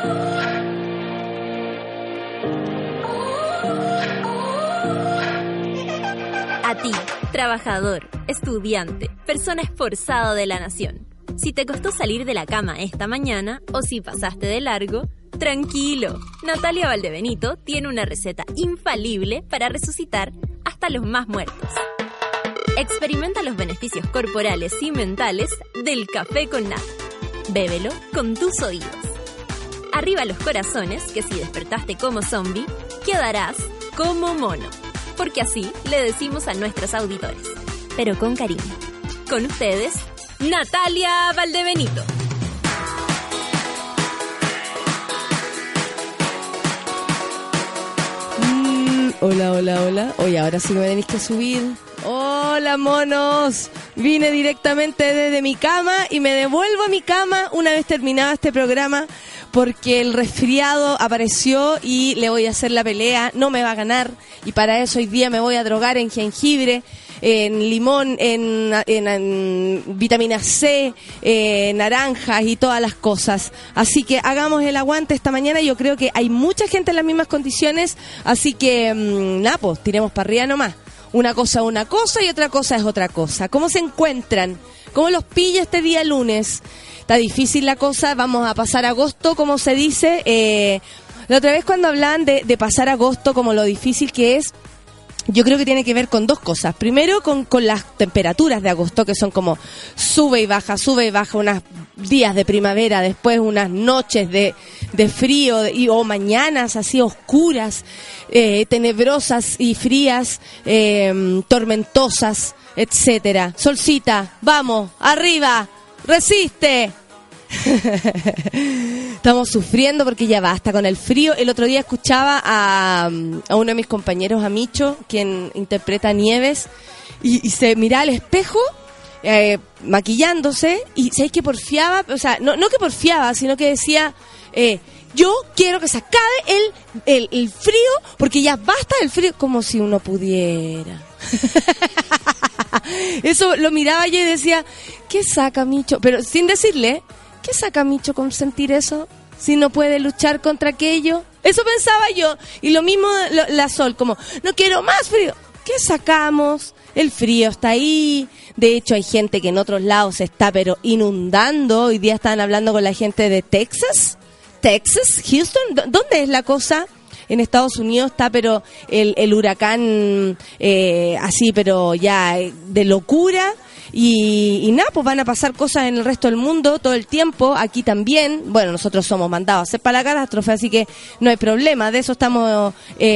A ti, trabajador, estudiante, persona esforzada de la nación. Si te costó salir de la cama esta mañana o si pasaste de largo, tranquilo. Natalia Valdebenito tiene una receta infalible para resucitar hasta los más muertos. Experimenta los beneficios corporales y mentales del café con nata. Bébelo con tus oídos. Arriba los corazones, que si despertaste como zombie, quedarás como mono. Porque así le decimos a nuestros auditores, pero con cariño. Con ustedes, Natalia Valdebenito. Hola, hola, hola. Oye, ahora sí me tenéis que subir. Hola, monos. Vine directamente desde mi cama y me devuelvo a mi cama una vez terminado este programa porque el resfriado apareció y le voy a hacer la pelea. No me va a ganar y para eso hoy día me voy a drogar en jengibre, en limón, en vitamina C, naranjas y todas las cosas. Así que hagamos el aguante esta mañana. Yo creo que hay mucha gente en las mismas condiciones, así que nada, pues tiremos para arriba nomás. Una cosa y otra cosa es otra cosa. ¿Cómo se encuentran? ¿Cómo los pilla este día lunes? Está difícil la cosa, vamos a pasar agosto, como se dice. La otra vez cuando hablaban de pasar agosto, como lo difícil que es, yo creo que tiene que ver con dos cosas. Primero, con las temperaturas de agosto, que son como sube y baja, unos días de primavera, después unas noches de frío o mañanas así oscuras, tenebrosas y frías, tormentosas, etcétera. Solcita, vamos, arriba, resiste. Estamos sufriendo porque ya basta con el frío. El otro día escuchaba a uno de mis compañeros, a Micho, quien interpreta a Nieves, y se miraba al espejo maquillándose y ¿sabes qué porfiaba? O sea, no que porfiaba, sino que decía yo quiero que se acabe el frío porque ya basta del frío, como si uno pudiera. Eso lo miraba yo y decía, ¿qué saca Micho? Pero sin decirle, ¿qué saca Micho con sentir eso? Si no puede luchar contra aquello. Eso pensaba yo. Y lo mismo la Sol, como, no quiero más frío. ¿Qué sacamos? El frío está ahí. De hecho, hay gente que en otros lados se está pero inundando. Hoy día estaban hablando con la gente de Texas, Houston. ¿Dónde es la cosa? En Estados Unidos está pero el huracán así, pero ya de locura. Y nada, pues van a pasar cosas en el resto del mundo todo el tiempo, aquí también. Bueno, nosotros somos mandados a hacer para la catástrofe, así que no hay problema, de eso estamos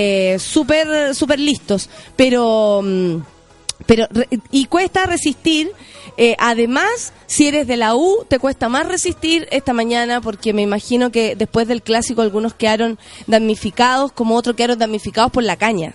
súper listos. Pero y cuesta resistir. Además, si eres de la U, te cuesta más resistir esta mañana porque me imagino que después del clásico algunos quedaron damnificados, como otros quedaron damnificados por la caña.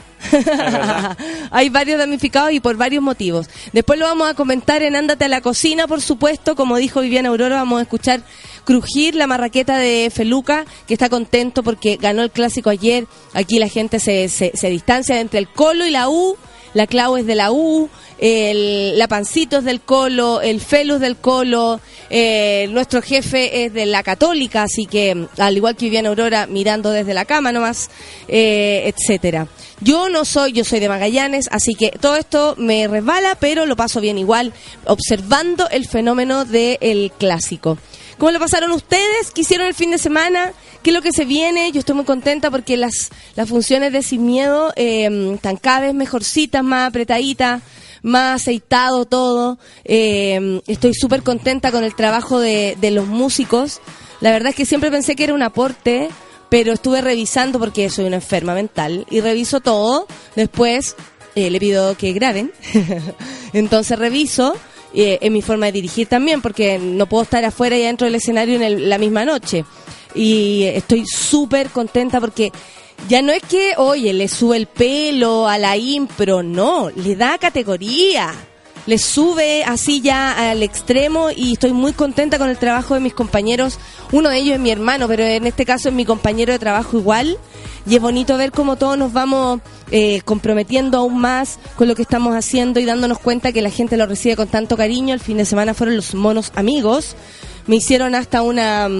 Hay varios damnificados y por varios motivos. Después lo vamos a comentar en Ándate a la Cocina, por supuesto. Como dijo Viviana Aurora, vamos a escuchar crujir la marraqueta de Feluca, que está contento porque ganó el clásico ayer. Aquí la gente se distancia entre el Colo y la U. La Clau es de la U, la Pancito es del Colo, el Felus del Colo, nuestro jefe es de la Católica, así que al igual que Viviana Aurora mirando desde la cama nomás, etcétera. Yo soy de Magallanes, así que todo esto me resbala, pero lo paso bien igual, observando el fenómeno del clásico. ¿Cómo lo pasaron ustedes? ¿Qué hicieron el fin de semana? ¿Qué es lo que se viene? Yo estoy muy contenta porque las funciones de Sin Miedo están cada vez mejorcitas, más apretaditas, más aceitado todo. Estoy súper contenta con el trabajo de los músicos. La verdad es que siempre pensé que era un aporte, pero estuve revisando porque soy una enferma mental y reviso todo. Después le pido que graben. Entonces reviso. En mi forma de dirigir también, porque no puedo estar afuera y adentro del escenario en la misma noche. Y estoy súper contenta porque ya no es que, oye, le sube el pelo a la impro, no, le da categoría, le sube así ya al extremo y estoy muy contenta con el trabajo de mis compañeros. Uno de ellos es mi hermano, pero en este caso es mi compañero de trabajo igual. Y es bonito ver cómo todos nos vamos comprometiendo aún más con lo que estamos haciendo y dándonos cuenta que la gente lo recibe con tanto cariño. El fin de semana fueron los monos amigos. Me hicieron hasta una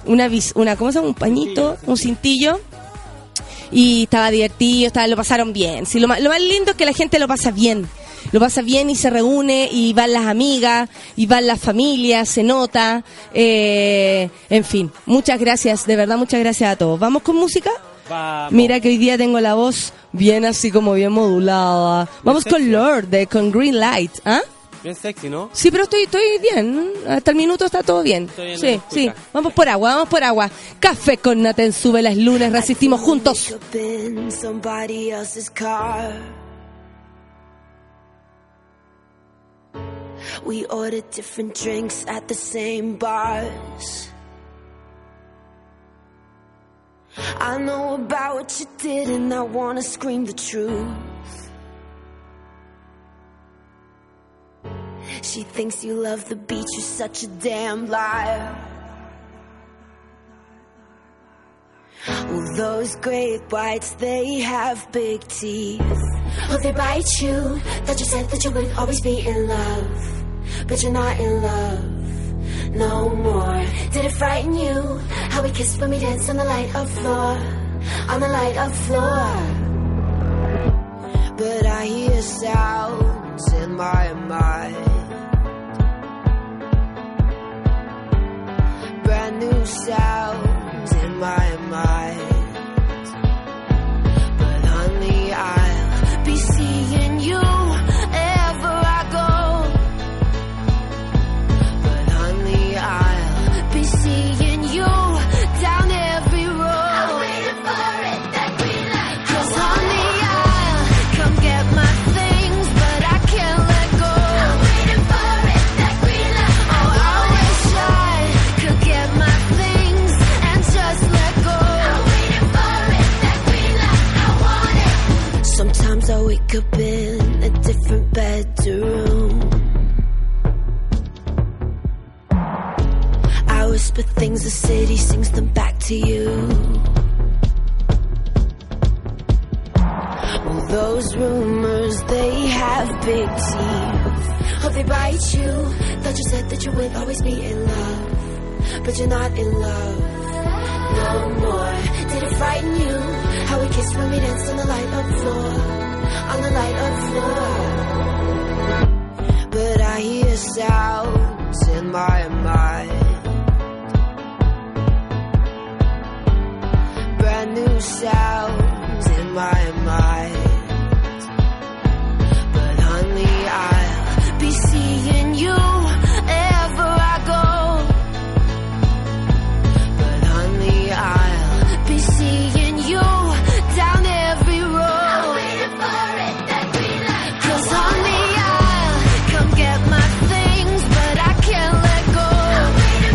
¿cómo se llama? Un pañito, un cintillo. Y estaba divertido, lo pasaron bien. Sí, lo más lindo es que la gente lo pasa bien. Lo pasa bien y se reúne y van las amigas y van las familias, se nota. En fin, muchas gracias, de verdad, muchas gracias a todos. ¿Vamos con música? Vamos. Mira que hoy día tengo la voz bien así como bien modulada. Vamos con Lord, con Green Light. ¿Ah? Bien sexy, ¿no? Sí, pero estoy bien. Hasta el minuto está todo bien. Sí. Vamos por agua. Café con Naten sube las lunes, resistimos juntos. We ordered different drinks at the same bars. I know about what you did and I wanna scream the truth. She thinks you love the beach, you're such a damn liar. Well, those great whites, they have big teeth. Oh, they bite you. Thought you said that you would always be in love, but you're not in love no more. Did it frighten you how we kissed when we danced on the light of floor, on the light of floor? But I hear sounds in my mind, brand new sounds in my mind. But honey, I'll be seeing you ever I go. But honey, I'll be seeing you down every road. I'm waiting for it, that green light. 'Cause honey, I'll come get my things, but I can't let go. I'm waiting for it, that green light. Oh, I wish I could get my things and just let go. I'm waiting for it, that green light. I want it. Sometimes I wake up in a different bedroom. I whisper things, the city sings them back to you. Well, those rumors, they have big teeth. Oh, they bite you. Thought you said that you would always be in love, but you're not in love no more. Did it frighten you how we kissed when we danced on the light of floor, on the light of floor? But I hear sounds in my mind, brand new sounds in my mind. But honey, I'll be seeing you ever I go. But honey, I'll be seeing you down every road. I'm waiting for it, that green light. 'Cause honey, I'll come get my things, but I can't let go. I'm waiting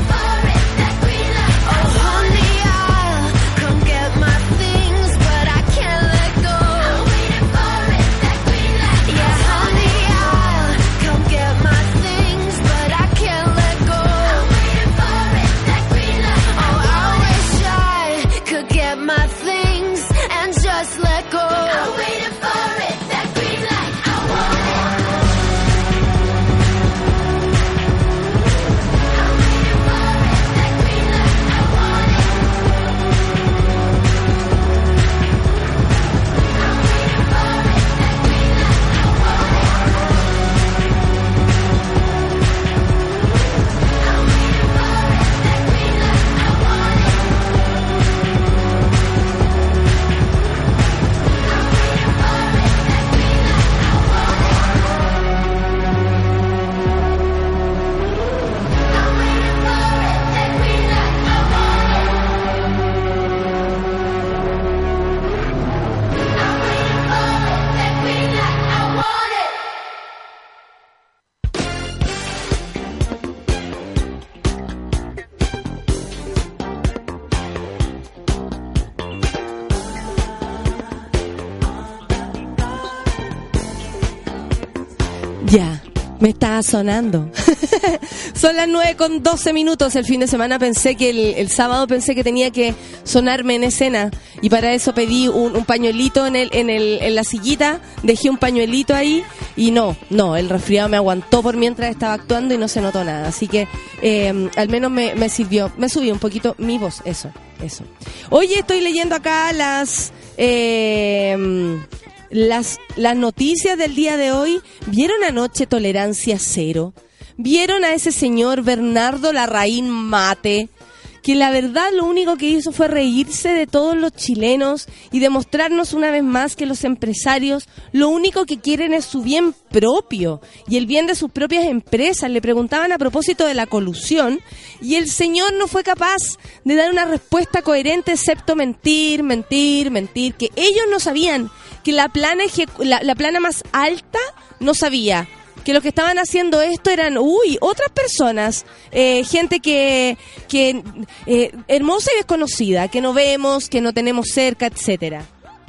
Me está sonando. Son las 9:12. El fin de semana pensé que el sábado pensé que tenía que sonarme en escena y para eso pedí un pañuelito en la sillita, dejé un pañuelito ahí y no, el resfriado me aguantó por mientras estaba actuando y no se notó nada. Así que al menos me sirvió, me subió un poquito mi voz, eso. Oye, estoy leyendo acá las noticias del día de hoy. ¿Vieron anoche Tolerancia Cero? ¿Vieron a ese señor Bernardo Larraín Mate? Que la verdad lo único que hizo fue reírse de todos los chilenos y demostrarnos una vez más que los empresarios lo único que quieren es su bien propio y el bien de sus propias empresas. Le preguntaban a propósito de la colusión y el señor no fue capaz de dar una respuesta coherente excepto mentir, que ellos no sabían, que la plana más alta no sabía, que lo que estaban haciendo esto eran otras personas, gente que hermosa y desconocida, que no vemos, que no tenemos cerca, etcétera.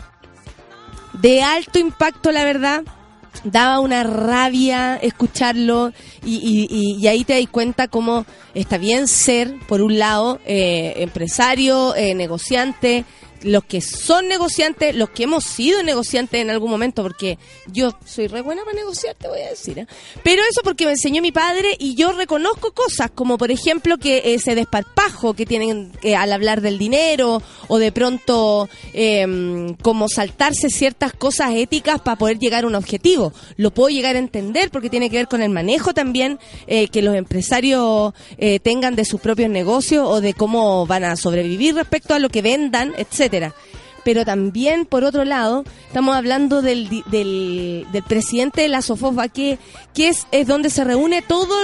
De alto impacto, la verdad. Daba una rabia escucharlo y ahí te das cuenta cómo está bien ser, por un lado, empresario, negociante, los que son negociantes, los que hemos sido negociantes en algún momento, porque yo soy re buena para negociar, te voy a decir, ¿eh? Pero eso porque me enseñó mi padre y yo reconozco cosas, como por ejemplo que ese desparpajo que tienen al hablar del dinero, o de pronto como saltarse ciertas cosas éticas para poder llegar a un objetivo. Lo puedo llegar a entender porque tiene que ver con el manejo también que los empresarios tengan de sus propios negocios o de cómo van a sobrevivir respecto a lo que vendan, etcétera. Pero también, por otro lado, estamos hablando del presidente de la SOFOFA, que es donde se reúne todo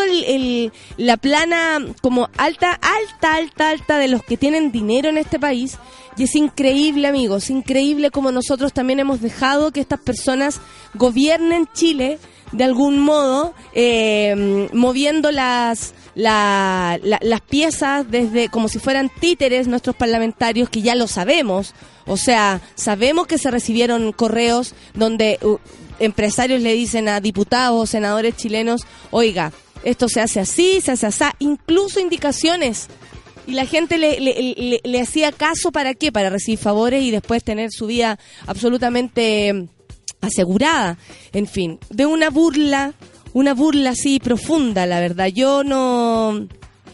la plana como alta de los que tienen dinero en este país. Y es increíble, amigos, increíble como nosotros también hemos dejado que estas personas gobiernen Chile de algún modo, moviendo las piezas desde como si fueran títeres nuestros parlamentarios, que ya lo sabemos. O sea, sabemos que se recibieron correos donde empresarios le dicen a diputados o senadores chilenos, oiga, esto se hace así, se hace así, incluso indicaciones. Y la gente le hacía caso, ¿para qué? Para recibir favores y después tener su vida absolutamente asegurada. En fin, de una burla así profunda, la verdad. Yo no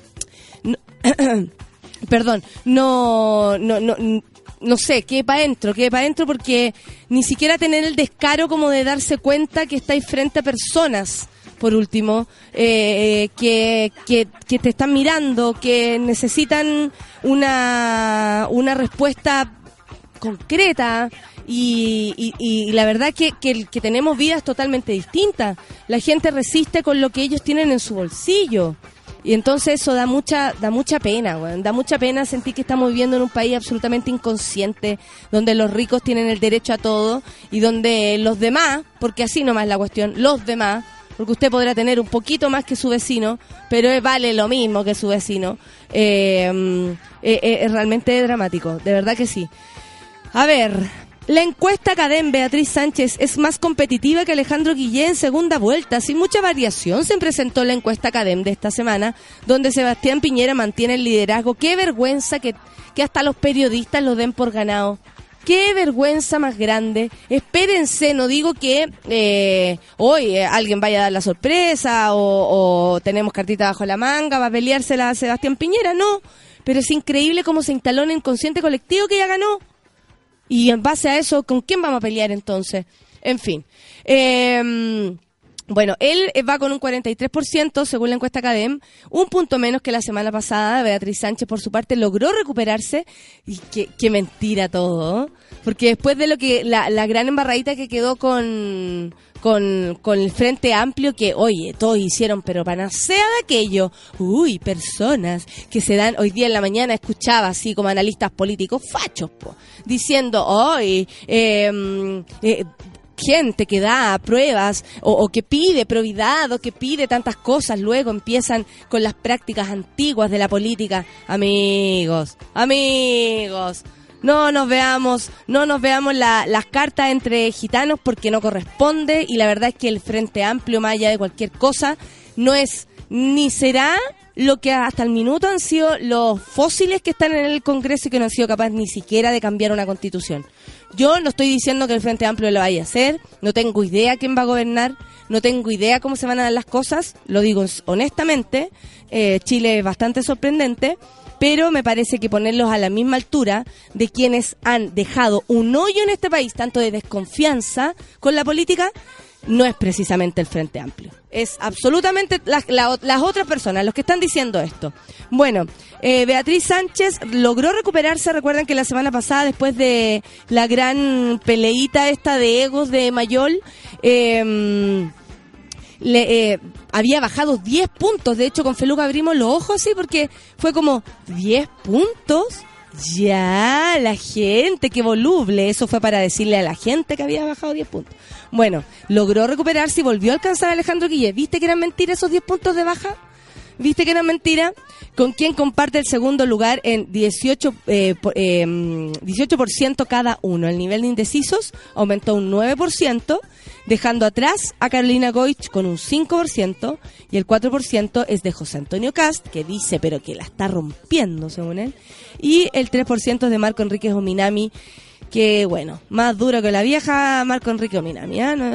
sé, quede para adentro porque ni siquiera tener el descaro como de darse cuenta que estáis frente a personas, por último, que te están mirando, que necesitan una respuesta concreta. Y la verdad que tenemos vidas totalmente distintas. La gente resiste con lo que ellos tienen en su bolsillo. Y entonces eso da mucha pena, weón. Da mucha pena sentir que estamos viviendo en un país absolutamente inconsciente, donde los ricos tienen el derecho a todo y donde los demás, porque así nomás es la cuestión, los demás, porque usted podrá tener un poquito más que su vecino, pero vale lo mismo que su vecino. Es realmente dramático, de verdad que sí. A ver, la encuesta Cadem, Beatriz Sánchez es más competitiva que Alejandro Guillén en segunda vuelta. Sin mucha variación se presentó la encuesta Cadem de esta semana, donde Sebastián Piñera mantiene el liderazgo. Qué vergüenza que hasta los periodistas lo den por ganado. Qué vergüenza más grande. Espérense, no digo que hoy alguien vaya a dar la sorpresa o tenemos cartita bajo la manga, va a peleársela a Sebastián Piñera, no. Pero es increíble cómo se instaló en el inconsciente colectivo que ya ganó. Y en base a eso, ¿con quién vamos a pelear entonces? En fin. Bueno, él va con un 43%, según la encuesta Cadem, un punto menos que la semana pasada. Beatriz Sánchez, por su parte, logró recuperarse. Y qué mentira todo, ¿eh? Porque después de lo que la gran embarradita que quedó con el Frente Amplio, que, oye, todos hicieron, pero panacea de aquello. Personas que se dan, hoy día en la mañana escuchaba así como analistas políticos fachos, diciendo, gente que da pruebas o que pide probidad o que pide tantas cosas, luego empiezan con las prácticas antiguas de la política. Amigos, No nos veamos las cartas entre gitanos porque no corresponde, y la verdad es que el Frente Amplio, más allá de cualquier cosa, no es ni será lo que hasta el minuto han sido los fósiles que están en el Congreso y que no han sido capaces ni siquiera de cambiar una constitución. Yo no estoy diciendo que el Frente Amplio lo vaya a hacer, no tengo idea quién va a gobernar, no tengo idea cómo se van a dar las cosas, lo digo honestamente. Chile es bastante sorprendente, pero me parece que ponerlos a la misma altura de quienes han dejado un hoyo en este país, tanto de desconfianza con la política, no es precisamente el Frente Amplio. Es absolutamente las otras personas, los que están diciendo esto. Bueno, Beatriz Sánchez logró recuperarse. Recuerden que la semana pasada, después de la gran peleita esta de egos de Mayol, había bajado 10 puntos. De hecho, con Feluca abrimos los ojos así porque fue como 10 puntos. Ya, la gente, qué voluble. Eso fue para decirle a la gente que había bajado 10 puntos. Bueno, logró recuperarse y volvió a alcanzar a Alejandro Guille. ¿Viste que eran mentiras esos 10 puntos de baja? ¿Viste que eran mentiras? Con quien comparte el segundo lugar en 18% cada uno. El nivel de indecisos aumentó un 9%, dejando atrás a Carolina Goich con un 5%, y el 4% es de José Antonio Cast, que dice pero que la está rompiendo según él, y el 3% es de Marco Enríquez Ominami, que bueno, más duro que la vieja Marco Enrique Ominami, ¿eh? ¿No?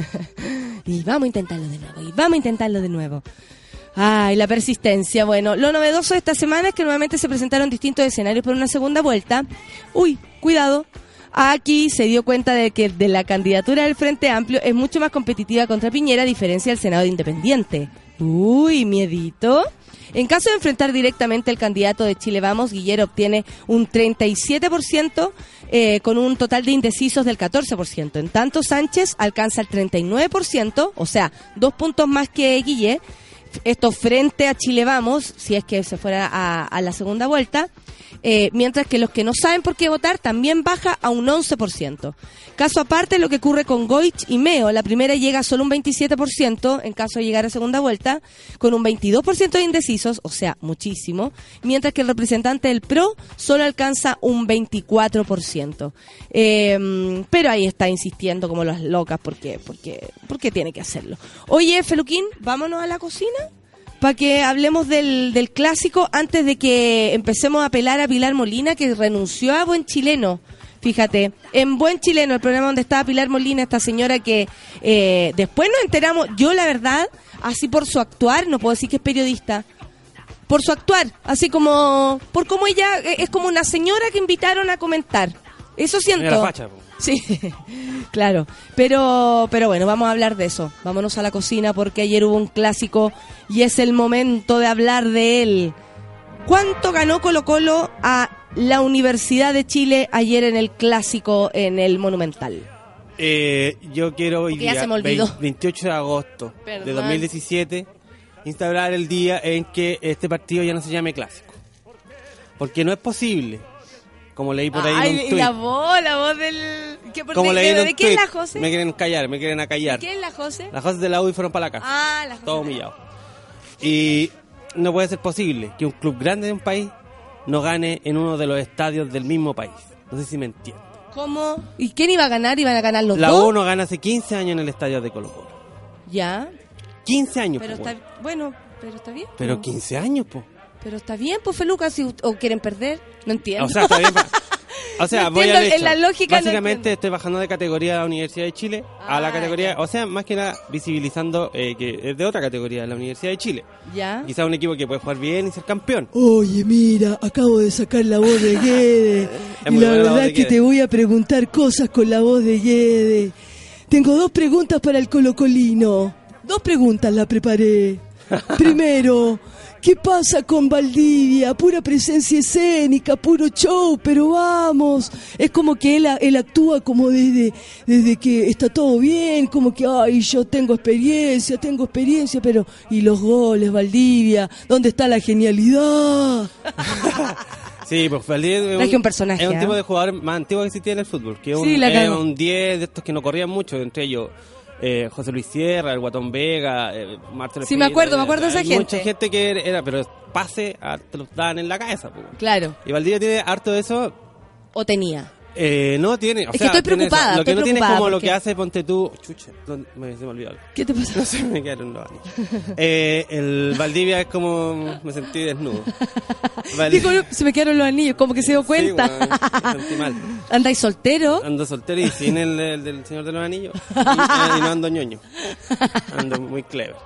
Y vamos a intentarlo de nuevo. Ay, la persistencia. Bueno, lo novedoso de esta semana es que nuevamente se presentaron distintos escenarios para una segunda vuelta. Uy, cuidado. Aquí se dio cuenta de que de la candidatura del Frente Amplio es mucho más competitiva contra Piñera, a diferencia del Senado de Independiente. Uy, miedito. En caso de enfrentar directamente al candidato de Chile Vamos, Guillermo obtiene un 37%, con un total de indecisos del 14%. En tanto, Sánchez alcanza el 39%, o sea, 2 puntos más que Guille. Esto frente a Chile Vamos, si es que se fuera a la segunda vuelta, mientras que los que no saben por qué votar también baja a un 11%. Caso aparte lo que ocurre con Goich y Meo. La primera llega a solo un 27% en caso de llegar a segunda vuelta, con un 22% de indecisos, o sea, muchísimo, mientras que el representante del PRO solo alcanza un 24%. Pero ahí está insistiendo como las locas porque tiene que hacerlo. Oye, Feluquín, vámonos a la cocina para que hablemos del clásico antes de que empecemos a apelar a Pilar Molina, que renunció a Buen Chileno. Fíjate, en Buen Chileno, el programa donde estaba Pilar Molina, esta señora que después nos enteramos, yo la verdad, así por su actuar, no puedo decir que es periodista, por su actuar, así como, por cómo ella es como una señora que invitaron a comentar. Eso siento. Era facha, po. Sí, claro. Pero bueno, vamos a hablar de eso. Vámonos a la cocina porque ayer hubo un clásico y es el momento de hablar de él. ¿Cuánto ganó Colo-Colo a la Universidad de Chile ayer en el clásico en el Monumental? Yo quiero hoy Porque ya día, se me olvidó. 28 de agosto Perdón. de 2017, instaurar el día en que este partido ya no se llame clásico. Porque no es posible, como leí por ahí en un Ay, tuit. la voz del... Como leí en un ¿De quién es tuit. la José? Me quieren acallar. ¿De quién es la José? Las José de la U y fueron para la casa. Ah, la José. Todo humillado. Y no puede ser posible que un club grande de un país no gane en uno de los estadios del mismo país. No sé si me entienden. ¿Cómo? ¿Y quién iba a ganar? ¿Iban a ganar los La dos? U no gana hace 15 años en el estadio de Colo-Colo. Ya. 15 años, Pero po, está bueno, pero está bien. Pero po. 15 años, po. Pero está bien, pues Feluca, si o quieren perder, no entiendo. O sea, está bien. O sea, No voy entiendo, al hecho. en la lógica no Básicamente entiendo. estoy bajando de categoría de la Universidad de Chile a la categoría, ya. o sea, más que nada visibilizando que es de otra categoría de la Universidad de Chile. ¿Ya? Quizá un equipo que puede jugar bien y ser campeón. Oye, mira, acabo de sacar la voz de Guede. Es Y muy la buena la voz verdad de es que Guede. te voy a preguntar cosas con la voz de Guede. Tengo 2 preguntas para el colocolino. 2 preguntas la preparé. Primero, ¿qué pasa con Valdivia? Pura presencia escénica, puro show, pero vamos. Es como que él actúa como desde que está todo bien, como que, ay, yo tengo experiencia, pero... ¿Y los goles, Valdivia? ¿Dónde está la genialidad? Sí, pues Valdivia Traje un personaje, es un ¿eh? tipo de jugador más antiguo que existía en el fútbol, que es Sí, un, la es cagó. un 10 de estos que no corrían mucho, entre ellos José Luis Sierra, el Guatón Vega, Marcelo Sí, me Espina, acuerdo de esa hay gente. mucha gente que era, pero pase te los daban en la cabeza, pues. Claro. Y Valdivia tiene harto de eso, ¿O tenía? No tiene, o Es que sea, estoy tiene preocupada, eso. Lo que estoy no tiene es preocupada como lo porque- que hace, ponte tú, chucha, se me olvidó algo. ¿Qué te pasa? No sé, me quedaron los anillos. El Valdivia es como, me sentí desnudo. Dijo, se me quedaron los anillos, como que se dio cuenta. Sí, bueno, me sentí mal. ¿Andáis soltero? Ando soltero y sin el del Señor de los Anillos. Y no ando ñoño. Ando muy clever.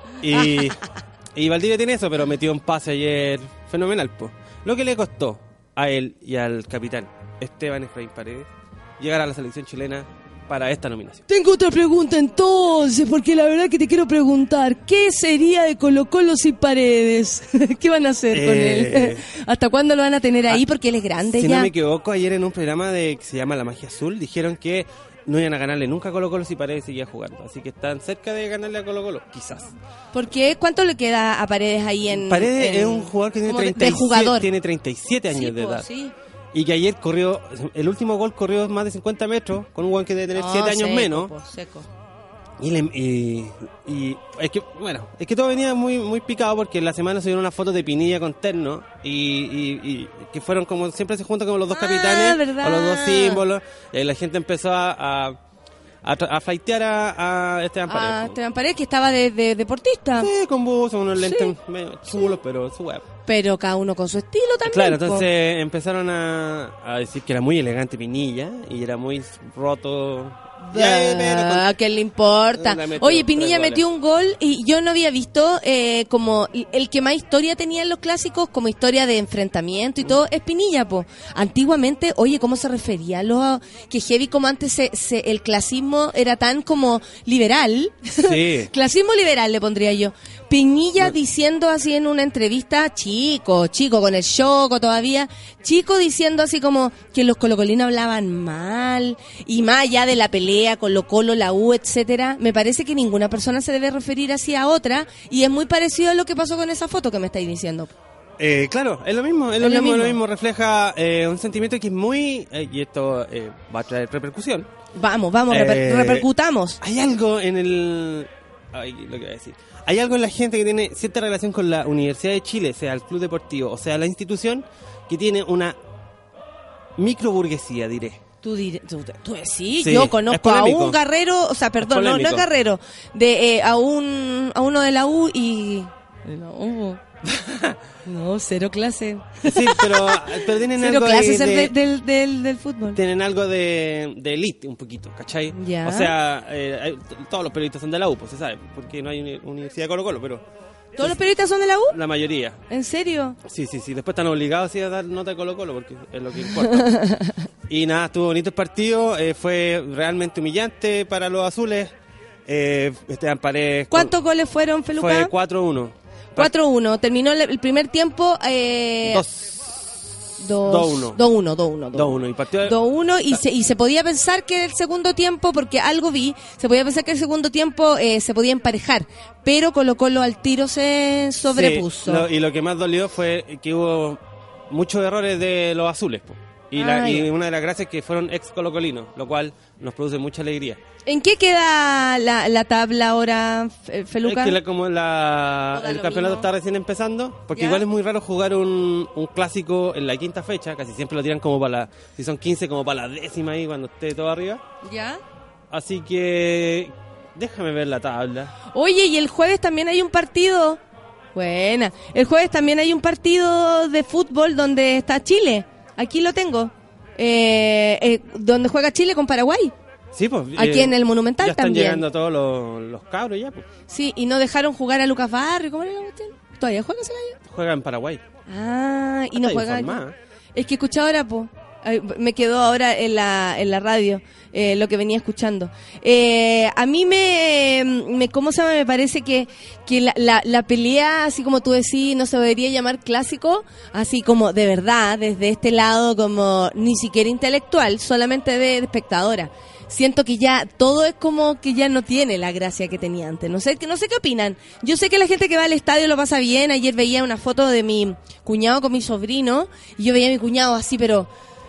Y Valdivia tiene eso, pero metió un pase ayer fenomenal, po. Lo que le costó a él y al capitán Esteban Efraín Paredes llegar a la selección chilena para esta nominación. Tengo otra pregunta entonces, porque la verdad que te quiero preguntar, ¿qué sería de Colo-Colo sin Paredes? ¿Qué van a hacer con él? ¿Hasta cuándo lo van a tener ahí? Porque él es grande Si ya. no me equivoco, ayer en un programa que se llama La Magia Azul, dijeron que no iban a ganarle nunca a Colo-Colo si Paredes seguía jugando. Así que están cerca de ganarle a Colo-Colo, quizás. ¿Por qué? ¿Cuánto le queda a Paredes ahí en...? Paredes es un jugador que tiene como de 37, jugador. tiene 37 años Sí, de po, edad. sí. Y que ayer corrió, el último gol corrió más de 50 metros, con un jugador que debe tener 7 años Seco, menos. po, seco. Y es que, bueno, es que todo venía muy picado porque en la semana se dieron unas fotos de Pinilla con terno y que fueron como, siempre se juntan como los dos capitanes, ¿verdad? o los dos símbolos, y la gente empezó a flaitear a Esteban Paredes. Ah, Esteban Paredes, que estaba de deportista. Sí, con buzo, unos lentes medio chulos, pero su web. Pero cada uno con su estilo también. Claro, po. entonces empezaron a decir que era muy elegante Pinilla y era muy roto. ¿A qué le importa? Le metió Oye, Pinilla 3 goles. metió un gol y yo no había visto como el que más historia tenía en los clásicos, como historia de enfrentamiento y todo, es Pinilla, po. Antiguamente, oye, ¿cómo se refería a los que heavy como antes el clasismo era tan como liberal? Sí. Clasismo liberal le pondría yo. Pinilla diciendo así en una entrevista, chico, con el choco todavía, chico diciendo así como que los colocolinos hablaban mal y más allá de la pelea Colo-Colo, la U, etcétera, me parece que ninguna persona se debe referir así a otra y es muy parecido a lo que pasó con esa foto que me estáis diciendo. Claro, es lo mismo, refleja un sentimiento que es muy, y esto va a traer repercusión. Vamos, repercutamos. Hay algo en el... Ay, lo que voy a decir. Hay algo en la gente que tiene cierta relación con la Universidad de Chile, sea el club deportivo, o sea la institución, que tiene una microburguesía, diré. Tú decís, Sí, yo es conozco a polémico. un Guerrero, o sea, perdón, no es polémico. Guerrero, a uno de la U y... No, cero clase. Sí, pero tienen Cero algo clase ser de, del fútbol. tienen algo de elite un poquito, ¿cachai? Ya. O sea, todos los periodistas son de la U, pues se sabe, porque no hay universidad de Colo-Colo, pero ¿Todos los periodistas son de la U? la mayoría. ¿En serio? Sí, después están obligados sí, a dar nota de Colo-Colo, porque es lo que importa. Y nada, estuvo bonito el partido, fue realmente humillante para los azules. Esteban Paredes... ¿Cuántos goles fueron, Fue Feluca? 4-1. 4-1. Terminó el primer tiempo... 2-1. 2-1. Y partió... 2-1 y se podía pensar que el segundo tiempo, porque algo vi, se podía pensar que el segundo tiempo se podía emparejar, pero Colo-Colo al tiro se sobrepuso. Sí, y lo que más dolió fue que hubo muchos errores de los azules, po. Y una de las gracias es que fueron ex colocolinos, lo cual nos produce mucha alegría. ¿En qué queda la tabla ahora, Feluca? Es que ¿O da el lo campeonato mismo? está recién empezando, porque ¿Ya? igual es muy raro jugar un clásico en la quinta fecha, casi siempre lo tiran como si son 15, como para la 10ª ahí cuando esté todo arriba. ¿Ya? Así que déjame ver la tabla. Oye, y el jueves también hay un partido. Buena. El jueves también hay un partido de fútbol donde está Chile. Aquí lo tengo. Donde juega Chile con Paraguay. Sí, pues. Aquí en el Monumental ya están también. llegando todos los cabros ya, pues. Sí, y no dejaron jugar a Lucas Barrio. ¿Cómo era la cuestión? ¿Todavía juega Celaya? Juega en Paraguay. Ah, y no Está juega. informada. Es que escuché ahora, po. Ay, me quedó ahora en la radio lo que venía escuchando. A mí ¿cómo se llama? Me parece que la pelea, así como tú decís, no se debería llamar clásico, así como de verdad, desde este lado, como ni siquiera intelectual, solamente de espectadora. Siento que ya todo es como que ya no tiene la gracia que tenía antes. No sé qué opinan. Yo sé que la gente que va al estadio lo pasa bien. Ayer veía una foto de mi cuñado con mi sobrino y yo veía a mi cuñado así, pero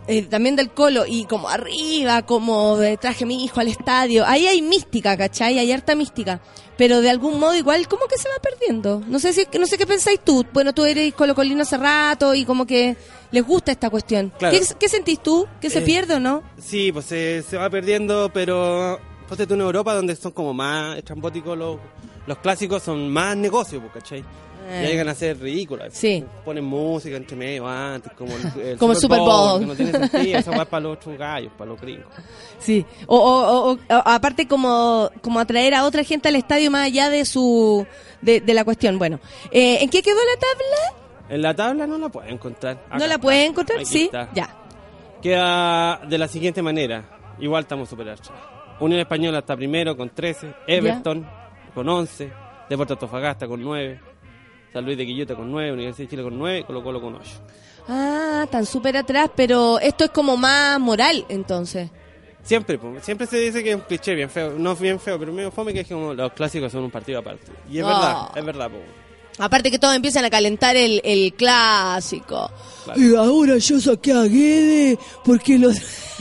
también del Colo, y como arriba, como traje a mi hijo al estadio, ahí hay mística, ¿cachai? Hay harta mística, pero de algún modo igual como que se va perdiendo. No sé qué pensáis tú. Bueno, tú eres colocolino hace rato y como que les gusta esta cuestión. Claro. ¿Qué sentís tú? ¿Que se pierde o no? Sí, pues se va perdiendo, pero ponte tú en Europa, donde son como más estrambóticos los clásicos, son más negocios, pues, ¿cachai? Ya llegan a ser ridículas. Sí. Ponen música entre medio antes, como el Como el Super Bowl. que no tiene sentido, esa va para los otros gallos, para los gringos. Sí. O aparte como atraer a otra gente al estadio más allá de de la cuestión. Bueno, ¿en qué quedó la tabla? En la tabla no la puedes encontrar. ¿No Acá la está. puedes encontrar? Aquí Sí, está. ya. Queda de la siguiente manera. Igual estamos súper atrás. Unión Española está primero con 13, Everton con 11, Deportes Antofagasta con 9, San Luis de Quillota con 9, Universidad de Chile con 9, Colo-Colo con 8. Ah, tan súper atrás, pero esto es como más moral, entonces. Siempre se dice que es un cliché bien feo, no bien feo, pero medio fome, que es como los clásicos son un partido aparte. Y es verdad. Aparte que todos empiezan a calentar el clásico. Claro. Y ahora yo saqué a Guede porque los...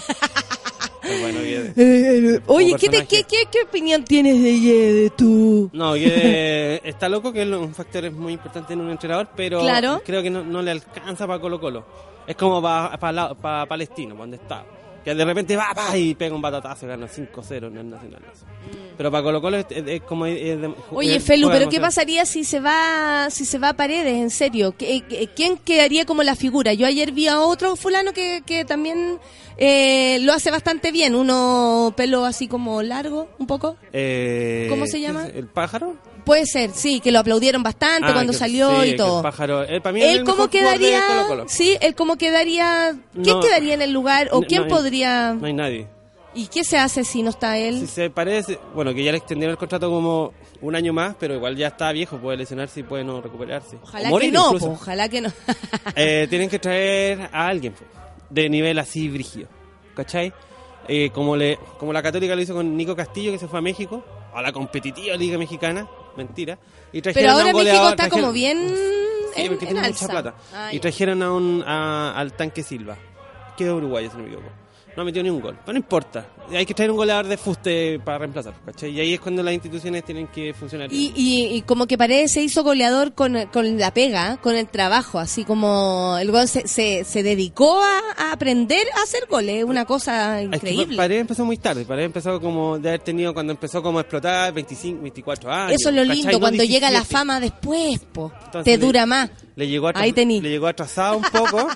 Pero bueno, Guede. Oye, Como personaje. ¿Qué opinión tienes de Guede, tú? No, Guede está loco, que es un factor muy importante en un entrenador, pero Claro. creo que no le alcanza para Colo-Colo. Es como para Palestino, donde está. Que de repente va y pega un batatazo y gana 5-0 en el Nacional. Pero para Colo-Colo es como... Oye, Felu, ¿pero qué pasaría si se va a Paredes, en serio? ¿Quién quedaría como la figura? Yo ayer vi a otro fulano que también lo hace bastante bien. Uno pelo así como largo, un poco. ¿Cómo se llama? ¿El pájaro? Puede ser, sí, que lo aplaudieron bastante cuando salió sí, y todo. El pájaro, para mí ¿Él cómo quedaría? Colo-Colo. Sí, él cómo quedaría. ¿Quién No, quedaría en el lugar? ¿O quién no hay- podría? No hay nadie. ¿Y qué se hace si no está él? Si se parece, bueno, que ya le extendieron el contrato como un año más, pero igual ya está viejo, puede lesionarse y puede no recuperarse. Ojalá O morir que no, incluso. ojalá que no. Tienen que traer a alguien de nivel así brígido, ¿cachai? Como la Católica lo hizo con Nico Castillo, que se fue a México, a la competitiva Liga Mexicana, mentira. Y Pero trajeron a ahora un México goleador, está como bien Sí, porque en tiene alza. mucha plata. Ah, Y ya. trajeron al Tanque Silva, que es uruguayo, si no me equivoco. No metió ni un gol, pero no importa. Hay que traer un goleador de fuste para reemplazar, ¿cachai? Y ahí es cuando las instituciones tienen que funcionar. Y como que Paredes se hizo goleador con la pega, con el trabajo, así como el gol se dedicó a aprender a hacer goles, una cosa Es que increíble. Paredes empezó muy tarde. Paredes empezó como de haber tenido, cuando empezó como a explotar, 25, 24 años. Eso es lo ¿cachai? lindo, No cuando llega la 17. fama después, po. Entonces Te dura más. Le llegó Ahí tení. le llegó atrasado un poco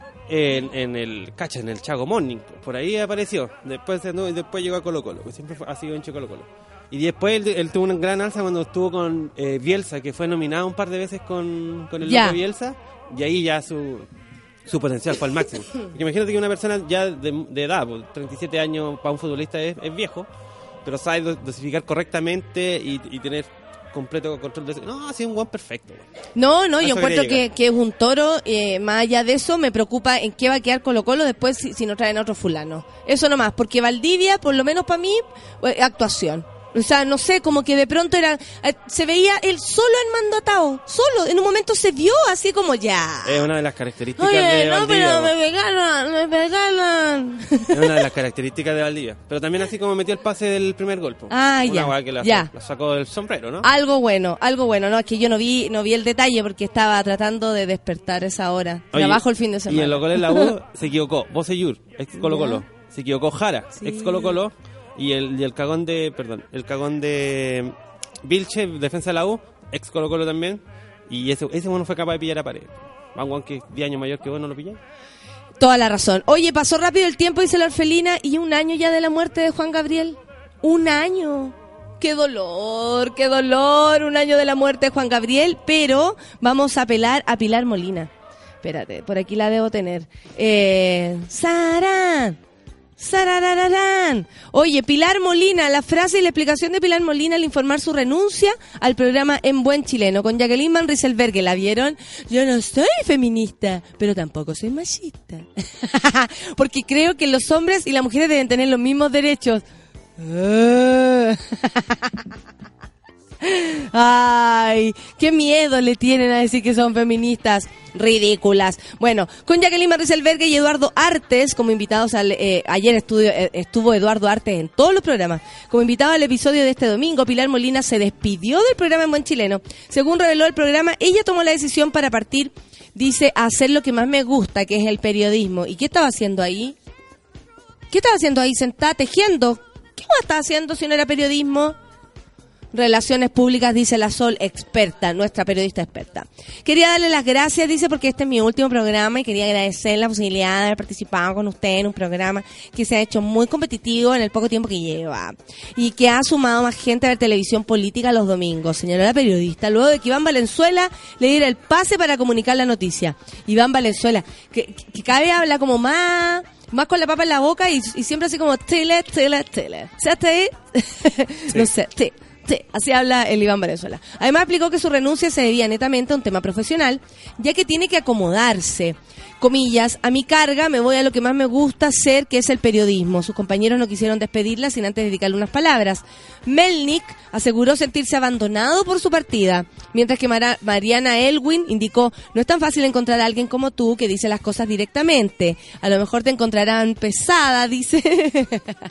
en el Chago Morning. Por ahí apareció. Después llegó a Colo-Colo, que siempre ha sido hincha de Colo-Colo. Y después él tuvo una gran alza cuando estuvo con Bielsa, que fue nominado un par de veces con el Ya. loco Bielsa. Y ahí ya su potencial fue al máximo. Porque imagínate que una persona ya de edad, pues, 37 años para un futbolista es viejo, pero sabe dosificar correctamente y tener completo control de eso. No, sí, un buen perfecto. No, A yo eso encuentro quería que es un toro. Más allá de eso, me preocupa en qué va a quedar Colo-Colo después si nos traen a otro fulano. Eso nomás, porque Valdivia, por lo menos para mí, actuación. O sea, no sé, como que de pronto se veía él solo en mando atado, solo. En un momento se vio así como ya. Es una de las características Oye, de no, Valdivia. pero me pegaron. Es una de las características de Valdivia. Pero también así como metió el pase del primer gol. Po. Ah, Una ya, weá que la ya. sacó del sombrero, ¿no? Algo bueno. No, es que yo no vi el detalle porque estaba tratando de despertar esa hora. Oye, Trabajo el fin de Y semana. en los goles de la U se equivocó Bocellur, ex Colo-Colo. Se equivocó Jara, Sí. ex Colo-Colo. Y el cagón de Vilche, defensa de la U, ex Colo-Colo también. Y ese bueno fue capaz de pillar a Paredes. Va un guan que es 10 años mayor que vos, no lo pilláis. Toda la razón. Oye, pasó rápido el tiempo, dice la orfelina, y 1 año ya de la muerte de Juan Gabriel. 1 año. Qué dolor, 1 año de la muerte de Juan Gabriel, pero vamos a apelar a Pilar Molina. Espérate, por aquí la debo tener. Sarán. Sararararán. Oye, Pilar Molina, la frase y la explicación de Pilar Molina al informar su renuncia al programa En Buen Chileno con Jacqueline Van Rieselberghe. ¿La vieron? Yo no soy feminista, pero tampoco soy machista. Porque creo que los hombres y las mujeres deben tener los mismos derechos. Ay, qué miedo le tienen a decir que son feministas. Ridículas. Bueno, con Jacqueline Marriselbergue y Eduardo Artes como invitados ayer estuvo Eduardo Artes en todos los programas. Como invitado al episodio de este domingo, Pilar Molina se despidió del programa en Buen Chileno. Según reveló el programa, ella tomó la decisión para partir, dice, a hacer lo que más me gusta, que es el periodismo. ¿Y qué estaba haciendo ahí? ¿Qué estaba haciendo ahí sentada tejiendo? ¿Qué estaba haciendo si no era periodismo? Relaciones públicas, dice la Sol, experta, nuestra periodista experta. Quería darle las gracias, dice, porque este es mi último programa y quería agradecer la posibilidad de haber participado con usted en un programa que se ha hecho muy competitivo en el poco tiempo que lleva y que ha sumado más gente a ver televisión política los domingos, señaló la periodista, luego de que Iván Valenzuela le diera el pase para comunicar la noticia. Iván Valenzuela, que cada vez habla como más con la papa en la boca y siempre así como tele. ¿Se hasta ahí? Sí. No sé, sí, así habla el Iván Valenzuela. Además explicó que su renuncia se debía netamente a un tema profesional, ya que tiene que acomodarse. Comillas, a mi carga me voy a lo que más me gusta hacer, que es el periodismo. Sus compañeros no quisieron despedirla sin antes dedicarle unas palabras. Melnik aseguró sentirse abandonado por su partida, mientras que Mariana Elwin indicó, no es tan fácil encontrar a alguien como tú que dice las cosas directamente. A lo mejor te encontrarán pesada, dice.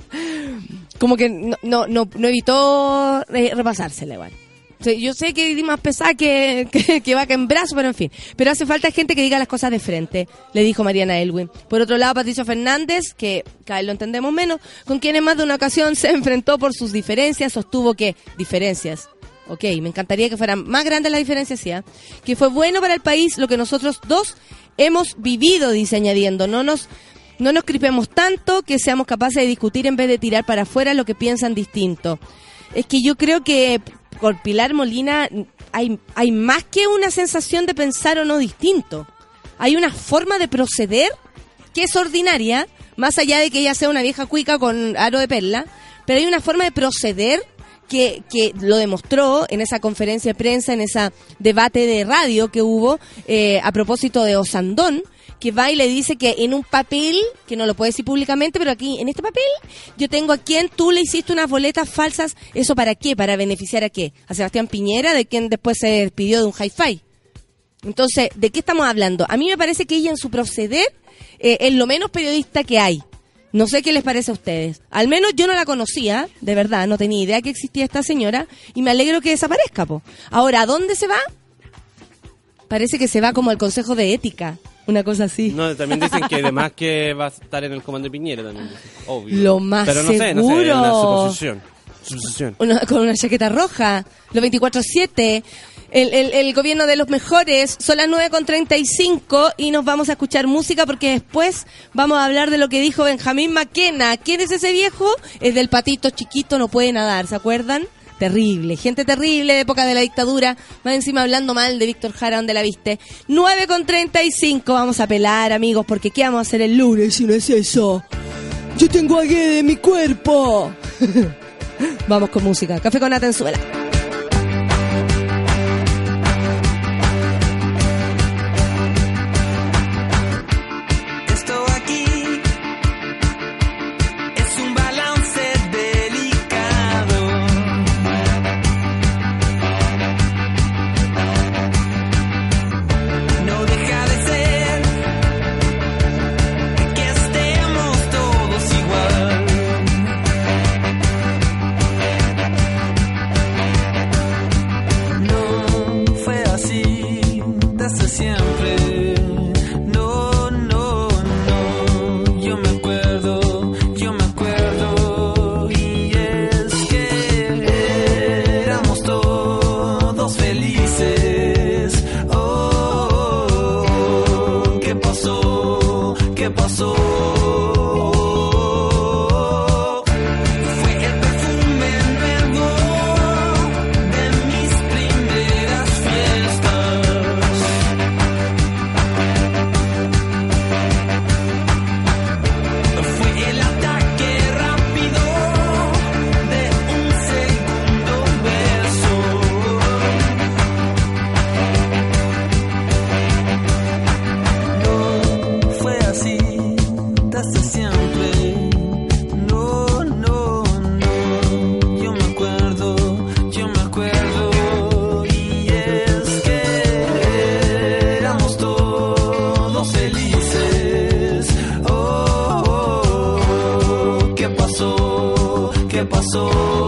Como que no evitó repasársela igual. Yo sé que es más pesada que vaca en brazo, pero en fin. Pero hace falta gente que diga las cosas de frente, le dijo Mariana Elwin. Por otro lado, Patricio Fernández, que cada vez lo entendemos menos, con quien en más de una ocasión se enfrentó por sus diferencias, sostuvo que diferencias. Ok, me encantaría que fueran más grandes las diferencias, ¿sí? Que fue bueno para el país lo que nosotros dos hemos vivido, dice, añadiendo. No nos cripemos tanto, que seamos capaces de discutir en vez de tirar para afuera lo que piensan distinto. Es que yo creo que por Pilar Molina hay más que una sensación de pensar o no distinto. Hay una forma de proceder que es ordinaria, más allá de que ella sea una vieja cuica con aro de perla, pero hay una forma de proceder que lo demostró en esa conferencia de prensa, en ese debate de radio que hubo a propósito de Osandón, que va y le dice que en un papel, que no lo puede decir públicamente, pero aquí, en este papel, yo tengo a quien tú le hiciste unas boletas falsas. ¿Eso para qué? ¿Para beneficiar a qué? A Sebastián Piñera, de quien después se despidió de un hi-fi. Entonces, ¿de qué estamos hablando? A mí me parece que ella en su proceder es lo menos periodista que hay. No sé qué les parece a ustedes. Al menos yo no la conocía, de verdad, no tenía idea que existía esta señora, y me alegro que desaparezca, po. Ahora, ¿a dónde se va? Parece que se va como al Consejo de Ética. Una cosa así. No, también dicen que además que va a estar en el comando de Piñera también. Obvio. Lo más pero no seguro. Sé, una suposición. Con una chaqueta roja. Los 24/7. El gobierno de los mejores. Son las 9:35 y nos vamos a escuchar música porque después vamos a hablar de lo que dijo Benjamín Maquena. ¿Quién es ese viejo? Es del patito chiquito, no puede nadar, ¿se acuerdan? Terrible, gente terrible de época de la dictadura, más encima hablando mal de Víctor Jara, ¿dónde la viste? 9:35, vamos a pelar, amigos, porque ¿qué vamos a hacer el lunes si no es eso? Yo tengo a Guede en mi cuerpo. Vamos con música, Café con Nata en Suela. felices. Oh, oh, oh, ¿qué pasó? ¿Qué pasó?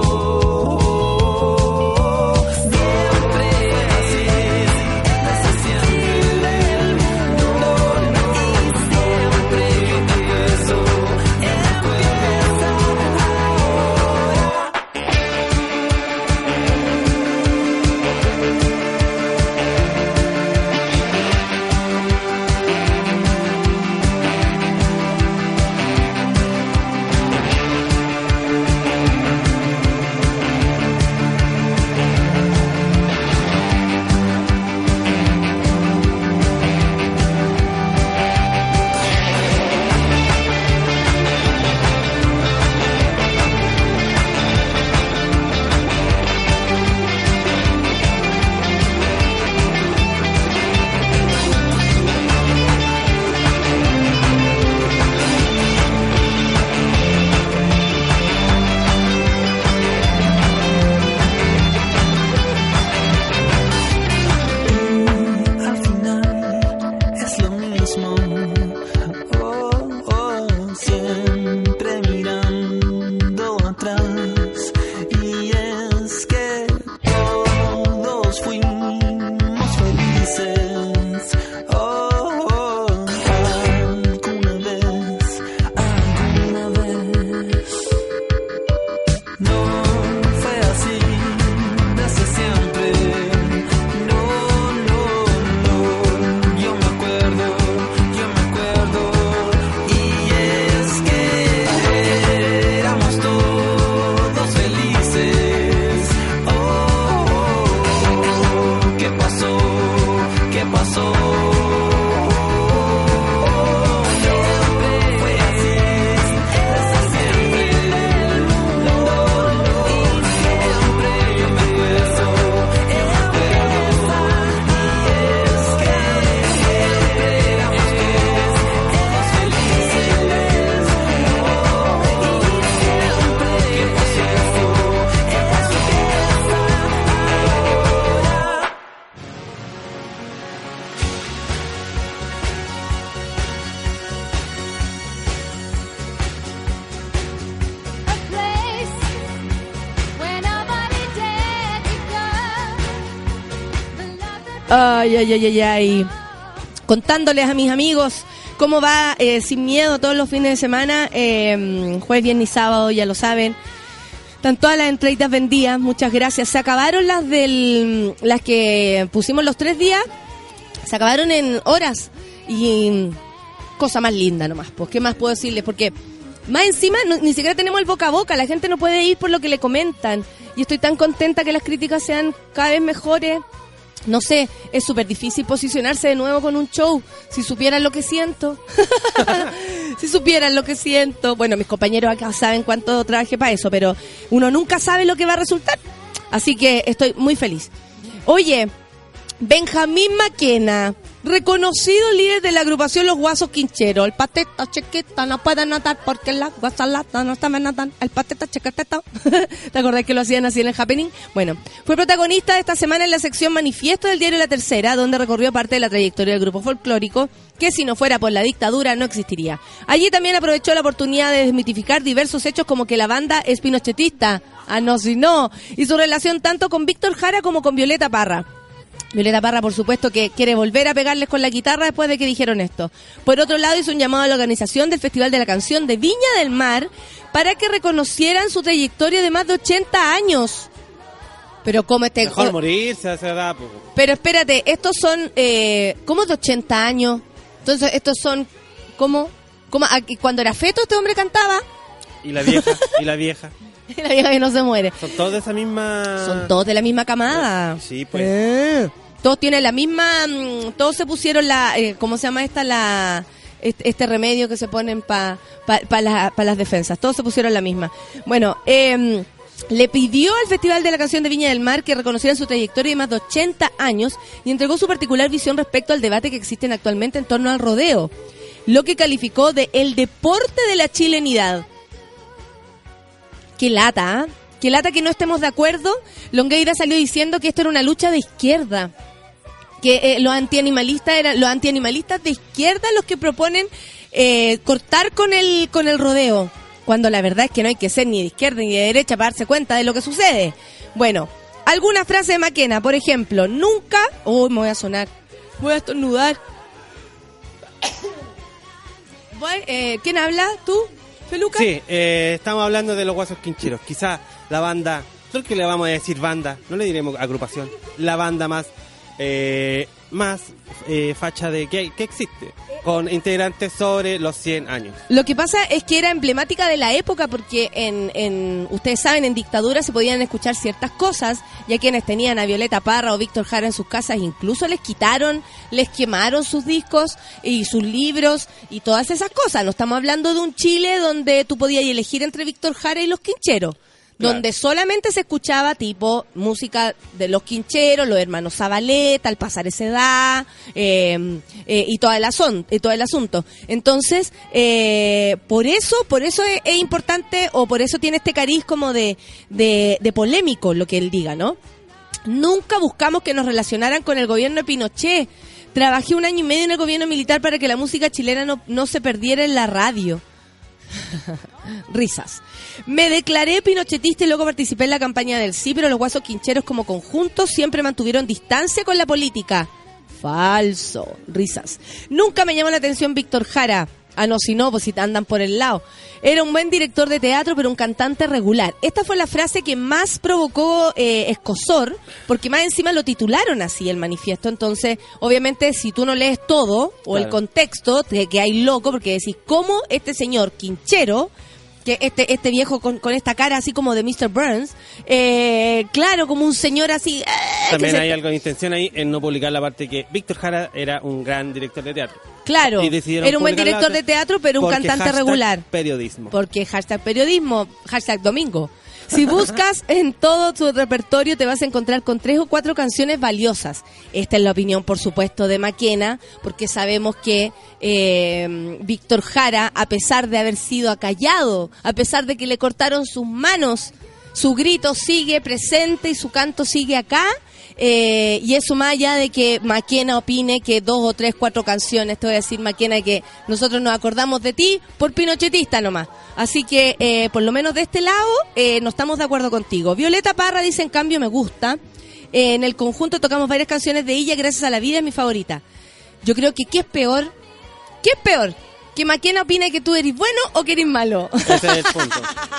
Ay. Contándoles a mis amigos cómo va Sin Miedo todos los fines de semana, jueves, viernes y sábado, ya lo saben. Están todas las entraditas vendidas, muchas gracias. Se acabaron las que pusimos los 3 días, se acabaron en horas. Y cosa más linda nomás, pues, ¿qué más puedo decirles? Porque más encima ni siquiera tenemos el boca a boca, la gente no puede ir por lo que le comentan. Y estoy tan contenta que las críticas sean cada vez mejores. No sé, es súper difícil posicionarse de nuevo con un show. Si supieran lo que siento. Si supieran lo que siento. Bueno, mis compañeros acá saben cuánto trabajé para eso, pero uno nunca sabe lo que va a resultar. Así que estoy muy feliz. Oye, Benjamín Maquena, reconocido líder de la agrupación Los Guasos Quincheros. El pateta chiquita no puede notar porque la guasalata no sabe notar. El pateta chiquiteta. ¿Te acordás que lo hacían así en el Happening? Bueno, fue protagonista de esta semana en la sección Manifiesto del diario La Tercera, donde recorrió parte de la trayectoria del grupo folclórico, que si no fuera por la dictadura no existiría. Allí también aprovechó la oportunidad de desmitificar diversos hechos como que la banda es pinochetista, y su relación tanto con Víctor Jara como con Violeta Parra. Violeta Parra, por supuesto, que quiere volver a pegarles con la guitarra después de que dijeron esto. Por otro lado, hizo un llamado a la organización del Festival de la Canción de Viña del Mar para que reconocieran su trayectoria de más de 80 años. Pero ¿cómo mejor morirse a esa edad, pues. Pero espérate, estos son... ¿cómo de 80 años? Entonces, estos son... ¿Cómo? Cuando era feto este hombre cantaba. Y la vieja. La vieja que no se muere. Son todos de esa misma... Son todos de la misma camada. Sí, pues. Todos tienen la misma... todos se pusieron la... ¿cómo se llama esta? Este remedio que se ponen para las defensas. Todos se pusieron la misma. Bueno, le pidió al Festival de la Canción de Viña del Mar que reconocieran su trayectoria de más de 80 años y entregó su particular visión respecto al debate que existen actualmente en torno al rodeo, lo que calificó de el deporte de la chilenidad. Qué lata, ¿eh? Qué lata que no estemos de acuerdo. Longueira salió diciendo que esto era una lucha de izquierda. que los antianimalistas de izquierda los que proponen cortar con el rodeo, cuando la verdad es que no hay que ser ni de izquierda ni de derecha para darse cuenta de lo que sucede. Bueno, alguna frase de Maquena, por ejemplo, nunca... me voy a sonar, voy a estornudar. ¿Quién habla? ¿Tú, Feluca? Sí, estamos hablando de los Guasos Quincheros. Quizá la banda, creo que le vamos a decir banda, no le diremos agrupación, la banda más facha de que existe, con integrantes sobre los 100 años. Lo que pasa es que era emblemática de la época porque ustedes saben, en dictadura se podían escuchar ciertas cosas, ya quienes tenían a Violeta Parra o Víctor Jara en sus casas incluso les quemaron sus discos y sus libros y todas esas cosas. No estamos hablando de un Chile donde tú podías elegir entre Víctor Jara y los Quincheros. Claro. Donde solamente se escuchaba tipo música de los Quincheros, los hermanos Zabaleta, al pasar esa edad, y todo el asunto. Entonces, por eso es importante, o por eso tiene este cariz como de polémico lo que él diga, ¿no? Nunca buscamos que nos relacionaran con el gobierno de Pinochet. Trabajé 1 año y medio en el gobierno militar para que la música chilena no se perdiera en la radio. Risas. Me declaré pinochetista y luego participé en la campaña del sí, pero los Guasos Quincheros como conjunto siempre mantuvieron distancia con la política. Falso. Risas. Nunca me llamó la atención Víctor Jara. No, si no, pues si andan por el lado. Era un buen director de teatro, pero un cantante regular. Esta fue la frase que más provocó escozor, porque más encima lo titularon así, el manifiesto. Entonces, obviamente, si tú no lees todo, o claro, el contexto, te quedas loco, porque decís, ¿cómo este señor Quinchero, que este viejo con esta cara así como de Mr. Burns, claro, como un señor así... También hay algo de intención ahí en no publicar la parte que Víctor Jara era un gran director de teatro. Claro, era un buen director de teatro, pero un cantante regular. Periodismo. Porque #periodismo, #domingo. Si buscas en todo tu repertorio te vas a encontrar con 3 o 4 canciones valiosas. Esta es la opinión, por supuesto, de Maquena, porque sabemos que Víctor Jara, a pesar de haber sido acallado, a pesar de que le cortaron sus manos, su grito sigue presente y su canto sigue acá. Y eso más allá de que Maquena opine que 2 o 3, 4 canciones, te voy a decir, Maquena, que nosotros nos acordamos de ti por pinochetista nomás. Así que, por lo menos de este lado, no estamos de acuerdo contigo. Violeta Parra dice, en cambio, me gusta. En el conjunto tocamos varias canciones de ella, Gracias a la vida es mi favorita. Yo creo que, ¿qué es peor? ¿Qué es peor? ¿Que Maquena opine que tú eres bueno o que eres malo? Ese es el punto.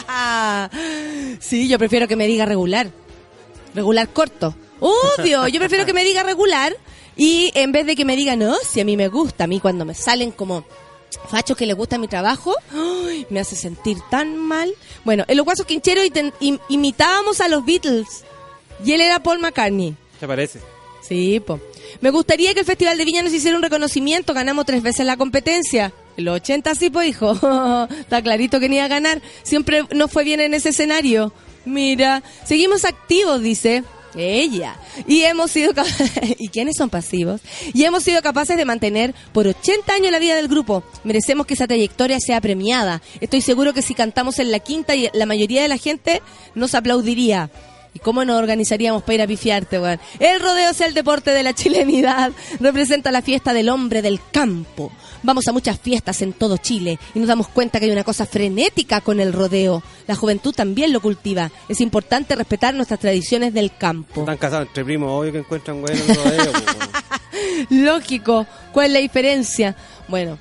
Sí, yo prefiero que me diga regular. Regular corto. Obvio, yo prefiero que me diga regular y en vez de que me diga, no, si a mí me gusta, a mí cuando me salen como fachos que les gusta mi trabajo, ¡ay!, me hace sentir tan mal. Bueno, en los Guasos Quincheros imitábamos a los Beatles y él era Paul McCartney. ¿Te parece? Sí, po. Me gustaría que el Festival de Viña nos hiciera un reconocimiento, ganamos 3 veces la competencia. En los 80 sí, pues, hijo. Está clarito que ni iba a ganar. Siempre nos fue bien en ese escenario. Mira, seguimos activos, dice ella. Y hemos sido ¿Y quiénes son pasivos? Y hemos sido capaces de mantener por 80 años la vida del grupo. Merecemos que esa trayectoria sea premiada. Estoy seguro que si cantamos en la quinta, y la mayoría de la gente nos aplaudiría. ¿Y cómo nos organizaríamos para ir a pifiarte, weón? El rodeo es el deporte de la chilenidad. Representa la fiesta del hombre del campo. Vamos a muchas fiestas en todo Chile y nos damos cuenta que hay una cosa frenética con el rodeo. La juventud también lo cultiva. Es importante respetar nuestras tradiciones del campo. Están casados entre primos, obvio que encuentran güey en el rodeo. Lógico. ¿Cuál es la diferencia? Bueno,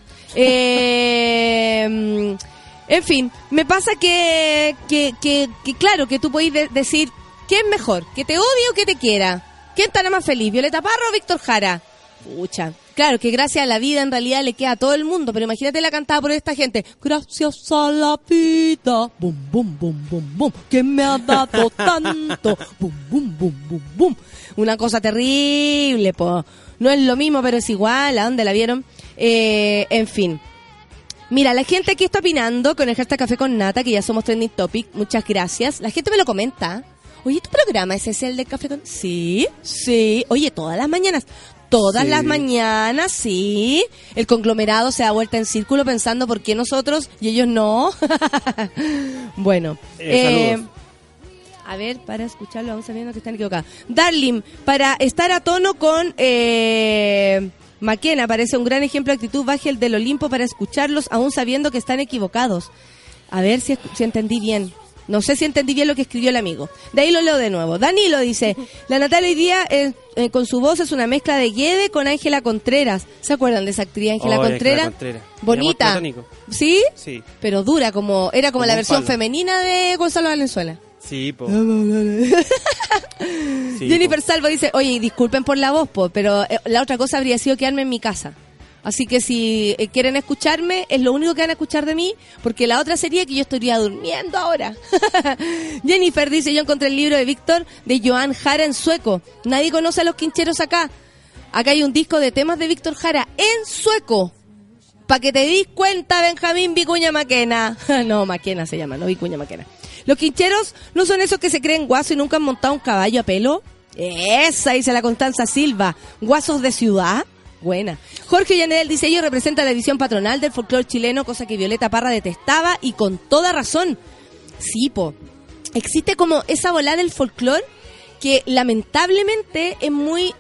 en fin, me pasa que claro, que tú podés decir, ¿qué es mejor? ¿Que te odie o que te quiera? ¿Quién estará más feliz? ¿Violeta Parra o Víctor Jara? Pucha. Claro, que gracias a la vida en realidad le queda a todo el mundo, pero imagínate la cantada por esta gente. Gracias a la vida, bum, bum, bum, bum, bum, que me ha dado tanto, bum, bum, bum, bum, bum. Una cosa terrible, po. No es lo mismo, pero es igual. ¿A dónde la vieron? En fin. Mira, la gente aquí está opinando con el hashtag Café con Nata, que ya somos trending topic. Muchas gracias. La gente me lo comenta. Oye, ¿tu programa es ese el del Café con...? Sí, sí. Oye, todas las mañanas. Todas las mañanas, sí. El conglomerado se da vuelta en círculo pensando por qué nosotros y ellos no. Bueno. Saludos. A ver, para escucharlo aún sabiendo que están equivocados. Darling, para estar a tono con Maquena, parece un gran ejemplo de actitud. Baje el del Olimpo para escucharlos aún sabiendo que están equivocados. A ver si entendí bien. No sé si entendí bien lo que escribió el amigo. De ahí lo leo de nuevo. Danilo dice, la Natalia hoy día con su voz es una mezcla de Guede con Ángela Contreras. ¿Se acuerdan de esa actriz Ángela Contreras? Bonita. ¿Sí? Sí. Pero dura, era como la versión femenina de Gonzalo Valenzuela. Sí, po. Sí, Jennifer Salvo dice, oye, disculpen por la voz, pero la otra cosa habría sido quedarme en mi casa. Así que si quieren escucharme, es lo único que van a escuchar de mí, porque la otra sería que yo estaría durmiendo ahora. Jennifer dice, yo encontré el libro de Víctor de Joan Jara en sueco. Nadie conoce a los quincheros acá. Acá hay un disco de temas de Víctor Jara en sueco. Pa' que te dis cuenta, Benjamín Vicuña Maquena. No, Maquena se llama, no Vicuña Maquena. Los quincheros no son esos que se creen guasos y nunca han montado un caballo a pelo. Esa, dice la Constanza Silva. Guasos de ciudad. Buena. Jorge Llanel dice, ellos representan la visión patronal del folclore chileno, cosa que Violeta Parra detestaba y con toda razón. Sí, po. Existe como esa volada del folclore que lamentablemente es muy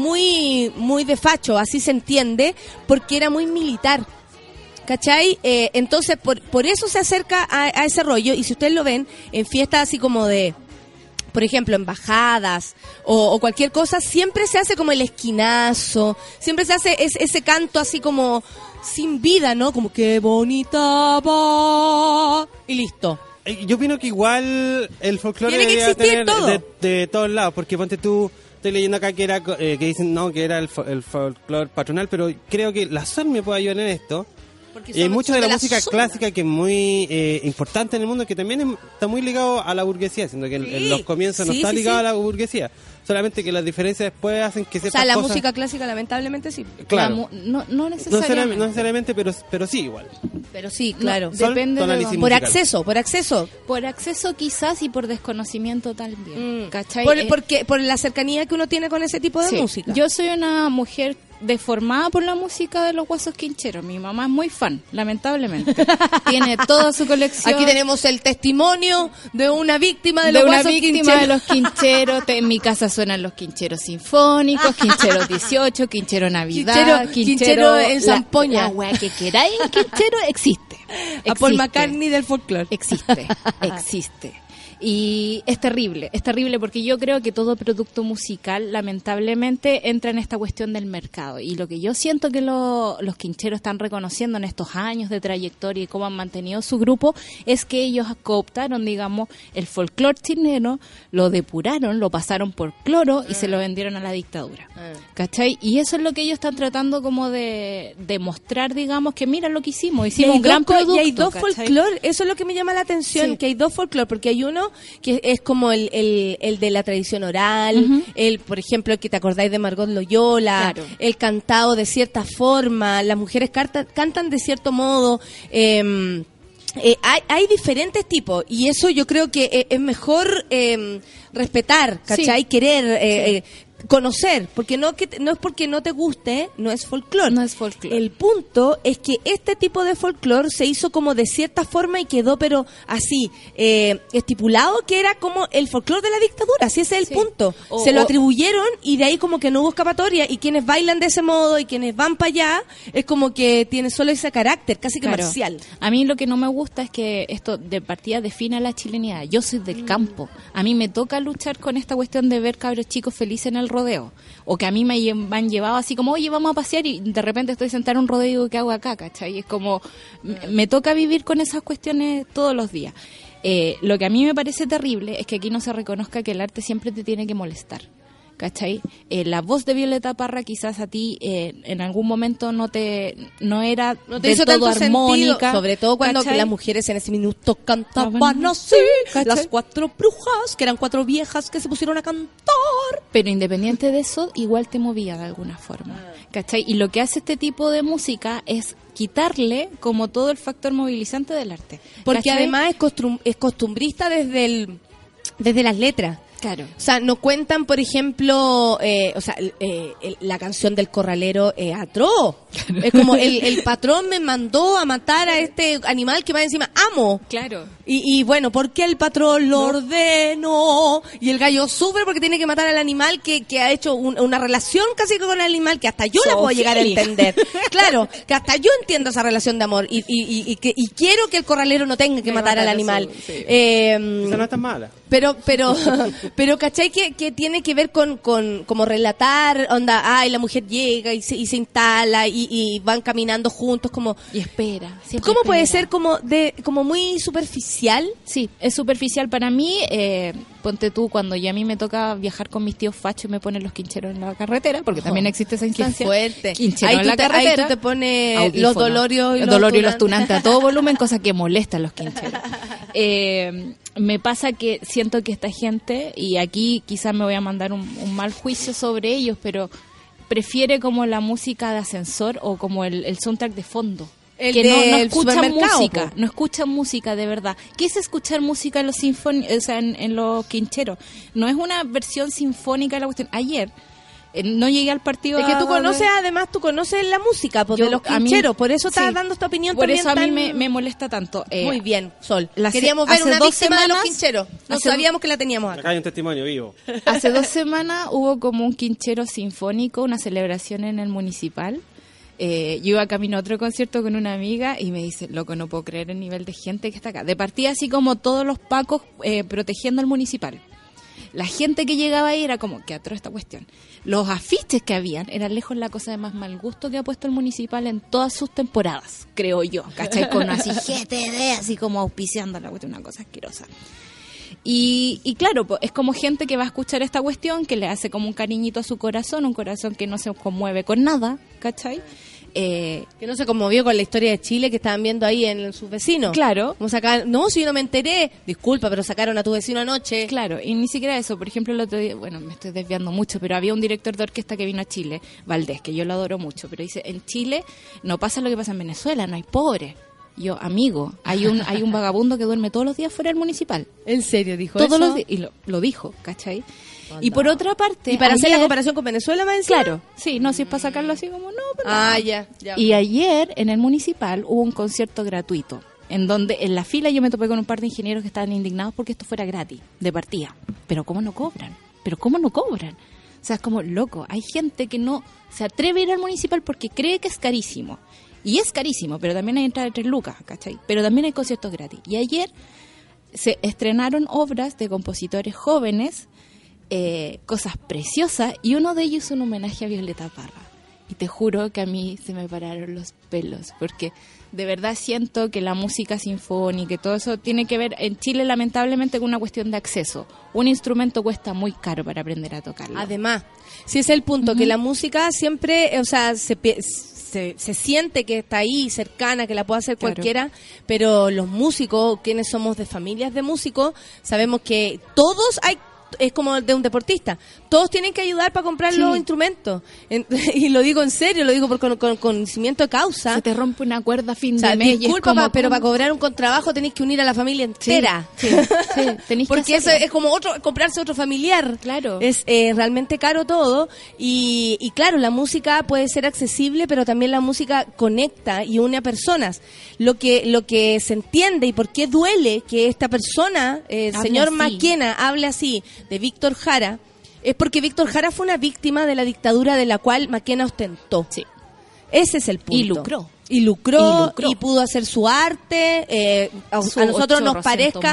de facho, así se entiende, porque era muy militar. ¿Cachai? Entonces, por eso se acerca a ese rollo, y si ustedes lo ven en fiestas así como de, por ejemplo, embajadas o cualquier cosa, siempre se hace como el esquinazo, siempre se hace ese canto así como sin vida, ¿no? Como qué bonita va, y listo. Yo opino que igual el folclore tiene que existir todo. De todos lados, porque ponte tú, estoy leyendo acá que era que dicen no, que era el folclore patronal, pero creo que la sol me puede ayudar en esto. Y hay mucha de la música clásica que es muy importante en el mundo, que también está muy ligado a la burguesía, siendo que en los comienzos no está ligado a la burguesía. Solamente que las diferencias después hacen que sepas la cosas. música clásica lamentablemente sí. Claro. No necesariamente. No necesariamente, pero sí igual. Pero sí, claro. Depende de por acceso. Por acceso quizás y por desconocimiento también. ¿Cachai? Por la cercanía que uno tiene con ese tipo de música. Yo soy una mujer deformada por la música de los Guasos Quincheros. Mi mamá es muy fan, lamentablemente. Tiene toda su colección. Aquí tenemos el testimonio de una víctima de los Guasos Quincheros. De los Quincheros. En mi casa suenan los Quincheros sinfónicos, Quincheros 18, Quinchero Navidad, Quinchero en Zampoña. La wea que queráis, Quinchero existe. A Paul McCartney del folclore. Existe. Y es terrible porque yo creo que todo producto musical lamentablemente entra en esta cuestión del mercado, y lo que yo siento que los quincheros están reconociendo en estos años de trayectoria y cómo han mantenido su grupo es que ellos cooptaron, digamos, el folclore chileno, lo depuraron, lo pasaron por cloro y se lo vendieron a la dictadura. ¿Cachai? Y eso es lo que ellos están tratando como de mostrar, digamos, que mira lo que hicimos un gran producto. Y hay dos folclore, eso es lo que me llama la atención, que hay dos folclore, porque hay uno que es como el de la tradición oral, por ejemplo, el que te acordáis de Margot Loyola, claro, el cantado de cierta forma, las mujeres cantan de cierto modo, hay diferentes tipos, y eso yo creo que es mejor respetar, ¿cachai? Sí. Querer conocer, porque no es porque no te guste, no es folclore. No es folclore. El punto es que este tipo de folclore se hizo como de cierta forma y quedó pero así, estipulado que era como el folclore de la dictadura, así ese es el punto. Se lo atribuyeron y de ahí como que no hubo escapatoria, y quienes bailan de ese modo y quienes van para allá es como que tiene solo ese carácter, casi que marcial. A mí lo que no me gusta es que esto de partida defina la chilenidad. Yo soy del campo, a mí me toca luchar con esta cuestión de ver cabros chicos felices en el rodeo, o que a mí me han llevado así como, oye, vamos a pasear, y de repente estoy sentada en un rodeo y digo, ¿qué hago acá? ¿Cachai? Es como, me toca vivir con esas cuestiones todos los días. Lo que a mí me parece terrible es que aquí no se reconozca que el arte siempre te tiene que molestar, ¿cachai? La voz de Violeta Parra quizás a ti en algún momento no te hizo todo tanto armónica, sentido, sobre todo cuando las mujeres en ese minuto cantaban así, las 4 brujas, que eran 4 viejas que se pusieron a cantar. Pero independiente de eso, igual te movía de alguna forma, ¿cachai? Y lo que hace este tipo de música es quitarle como todo el factor movilizante del arte. Porque ¿cachai? además es costumbrista desde las letras. Claro. O sea, no cuentan, por ejemplo, la canción del corralero es atroz. Es como el patrón me mandó a matar a este animal que va encima, amo. Claro. Y bueno, ¿por qué el patrón lo ordenó? Y el gallo sufre porque tiene que matar al animal que ha hecho una relación casi con el animal que hasta yo la puedo llegar a entender. Claro, que hasta yo entiendo esa relación de amor y quiero que el corralero no tenga que matar al animal. Esa no es tan mala. Pero ¿cachai? Que tiene que ver con como relatar, onda, la mujer llega y se instala y van caminando juntos como... Y espera. ¿Cómo puede ser como muy superficial? Sí, es superficial para mí. Ponte tú, cuando ya a mí me toca viajar con mis tíos fachos y me ponen los quincheros en la carretera, porque también existe esa instancia. Qué fuerte. Quinchero en la carretera. Ahí tú te pones audífono, los dolorios y los tunantes a todo volumen, cosa que molesta a los quincheros. Me pasa que siento que esta gente, y aquí quizás me voy a mandar un mal juicio sobre ellos, pero prefiere como la música de ascensor o como el soundtrack de fondo. Que no escuchan música, no escuchan música de verdad. ¿Qué es escuchar música en los en los quincheros? No es una versión sinfónica de la cuestión. Ayer no llegué al partido. Es que tú conoces la música de los quincheros, por eso estás dando esta opinión por también. Por eso a mí me molesta tanto. Muy bien, Sol. Queríamos ver una víctima de los quincheros. No sabíamos que la teníamos acá. Acá hay un testimonio vivo. Hace 2 semanas hubo como un quinchero sinfónico, una celebración en el municipal. Yo iba camino a otro concierto con una amiga y me dice, loco, no puedo creer el nivel de gente que está acá. De partida así como todos los pacos protegiendo al municipal. La gente que llegaba ahí era como, qué atroz esta cuestión. Los afiches que habían eran lejos la cosa de más mal gusto que ha puesto el municipal en todas sus temporadas, creo yo, ¿cachai? Con así GTD, así como auspiciando la cuestión, una cosa asquerosa. Y claro, pues, es como gente que va a escuchar esta cuestión, que le hace como un cariñito a su corazón, un corazón que no se conmueve con nada, ¿cachai? Que no se conmovió con la historia de Chile que estaban viendo ahí en sus vecinos. Claro. Como sacaban, no, si yo no me enteré, disculpa, pero sacaron a tu vecino anoche. Claro, y ni siquiera eso. Por ejemplo, el otro día, bueno, me estoy desviando mucho, pero había un director de orquesta que vino a Chile, Valdés, que yo lo adoro mucho, pero dice, en Chile no pasa lo que pasa en Venezuela, no hay pobres. Yo, amigo, hay un vagabundo que duerme todos los días fuera del municipal. ¿En serio dijo todos eso? Los días, y lo dijo, ¿cachai? Onda. Y por otra parte... ¿Y para hacer la comparación con Venezuela más encima? Claro, sí, no, si es para sacarlo así como, no, pero ya. Y ayer, en el municipal, hubo un concierto gratuito, en donde en la fila yo me topé con un par de ingenieros que estaban indignados porque esto fuera gratis, de partida. Pero ¿cómo no cobran? O sea, es como, loco, hay gente que no se atreve a ir al municipal porque cree que es carísimo. Y es carísimo, pero también hay entrada de 3 lucas, ¿cachai? Pero también hay conciertos gratis. Y ayer se estrenaron obras de compositores jóvenes, cosas preciosas, y uno de ellos es un homenaje a Violeta Parra. Y te juro que a mí se me pararon los pelos, porque de verdad siento que la música sinfónica y todo eso tiene que ver, en Chile lamentablemente, con una cuestión de acceso. Un instrumento cuesta muy caro para aprender a tocarlo. Además, si es el punto, que la música siempre, o sea, se siente que está ahí, cercana, que la puede hacer cualquiera, pero los músicos, quienes somos de familias de músicos, sabemos que todos es como de un deportista, todos tienen que ayudar para comprar los instrumentos, y lo digo en serio, lo digo con conocimiento de causa. Se te rompe una cuerda a fin de mes, disculpa, pero para cobrar un contrabajo tenés que unir a la familia entera. Sí, tenés porque que eso es como comprarse otro familiar. Claro. Es realmente caro todo, y claro, la música puede ser accesible, pero también la música conecta y une a personas. Lo que se entiende y por qué duele que esta persona, señor Maquena, hable así de Víctor Jara, es porque Víctor Jara fue una víctima de la dictadura de la cual Maquena ostentó. Sí. Ese es el punto. Y lucró. Y pudo hacer su arte. A nosotros nos parezca,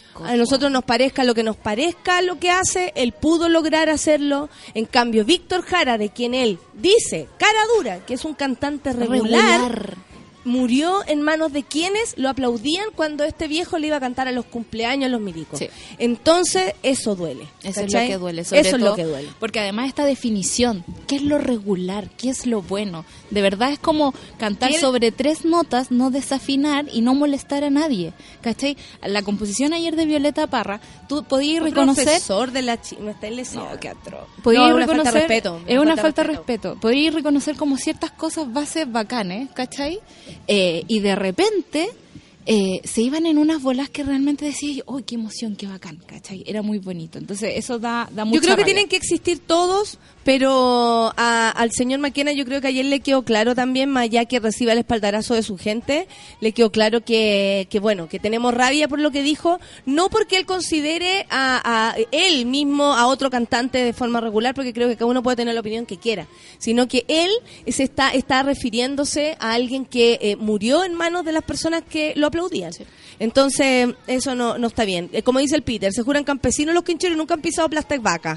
lo que nos parezca lo que hace, él pudo lograr hacerlo. En cambio, Víctor Jara, de quien él dice, cara dura, que es un cantante regular, murió en manos de quienes lo aplaudían cuando este viejo le iba a cantar a los cumpleaños a los milicos. Sí. Entonces, eso duele. Eso ¿cachai? es lo que duele. Eso es lo que duele. Porque además esta definición, ¿qué es lo regular? ¿Qué es lo bueno? De verdad es como cantar sobre 3 notas, no desafinar y no molestar a nadie. ¿Cachai? La composición ayer de Violeta Parra, tú podías reconocer... profesor de la me está lesionando. No, qué atroz. Podías reconocer... Falta de respeto. Es una falta de respeto. Podías reconocer como ciertas cosas, bases bacanes, ¿cachai? Y de repente se iban en unas bolas que realmente decía, ¡oh, qué emoción, qué bacán! ¿Cachai? Era muy bonito. Entonces, eso da mucha Yo creo que rabia. tienen que existir todos, pero al señor McKenna yo creo que ayer le quedó claro también, más allá que reciba el espaldarazo de su gente, le quedó claro que bueno, que tenemos rabia por lo que dijo, no porque él considere a él mismo, a otro cantante de forma regular, porque creo que cada uno puede tener la opinión que quiera, sino que él se está refiriéndose a alguien que murió en manos de las personas que lo aplaudían. Entonces, eso no está bien. Como dice el Peter, se juran campesinos los quincheros y nunca han pisado plastic vaca.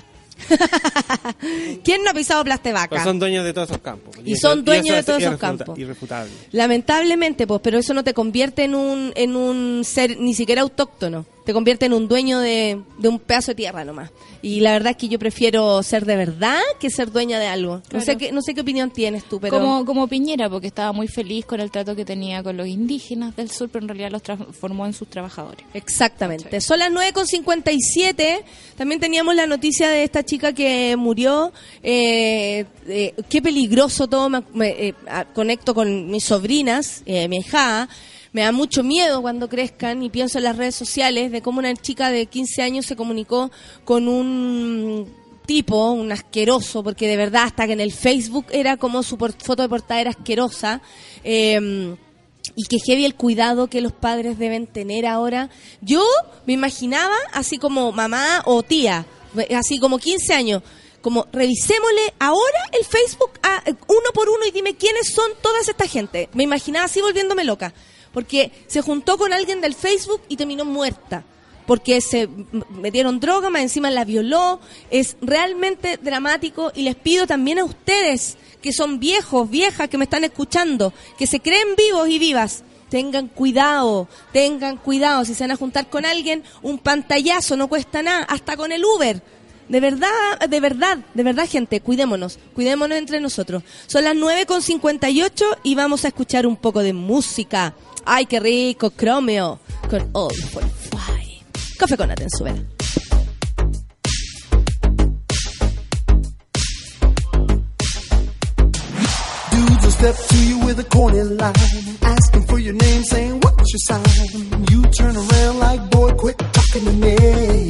¿Quién no ha pisado plastic vaca? Pues son dueños de todos esos campos. Y son dueños de eso todos es esos campos. Irrefutable. Lamentablemente, pues, pero eso no te convierte en un ser ni siquiera autóctono. Te convierte en un dueño de un pedazo de tierra nomás. Y la verdad es que yo prefiero ser de verdad que ser dueña de algo. Claro. No sé qué opinión tienes tú, pero... Como Piñera, porque estaba muy feliz con el trato que tenía con los indígenas del sur, pero en realidad los transformó en sus trabajadores. Exactamente. Son las 9:57. También teníamos la noticia de esta chica que murió. Qué peligroso todo. Conecto con mis sobrinas, mi hija. Me da mucho miedo cuando crezcan y pienso en las redes sociales de cómo una chica de 15 años se comunicó con un tipo, un asqueroso, porque de verdad hasta que en el Facebook era como su foto de portada era asquerosa. Y que heavy el cuidado que los padres deben tener ahora. Yo me imaginaba así como mamá o tía, así como 15 años, como revisémosle ahora el Facebook uno por uno y dime quiénes son toda esta gente. Me imaginaba así volviéndome loca, porque se juntó con alguien del Facebook y terminó muerta. Porque se metieron droga, más encima la violó. Es realmente dramático y les pido también a ustedes que son viejos, viejas, que me están escuchando, que se creen vivos y vivas, tengan cuidado, si se van a juntar con alguien, un pantallazo no cuesta nada, hasta con el Uber. De verdad, gente, cuidémonos entre nosotros. Son las 9:58 y vamos a escuchar un poco de música. Ay, qué rico, Chromeo, con All for Five. Café con Nata en su vela. Dudes will step to you with a corny line, asking for your name, saying what's your sign. You turn around like, boy, quit talking to me.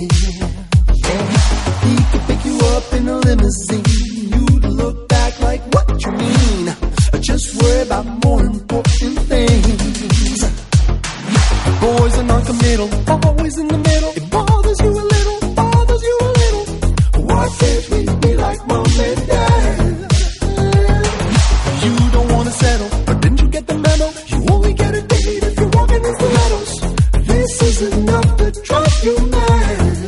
Yeah. He can pick you up in a limousine. You'd look back like, what you mean? Just worry about more important things. Boys are non-committal, always in the middle. It bothers you a little, bothers you a little. Why can't we be like mom and dad? You don't wanna settle, but didn't you get the memo? You only get a date if you're walking in stilettos. This is enough to drive you mad.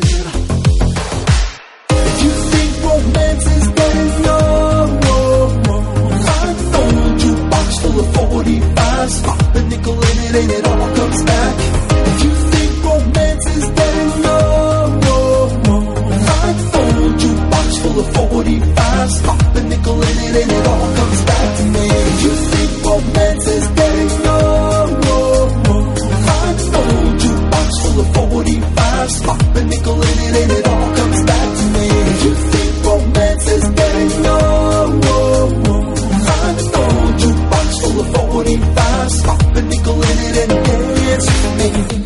If you think romance is getting young, I've told you box full of 45s. Pop a nickel in it and it all comes back. If you think romance is getting young, I've told you box full of 45s. Pop a nickel in it and it all comes back to me. If you think romance is getting young, I've told you box full of 45s. Pop a nickel in it and it all comes back to me. If you think romance is getting young, I've told you box full of 45s. Pop a nickel in it and dance with me.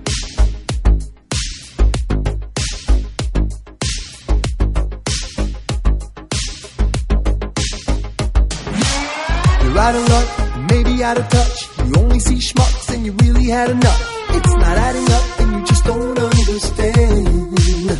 You're out of luck, maybe out of touch. You only see schmucks and you really had enough. It's not adding up and you just don't understand.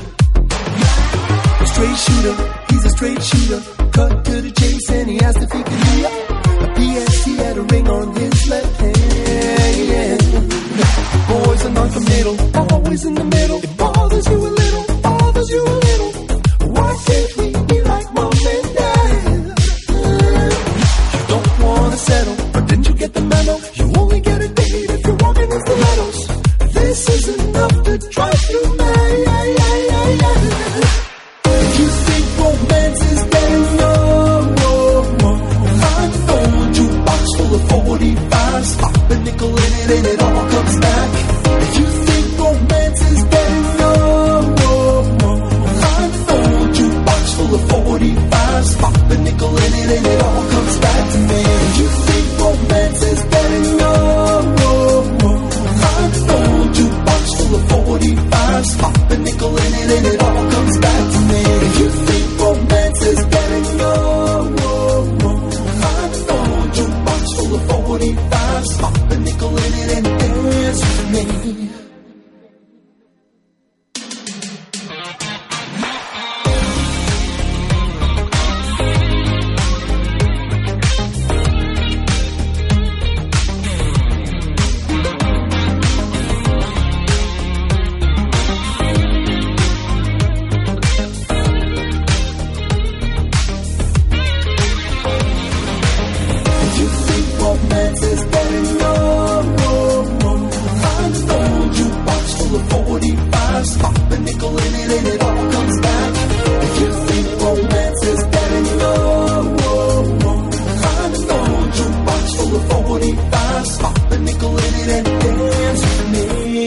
A straight shooter, he's a straight shooter. Cut to the chase and he asked if he could be up. A P.S. he had a ring on his left hand. Yeah. Boys are non-committal, always in the middle. It bothers you a little, bothers you a little. Why can't we be like mom and dad? You don't wanna settle, but didn't you get the memo? You only get a date if you're walking in stilettos. This is enough to drive you mad. If you think romance is getting young, I've told you box full of 45s.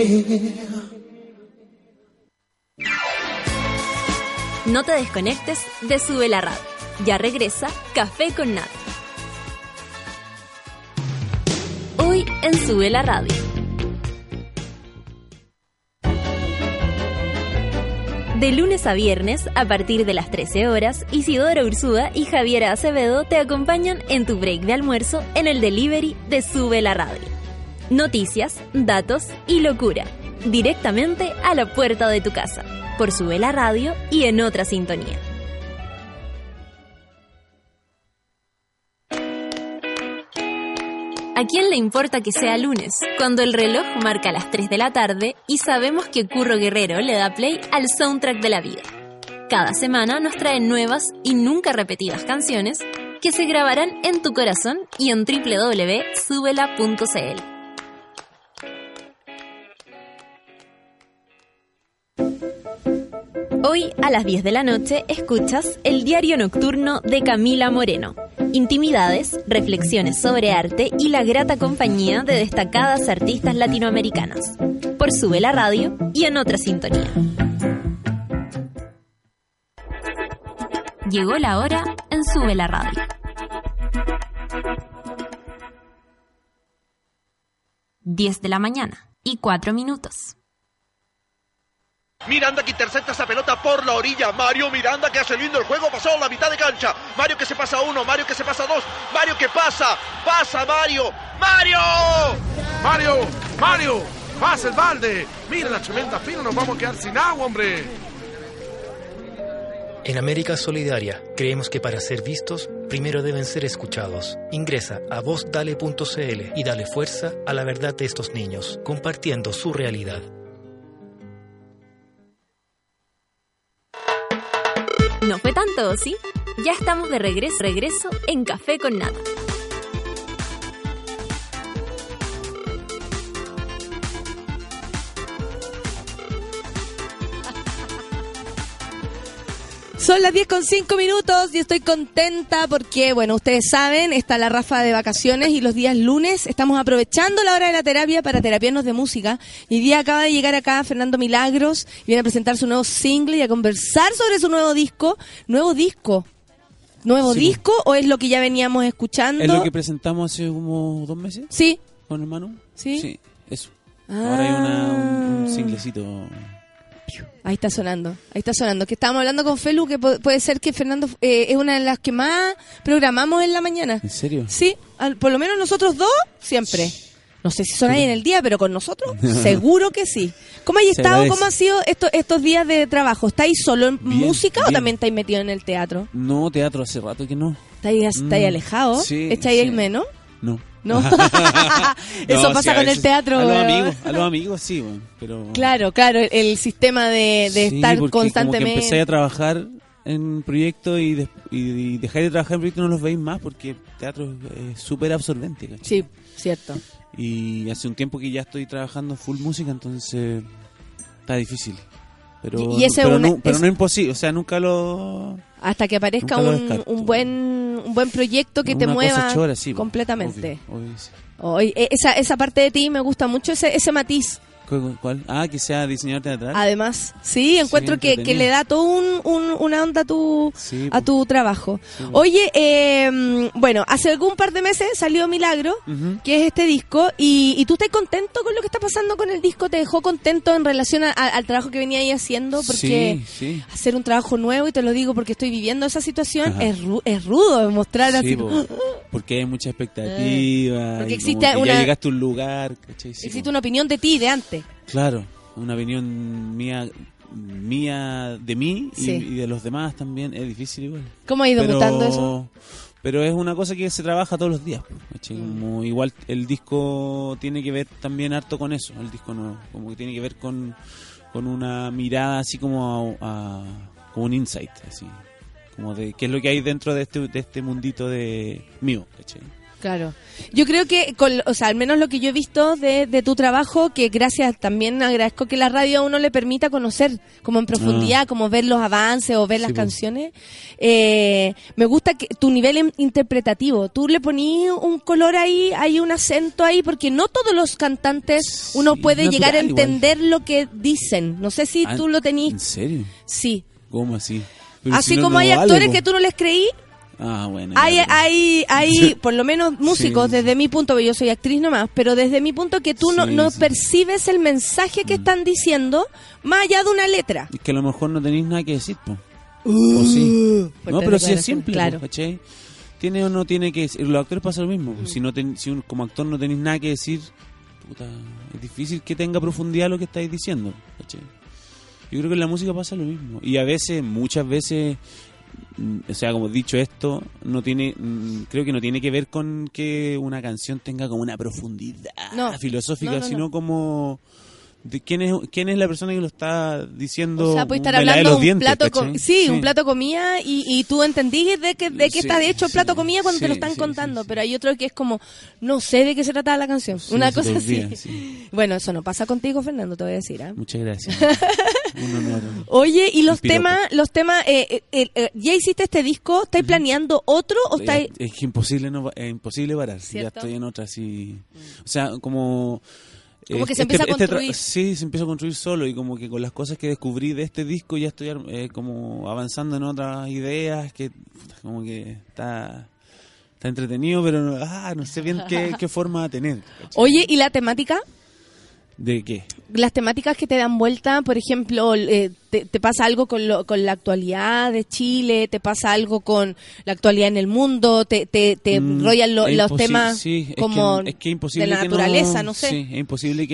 yeah. No te desconectes de Sube la Radio. Ya regresa Café con Nat. Hoy en Sube la Radio. De lunes a viernes, a partir de las 13 horas, Isidora Ursúa y Javiera Acevedo te acompañan en tu break de almuerzo en el delivery de Sube la Radio. Noticias, datos y locura, directamente a la puerta de tu casa, por Sube la Radio y en otra sintonía. ¿A quién le importa que sea lunes, cuando el reloj marca las 3 de la tarde y sabemos que Curro Guerrero le da play al soundtrack de la vida? Cada semana nos traen nuevas y nunca repetidas canciones que se grabarán en tu corazón y en www.subela.cl. Hoy a las 10 de la noche escuchas el diario nocturno de Camila Moreno. Intimidades, reflexiones sobre arte y la grata compañía de destacadas artistas latinoamericanas. Por Sube la Radio y en otra sintonía. Llegó la hora en Sube la Radio. 10 de la mañana y 4 minutos. Miranda que intercepta esa pelota por la orilla. Mario Miranda que hace lindo el juego. Pasó la mitad de cancha. Mario que se pasa uno. Mario que se pasa dos. Mario que pasa. Pasa Mario. ¡Mario! ¡Mario! ¡Pasa el balde! ¡Mira la tremenda fila! ¡Nos vamos a quedar sin agua, hombre! En América Solidaria creemos que para ser vistos, primero deben ser escuchados. Ingresa a vozdale.cl y dale fuerza a la verdad de estos niños, compartiendo su realidad. No fue tanto, ¿sí? Ya estamos de regreso en Café con Nata. Son las 10:05 y estoy contenta porque, bueno, ustedes saben, está la Rafa de vacaciones y los días lunes estamos aprovechando la hora de la terapia para terapiarnos de música. Y hoy día acaba de llegar acá Fernando Milagros y viene a presentar su nuevo single y a conversar sobre su nuevo disco. ¿Nuevo disco o es lo que ya veníamos escuchando? ¿Es lo que presentamos hace como 2 meses? Sí. ¿Con el Manu? Sí, eso. Ahora hay un singlecito. Ahí está sonando. Que estábamos hablando con Felu, que puede ser que Fernando es una de las que más programamos en la mañana. ¿En serio? Sí, por lo menos nosotros dos, siempre. No sé si son ahí en el día, pero con nosotros, seguro que sí. ¿Cómo has estado? ¿Cómo han sido estos días de trabajo? ¿Estáis solo en música o también estáis metido en el teatro? No, teatro hace rato que no. ¿Estáis alejado? Sí. ¿Estáis el menos? No. Eso pasa con el teatro. A los amigos sí, bueno, pero... Claro, el sistema de estar constantemente... Como que empecé a trabajar en proyectos y dejar de trabajar en proyectos no los veis más porque el teatro es súper absorbente, ¿cachai? Sí, cierto. Y hace un tiempo que ya estoy trabajando full música, entonces está difícil. Pero no es imposible, o sea, nunca lo... Hasta que aparezca un buen proyecto que te mueva completamente. Obvio, sí. Esa parte de ti me gusta mucho, ese matiz. ¿Cuál? Que sea diseñador teatral. Además, sí, encuentro que le da todo una onda a tu trabajo. Sí. Oye, bueno, hace algún par de meses salió Milagro, que es este disco, y tú estás contento con lo que está pasando con el disco. ¿Te dejó contento en relación al trabajo que venía ahí haciendo? Porque hacer un trabajo nuevo, y te lo digo porque estoy viviendo esa situación, es rudo demostrar así. Porque hay mucha expectativa. Porque existe ya llegaste a un lugar. ¿Cachai? Sí, existe una opinión de ti, de antes. Claro, una opinión mía de mí y de los demás también. Es difícil igual. ¿Cómo ha ido mutando eso? Pero es una cosa que se trabaja todos los días. Como igual el disco tiene que ver también harto con eso. El disco no, como que tiene que ver con una mirada así como como un insight, así como de qué es lo que hay dentro de este mundito mío, ¿cachai? Claro. Yo creo que, o sea, al menos lo que yo he visto de tu trabajo, que gracias, también agradezco que la radio a uno le permita conocer como en profundidad, como ver los avances o ver las canciones. Me gusta que tu nivel interpretativo, tú le ponías un color ahí, hay un acento ahí, porque no todos los cantantes uno puede llegar a entender lo que dicen. No sé si tú lo tenías. ¿En serio? Sí. ¿Cómo así? Pero así si no, como no hay vale, actores po. que tú no les creí. Ah, bueno. Hay por lo menos músicos, desde mi punto, porque yo soy actriz nomás, pero desde mi punto que tú no percibes el mensaje que están diciendo más allá de una letra. Es que a lo mejor no tenéis nada que decir, po. O sí. No, pero sí es simple, claro. ¿cachai? Tiene o no tiene que decir. Los actores pasa lo mismo. Si como actor no tenéis nada que decir, puta, es difícil que tenga profundidad lo que estáis diciendo, ¿cachai? Yo creo que en la música pasa lo mismo. Y a veces, muchas veces, o sea, como dicho esto, creo que no tiene que ver con que una canción tenga como una profundidad filosófica, sino como de quién es la persona que lo está diciendo. O sea, puede estar de hablando los un dientes, plato un plato de comida y tú entendís de qué está hecho el plato de comida cuando te lo están contando, pero hay otro que es como, no sé de qué se trata la canción, una cosa olvida, así. Sí. Bueno, eso no pasa contigo, Fernando, te voy a decir. Muchas gracias. Un honor. Oye, y los temas, ¿ya hiciste este disco? ¿Estáis planeando otro o estáis...? Es que es imposible parar. ¿Cierto? Ya estoy en otra así. O sea, como que se empieza a construir. Sí, se empieza a construir solo, y como que con las cosas que descubrí de este disco ya estoy como avanzando en otras ideas, que como que está entretenido, pero no sé bien qué forma va a tener, ¿cachai? Oye, ¿y la temática? ¿De qué? Las temáticas que te dan vuelta, por ejemplo, te pasa algo con la actualidad de Chile, te pasa algo con la actualidad en el mundo, te enrollan los temas como es que imposible de la naturaleza, no sé. Sí, es imposible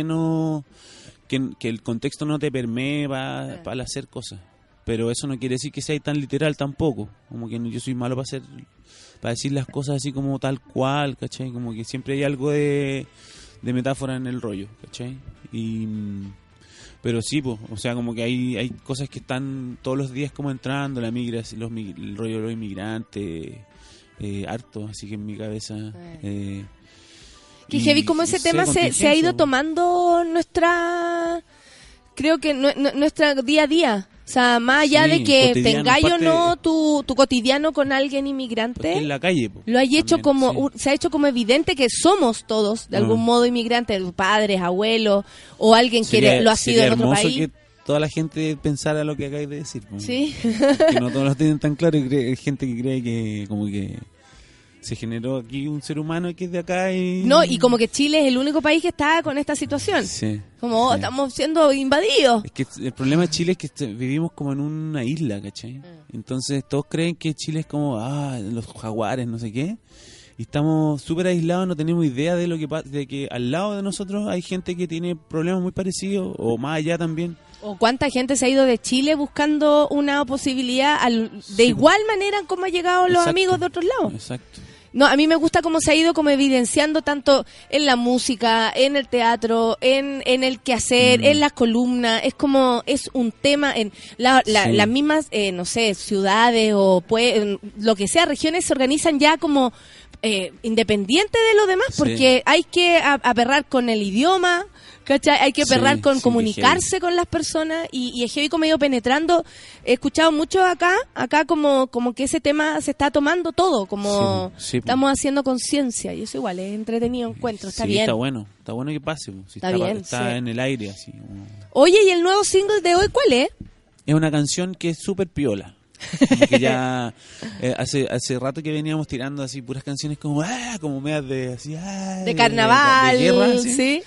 que el contexto no te permee para hacer cosas. Pero eso no quiere decir que sea tan literal tampoco. Como que yo soy malo para decir las cosas así como tal cual, ¿cachai? Como que siempre hay algo de metáfora en el rollo, ¿cachai? Pero sí, pues, o sea, como que hay cosas que están todos los días como entrando, el rollo de los inmigrantes, harto, así que en mi cabeza... que heavy como ese tema se ha ido tomando creo que nuestra día a día. O sea, más allá de que tengáis o no tu cotidiano con alguien inmigrante, en la calle, lo hay hecho se ha hecho como evidente que somos todos de algún modo inmigrantes, padres, abuelos o alguien que lo ha sido en otro país. Que toda la gente pensara lo que acabáis de decir. Sí. Que no todos lo tienen tan claro, y hay gente que cree que como que se generó aquí un ser humano que es de acá y... No, y como que Chile es el único país que está con esta situación. Sí. Como estamos siendo invadidos. Es que el problema de Chile es que vivimos como en una isla, ¿cachai? Entonces todos creen que Chile es como, los jaguares, no sé qué. Y estamos súper aislados, no tenemos idea de lo que pasa, de que al lado de nosotros hay gente que tiene problemas muy parecidos, o más allá también. O cuánta gente se ha ido de Chile buscando una posibilidad de igual manera como han llegado los amigos de otros lados. Exacto. No, a mí me gusta cómo se ha ido como evidenciando tanto en la música, en el teatro, en el quehacer, en las columnas. Es como, es un tema en las mismas, no sé, ciudades o lo que sea, regiones se organizan ya como independiente de lo demás, porque hay que aperrar con el idioma, ¿cachai? Hay que aperrar con comunicarse con las personas y es heavy como he ido penetrando. He escuchado mucho acá como que ese tema se está tomando todo, como estamos haciendo conciencia, y eso igual es entretenido, encuentro, está bien. Está bueno que pase, si está en el aire así. Como... Oye, ¿y el nuevo single de hoy cuál es? Es una canción que es súper piola. Como que ya hace rato que veníamos tirando así puras canciones como medias de carnaval, de guerra, ¿sí?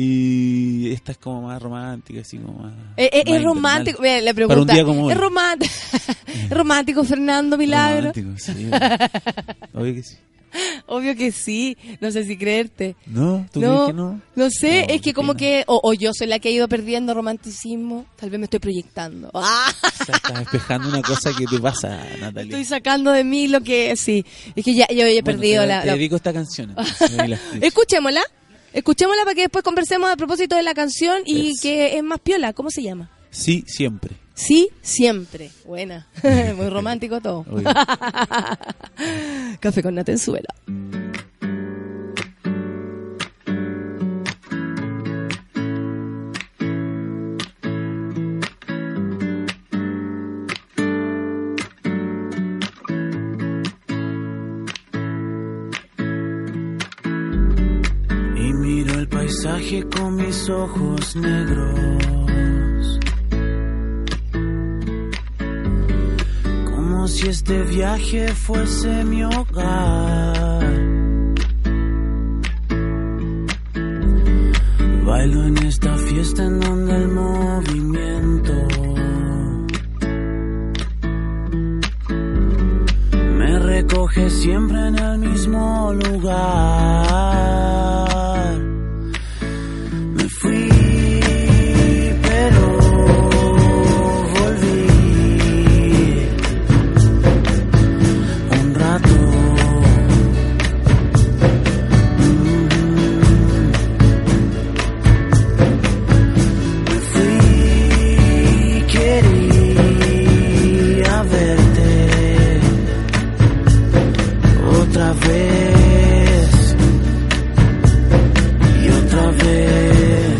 Y esta es como más romántica, así como más... Es romántico, mira, le pregunta, para un día como hoy. ¿Es romántico Fernando Milagro? Romántico, sí. Obvio que sí. Obvio que sí, no sé si creerte. ¿No? ¿Tú crees que no? No sé, es que como que... O yo soy la que ha ido perdiendo romanticismo, tal vez me estoy proyectando. O sea, estás despejando una cosa que te pasa, Natalia. Estoy sacando de mí lo que... Sí, es que ya yo he perdido te dedico esta canción. Escuchémosla para que después conversemos a propósito de la canción y que es más piola. ¿Cómo se llama? Sí, siempre. Sí, siempre. Buena. Muy romántico todo. Café con Natenzuela. paisaje con mis ojos negros, como si este viaje fuese mi hogar. Bailo en esta fiesta en donde el movimiento me recoge siempre en el mismo lugar. Me fui, pero volví un rato. Me fui, quería verte otra vez y otra vez.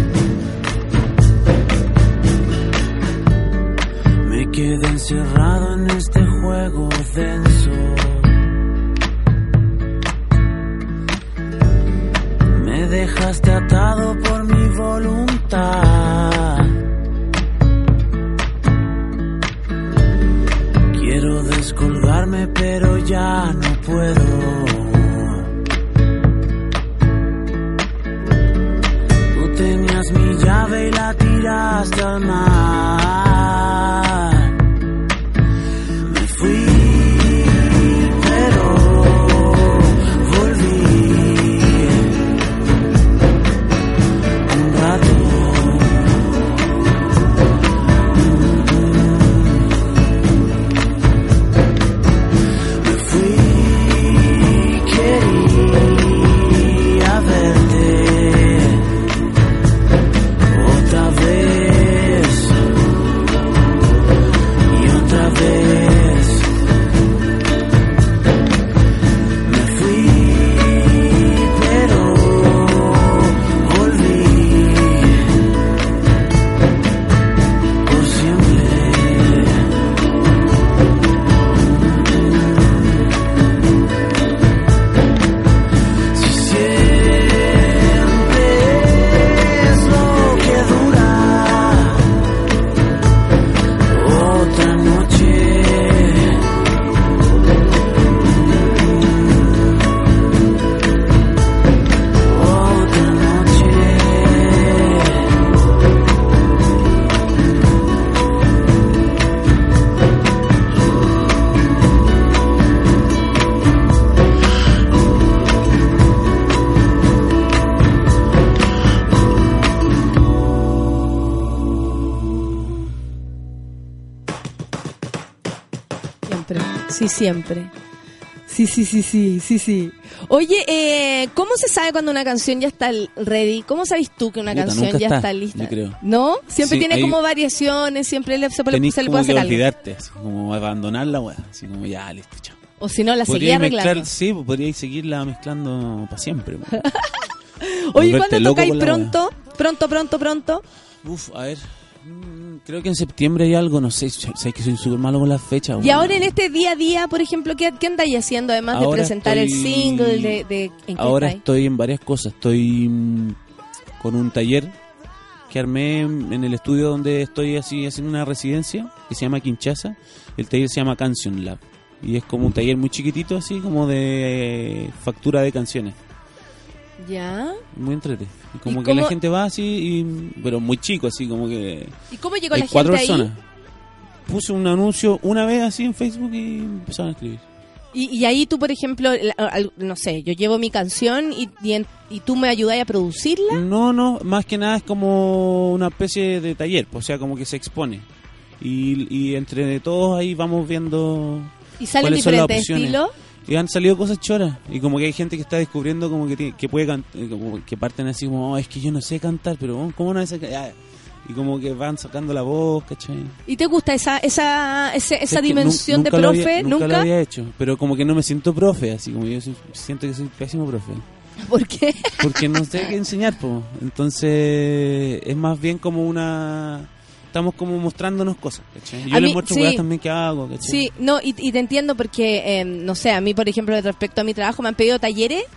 Me quedé encerrado en este juego denso. Me dejaste atado por mi voluntad. Quiero descolgarme, pero ya no puedo. Tú tenías mi llave y la tiraste al mar. Me fui, pero volví un rato. Me fui, quería verte otra vez y otra vez. Me fui, pero volví por siempre. Si siempre es lo que dura otra noche, otra noche. Siempre. Sí, siempre. Sí. Oye, ¿cómo se sabe cuando una canción ya está ready? ¿Cómo sabes tú que una Puta, canción nunca ya está, está lista? yo creo. ¿No? Siempre Sí, tiene ahí- como variaciones, siempre se puede Tenís como hacer que algo. olvidarte, así como abandonar la weá, así como ya, listo, chao. O si no, la seguía Podríais arreglando. mezclar, sí, pues, podríais seguirla mezclando para siempre. pues. Oye, Volverte ¿cuándo loco tocáis con la pronto? Uf, a ver, creo que en septiembre hay algo, no sé, sé que soy súper malo con las fechas. Y bueno. ahora en este día a día, por ejemplo, ¿qué andáis haciendo además de Ahora presentar el estoy- single? ¿En qué Ahora estáis? estoy en varias cosas, estoy con un taller que armé en el estudio donde estoy así haciendo una residencia, que se llama Kinshasa. El taller se llama Canción Lab. Y es como un taller muy chiquitito, así como de factura de canciones. ¿Ya? Muy entrete. Y como ¿Y que la cómo- gente va así, pero muy chico, así como que... ¿Y cómo llegó hay la 4 gente ahí? personas. Puse un anuncio una vez así en Facebook y empezaron a escribir. Y ahí tú, por ejemplo, no sé, yo llevo mi canción y tú me ayudas a producirla. No, más que nada es como una especie de taller, pues, o sea, como que se expone. Y entre todos ahí vamos viendo Y salen cuáles son las diferentes opciones. estilos. Y han salido cosas choras. Y como que hay gente que está descubriendo como que puede como que parten así como, "Oh, es que yo no sé cantar, pero ¿cómo no sé cantar?" Y como que van sacando la voz, ¿cachai? ¿Y te gusta esa Es que dimensión de nunca lo profe? nunca lo había hecho, pero como que no me siento profe, así como yo siento que soy pésimo profe. ¿Por qué? Porque no sé qué enseñar, po. Entonces es más bien como estamos como mostrándonos cosas, ¿cachai? Yo A les mí, muestro sí. cosas también que hago, ¿cachai? Sí, no, y te entiendo porque, no sé, a mí, por ejemplo, respecto a mi trabajo, me han pedido talleres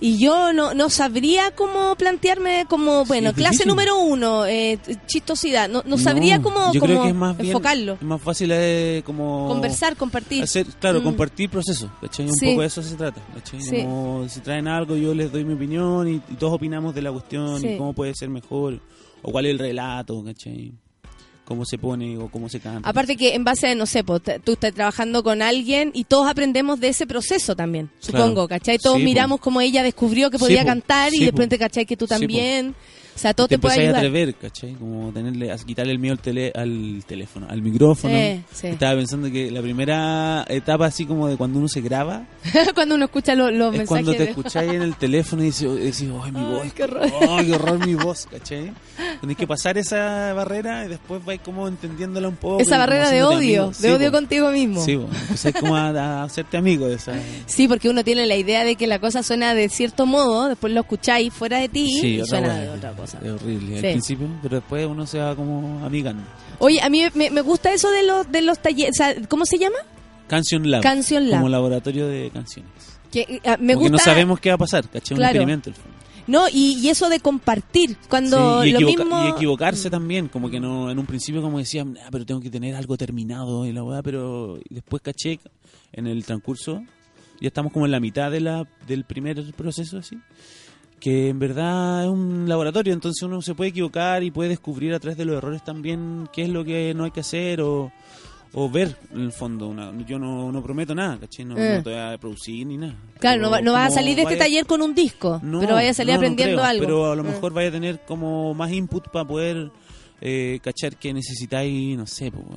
Y yo no sabría cómo plantearme como, bueno, es clase difícil. número 1, chistosidad. No sabría cómo, yo creo cómo que es más bien, enfocarlo. es más fácil como Conversar, compartir. hacer, compartir procesos, ¿cachai? Un Sí. poco de eso se trata, ¿cachai? Sí. Como si traen algo, yo les doy mi opinión y todos opinamos de la cuestión Sí. y cómo puede ser mejor, o cuál es el relato, ¿cachai? Cómo se pone o cómo se canta. Aparte que en base a, no sé, tú estás trabajando con alguien y todos aprendemos de ese proceso también, supongo, Claro. ¿cachai? Todos Sí, miramos cómo ella descubrió que podía Sí, cantar y sí, después te cachai que tú Sí, también. O sea, todo te puede empezás a ayudar. atrever, ¿cachai? Como quitarle el miedo al teléfono, al micrófono. Sí. Estaba pensando que la primera etapa así como de cuando uno se graba Cuando uno escucha los es mensajes. cuando te de- escucháis en el teléfono y decís, ¡ay, mi voz! qué horror. ¡Ay, qué horror mi voz! ¿Cachai? Tenés que pasar esa barrera y después vais como entendiéndola un poco. y Esa como barrera de haciéndote odio, amigo. de Sí, odio po. contigo mismo. Sí, empezás como a hacerte amigo de esa... Sí, porque uno tiene la idea de que la cosa suena de cierto modo, después lo escucháis fuera de ti Sí, y otra suena wea. de otra cosa. Es horrible Sí. al principio, pero después uno se va como amigando. Oye, a mí me gusta eso de los talleres, o sea, ¿cómo se llama? Canción Lab. Canción Lab. Como laboratorio de canciones. Que me Porque gusta. no sabemos qué va a pasar, ¿cachai? Claro. Un experimento. al fondo. No, y eso de compartir, cuando Sí, y, lo mismo... y equivocarse también, como que no en un principio como decían, pero tengo que tener algo terminado y la weá, pero y después caché en el transcurso, ya estamos como en la mitad del primer proceso así, que en verdad es un laboratorio, entonces uno se puede equivocar y puede descubrir a través de los errores también qué es lo que no hay que hacer o ver en el fondo. Yo no prometo nada, ¿cachai? No te voy a producir ni nada. Claro, Pero no vas a como salir de este vaya- taller con un disco, No, pero vaya a salir no aprendiendo creo, algo. Pero a lo mejor vaya a tener como más input para poder cachar que necesitáis, no sé, pues,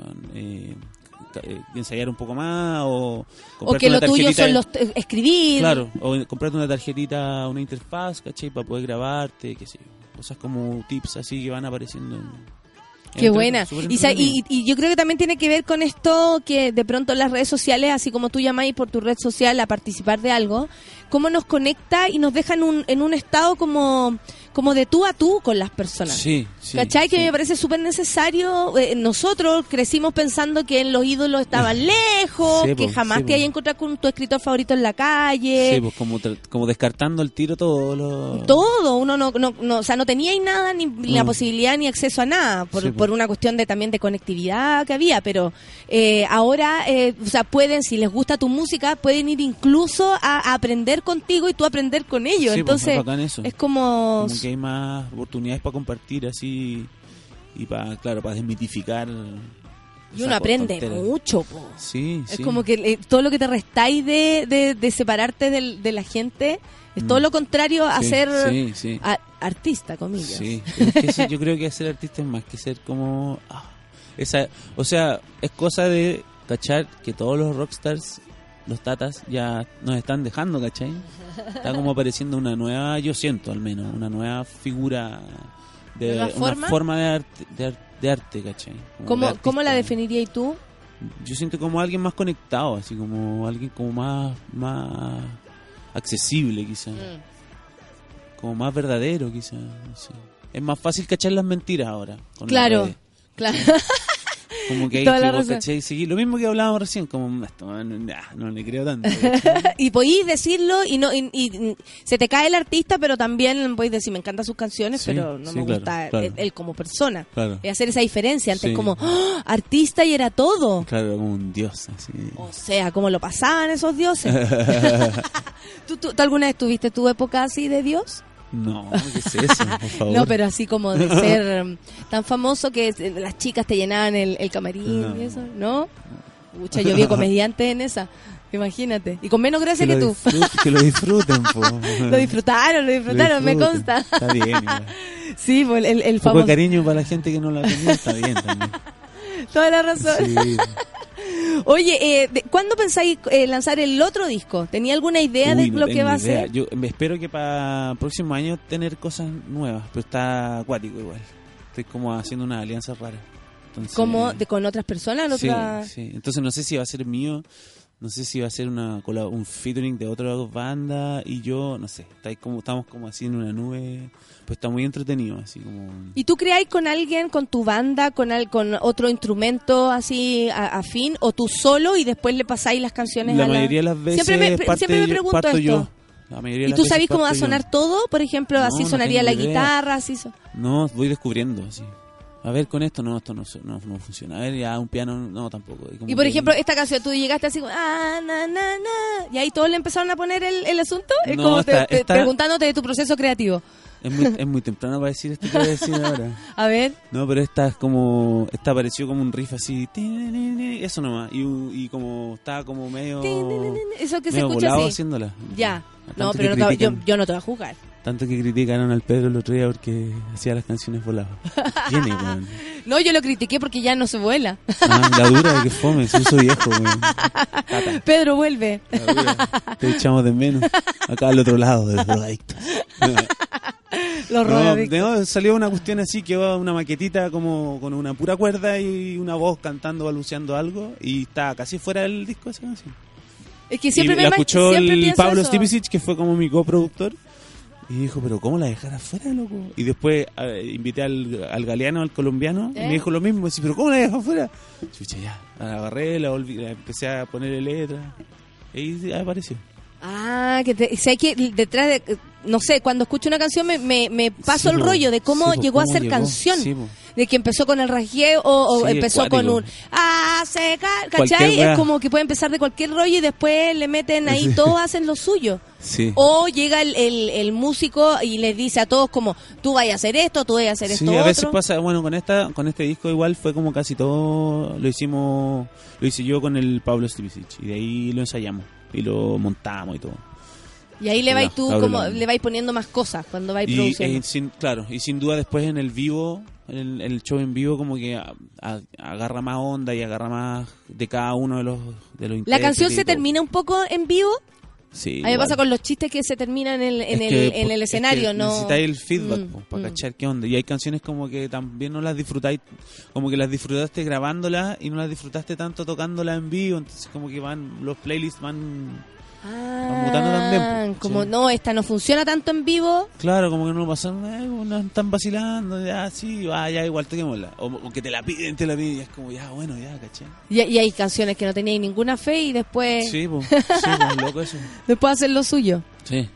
ensayar un poco más o que lo una tuyo tarjetita son los escribir. Claro, o comprarte una tarjetita, una interfaz, ¿cachai? Para poder grabarte, qué sé yo. Cosas como tips así que van apareciendo. Qué buena. Súper Y yo creo que también tiene que ver con esto que de pronto las redes sociales, así como tú llamáis por tu red social a participar de algo, cómo nos conecta y nos deja en un estado como de tú a tú con las personas. Sí, sí. ¿Cachai? Que sí. me parece súper necesario. Nosotros crecimos pensando que los ídolos estaban lejos, Sí, que po, jamás sí, te po. hayas encontrado con tu escritor favorito en la calle. Sí, pues como descartando el tiro todo lo... Todo, uno no, o sea, no tenía nada, ni la No. posibilidad ni acceso a nada, por, Sí, po. por una cuestión también de conectividad que había, pero ahora, o sea, pueden, si les gusta tu música, pueden ir incluso a aprender contigo y tú aprender con ellos. Sí, pues, Entonces, bacán eso. es como que hay más oportunidades para compartir así y para desmitificar. y uno aprende mucho, po. Sí, Es sí. como que todo lo que te restáis de separarte de la gente es todo lo contrario a Sí, ser sí, sí. artista, comillas. Sí, es que eso, yo creo que ser artista es más que ser como... o sea, es cosa de cachar que todos los rockstars, los tatas, ya nos están dejando, ¿cachai? Está como apareciendo una nueva, yo siento al menos, una nueva figura de ¿Nueva una forma? forma de arte, ¿cachai? Como de ¿Cómo la artista. definirías tú? Yo siento como alguien más conectado, así como alguien como más accesible quizá. Como más verdadero quizá. No sé. Es más fácil cachar las mentiras ahora. Con las Claro, redes. claro. Como que hay Toda la que razón. ¿cachai? Seguir. Lo mismo que hablábamos recién, como esto, no le creo tanto. Y podéis decirlo y se te cae el artista, pero también podéis decir, me encantan sus canciones, Sí, pero no sí, me claro, gusta claro. él como persona. Claro. Hacer esa diferencia. Antes Sí. como, ¡oh! Artista y era todo. Claro, como un dios, así. O sea, como lo pasaban esos dioses. ¿Tú alguna vez tuviste tu época así de Dios? No, ¿qué es eso? Por favor. No, pero así como de ser tan famoso que las chicas te llenaban el camarín No. y eso, ¿no? Pucha, yo vi comediantes en esa, imagínate. Y con menos gracia que tú. Que lo disfruten, po. Lo disfrutaron, me disfruten. consta. Está bien, igual. Sí, pues el Un poco de famoso. cariño para la gente que no la tenía, está bien también. Toda la razón. Sí. Oye, ¿cuándo pensáis lanzar el otro disco? ¿Tenía alguna idea de Uy, no lo que tengo va a idea. ser? Yo me espero que para el próximo año tener cosas nuevas, pero está acuático igual. Estoy como haciendo una alianza rara. Entonces, ¿Cómo? ¿Con otras personas? sí, ¿Otra? sí. Entonces no sé si va a ser mío, no sé si va a ser un featuring de otra banda y yo, no sé. Estamos como así en una nube, pues está muy entretenido, así como... ¿Y tú creáis con alguien, con tu banda, con otro instrumento así afín, o tú solo y después le pasáis las canciones La a mayoría de las veces Siempre me pregunto parto esto. yo. La mayoría de ¿Y las tú veces sabes cómo va a parto yo. sonar todo? Por ejemplo, No, así no sonaría tengo la idea. guitarra, así. No, voy descubriendo, así. A ver, con esto no funciona. A ver, ya un piano, no, tampoco. como Y por que- ejemplo, esta canción, tú llegaste así como, na, na, na, y ahí todos le empezaron a poner el asunto. Es No, como esta- preguntándote de tu proceso creativo. Es muy temprano para decir esto que voy a decir ahora. A ver. No, pero esta apareció como un riff así, eso nomás. Y como estaba como medio Eso que se medio escucha volado así. haciéndola. Ya. Tanto No, que pero no te- yo critican. no te voy a jugar. Tanto que criticaron al Pedro el otro día porque hacía las canciones voladas. ¿Quién es, weón? No, yo lo critiqué porque ya no se vuela. La dura, que fome, se uso viejo, weón. Pedro, vuelve. La dura, te echamos de menos. Acá al otro lado de los drogadictos. Los drogadictos. No, salió una cuestión así, que va una maquetita como con una pura cuerda y una voz cantando, balbuceando algo, y está casi fuera del disco esa canción. Es que siempre y me la imag- escuchó siempre el pienso Pablo eso. Stipicic, que fue como mi coproductor, y dijo, pero ¿cómo la dejar afuera, loco? Y después invité al Galeano, al colombiano, y me dijo lo mismo, decía, pero ¿cómo la dejas afuera? Chucha, ya, la agarré, la empecé a ponerle letra, y apareció. Ah, sé que detrás de, no sé, cuando escucho una canción me paso Sí, el po. rollo de cómo Sí, po, llegó a cómo ser llegó. canción. Sí, po. De que empezó con el rasgueo o Sí, empezó es cuático. con un ¿cachai? Cualquier Es wea. como que puede empezar de cualquier rollo y después le meten ahí, Sí. todos hacen lo suyo. Sí. O llega el músico y les dice a todos como, tú vayas a hacer esto, tú vayas a hacer Sí, esto a veces otro. pasa, bueno, con este disco igual fue como casi todo, lo hice yo con el Pablo Stipicic, y de ahí lo ensayamos, y lo montamos y todo. Y ahí le vais Ya, tú, cabrón. como le vais poniendo más cosas cuando vais Y produciendo. claro, y sin duda después en el vivo, el show en vivo como que agarra más onda y agarra más de cada uno de los ¿La intérpretes canción y se todo. termina un poco en vivo? Sí, A mí me igual. pasa con los chistes que se terminan en Es que, en el escenario, es que ¿no? necesitáis el feedback Mm, para cachar qué onda. Y hay canciones como que también no las disfrutáis, como que las disfrutaste grabándolas y no las disfrutaste tanto tocándolas en vivo. Entonces como que los playlists van mutando también, po, como sí. no, esta no funciona tanto en vivo. Claro, como que no lo pasan, no están vacilando, ya sí, va, ya igual toquémosla. O que te la piden, y es como, ya, bueno, ya, caché. Y hay canciones que no teníais ninguna fe y después Sí, pues, loco eso. después hacen lo suyo. Sí.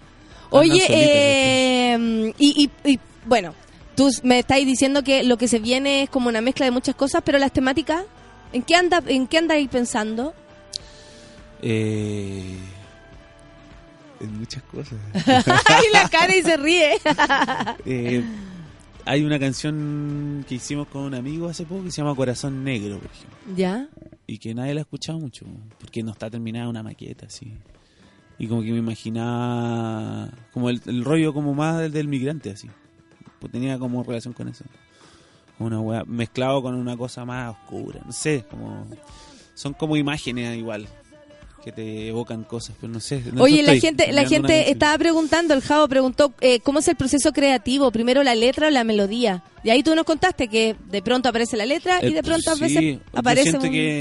Oye, y bueno, tú me estáis diciendo que lo que se viene es como una mezcla de muchas cosas, pero las temáticas, ¿en qué andáis pensando? En muchas cosas. Ay, la cara y se ríe. Hay una canción que hicimos con un amigo hace poco que se llama Corazón Negro, por ejemplo. ¿Ya? Y que nadie la ha escuchado mucho, porque no está terminada una maqueta, así. Y como que me imaginaba como el rollo como más del migrante, así. Pues tenía como relación con eso. Una wea mezclado con una cosa más oscura, no sé, como son como imágenes igual que te evocan cosas, pero no sé. No, Oye, eso la estoy, gente terminando una canción. estaba preguntando, el Javo preguntó, ¿cómo es el proceso creativo? ¿Primero la letra o la melodía? Y ahí tú nos contaste que de pronto aparece la letra y de pronto a sí, veces aparece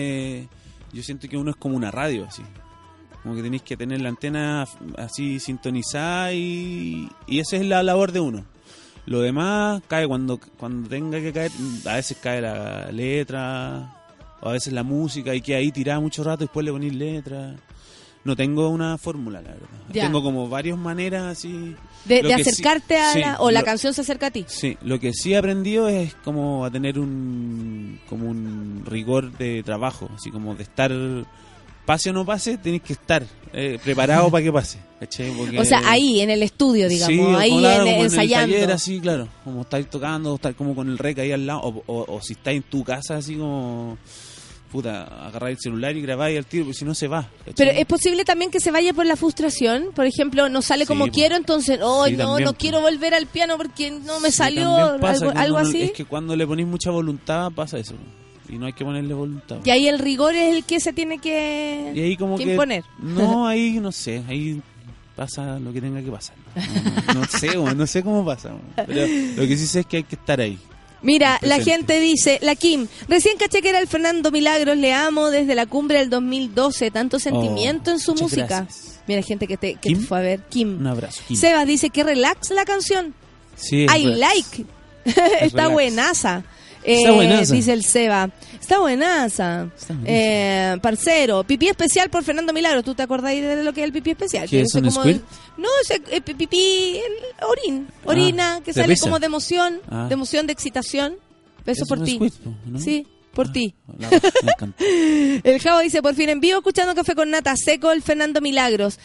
yo siento que uno es como una radio, así. Como que tenéis que tener la antena así sintonizada y esa es la labor de uno. Lo demás cae cuando tenga que caer. A veces cae la letra, o a veces la música, y queda ahí tirada mucho rato, después le ponéis letra. No tengo una fórmula, la verdad. Ya. Tengo como varias maneras así. de Lo que acercarte sí, a sí, o la canción se acerca a ti. Sí, lo que sí he aprendido es como a tener como un rigor de trabajo, así como de estar, pase o no pase, tenés que estar preparado para que pase, ¿cachai? Porque, O sea, ahí en el estudio, digamos, sí, ahí claro, como ensayando. En el taller, así, claro, como estáis tocando, estar como con el rec ahí al lado, o si estáis en tu casa, así como, puta, agarrar el celular y grabar al tiro, porque si no se va, ¿cachai? Pero es posible también que se vaya por la frustración. Por ejemplo, no sale como Sí, quiero, entonces, no también, quiero volver al piano porque no me Sí, salió, también pasa que algo uno- así. Es que cuando le ponéis mucha voluntad pasa eso, y no hay que ponerle voluntad. Y ahí el rigor es el que se tiene que, Y ahí como que imponer. no, ahí no sé, ahí pasa lo que tenga que pasar. No sé, no sé cómo pasa. Pero lo que sí sé es que hay que estar ahí. Mira, la Presente. gente dice, la Kim, recién caché que era el Fernando Milagros, le amo desde la cumbre del 2012, tanto sentimiento en su muchas música. gracias. Mira, gente que te ¿Kim? fue a ver, Kim. Un abrazo. Kim. Sebas dice que relax la canción. Sí, es I relax. like. Está relax. buenaza. Está buenaza. Dice el Seba. Está buenaza. Parcero, pipí especial por Fernando Milagros. ¿Tú te acordás de lo que es el pipí especial? ¿Qué es un squirt? No, ese pipí, orina, que sale risa. como de emoción, de excitación. Beso Es por un ti. squirt, ¿no? Sí, por ti. Me encanta. El Javo dice, por fin en vivo, escuchando Café con Nata, seco el Fernando Milagros.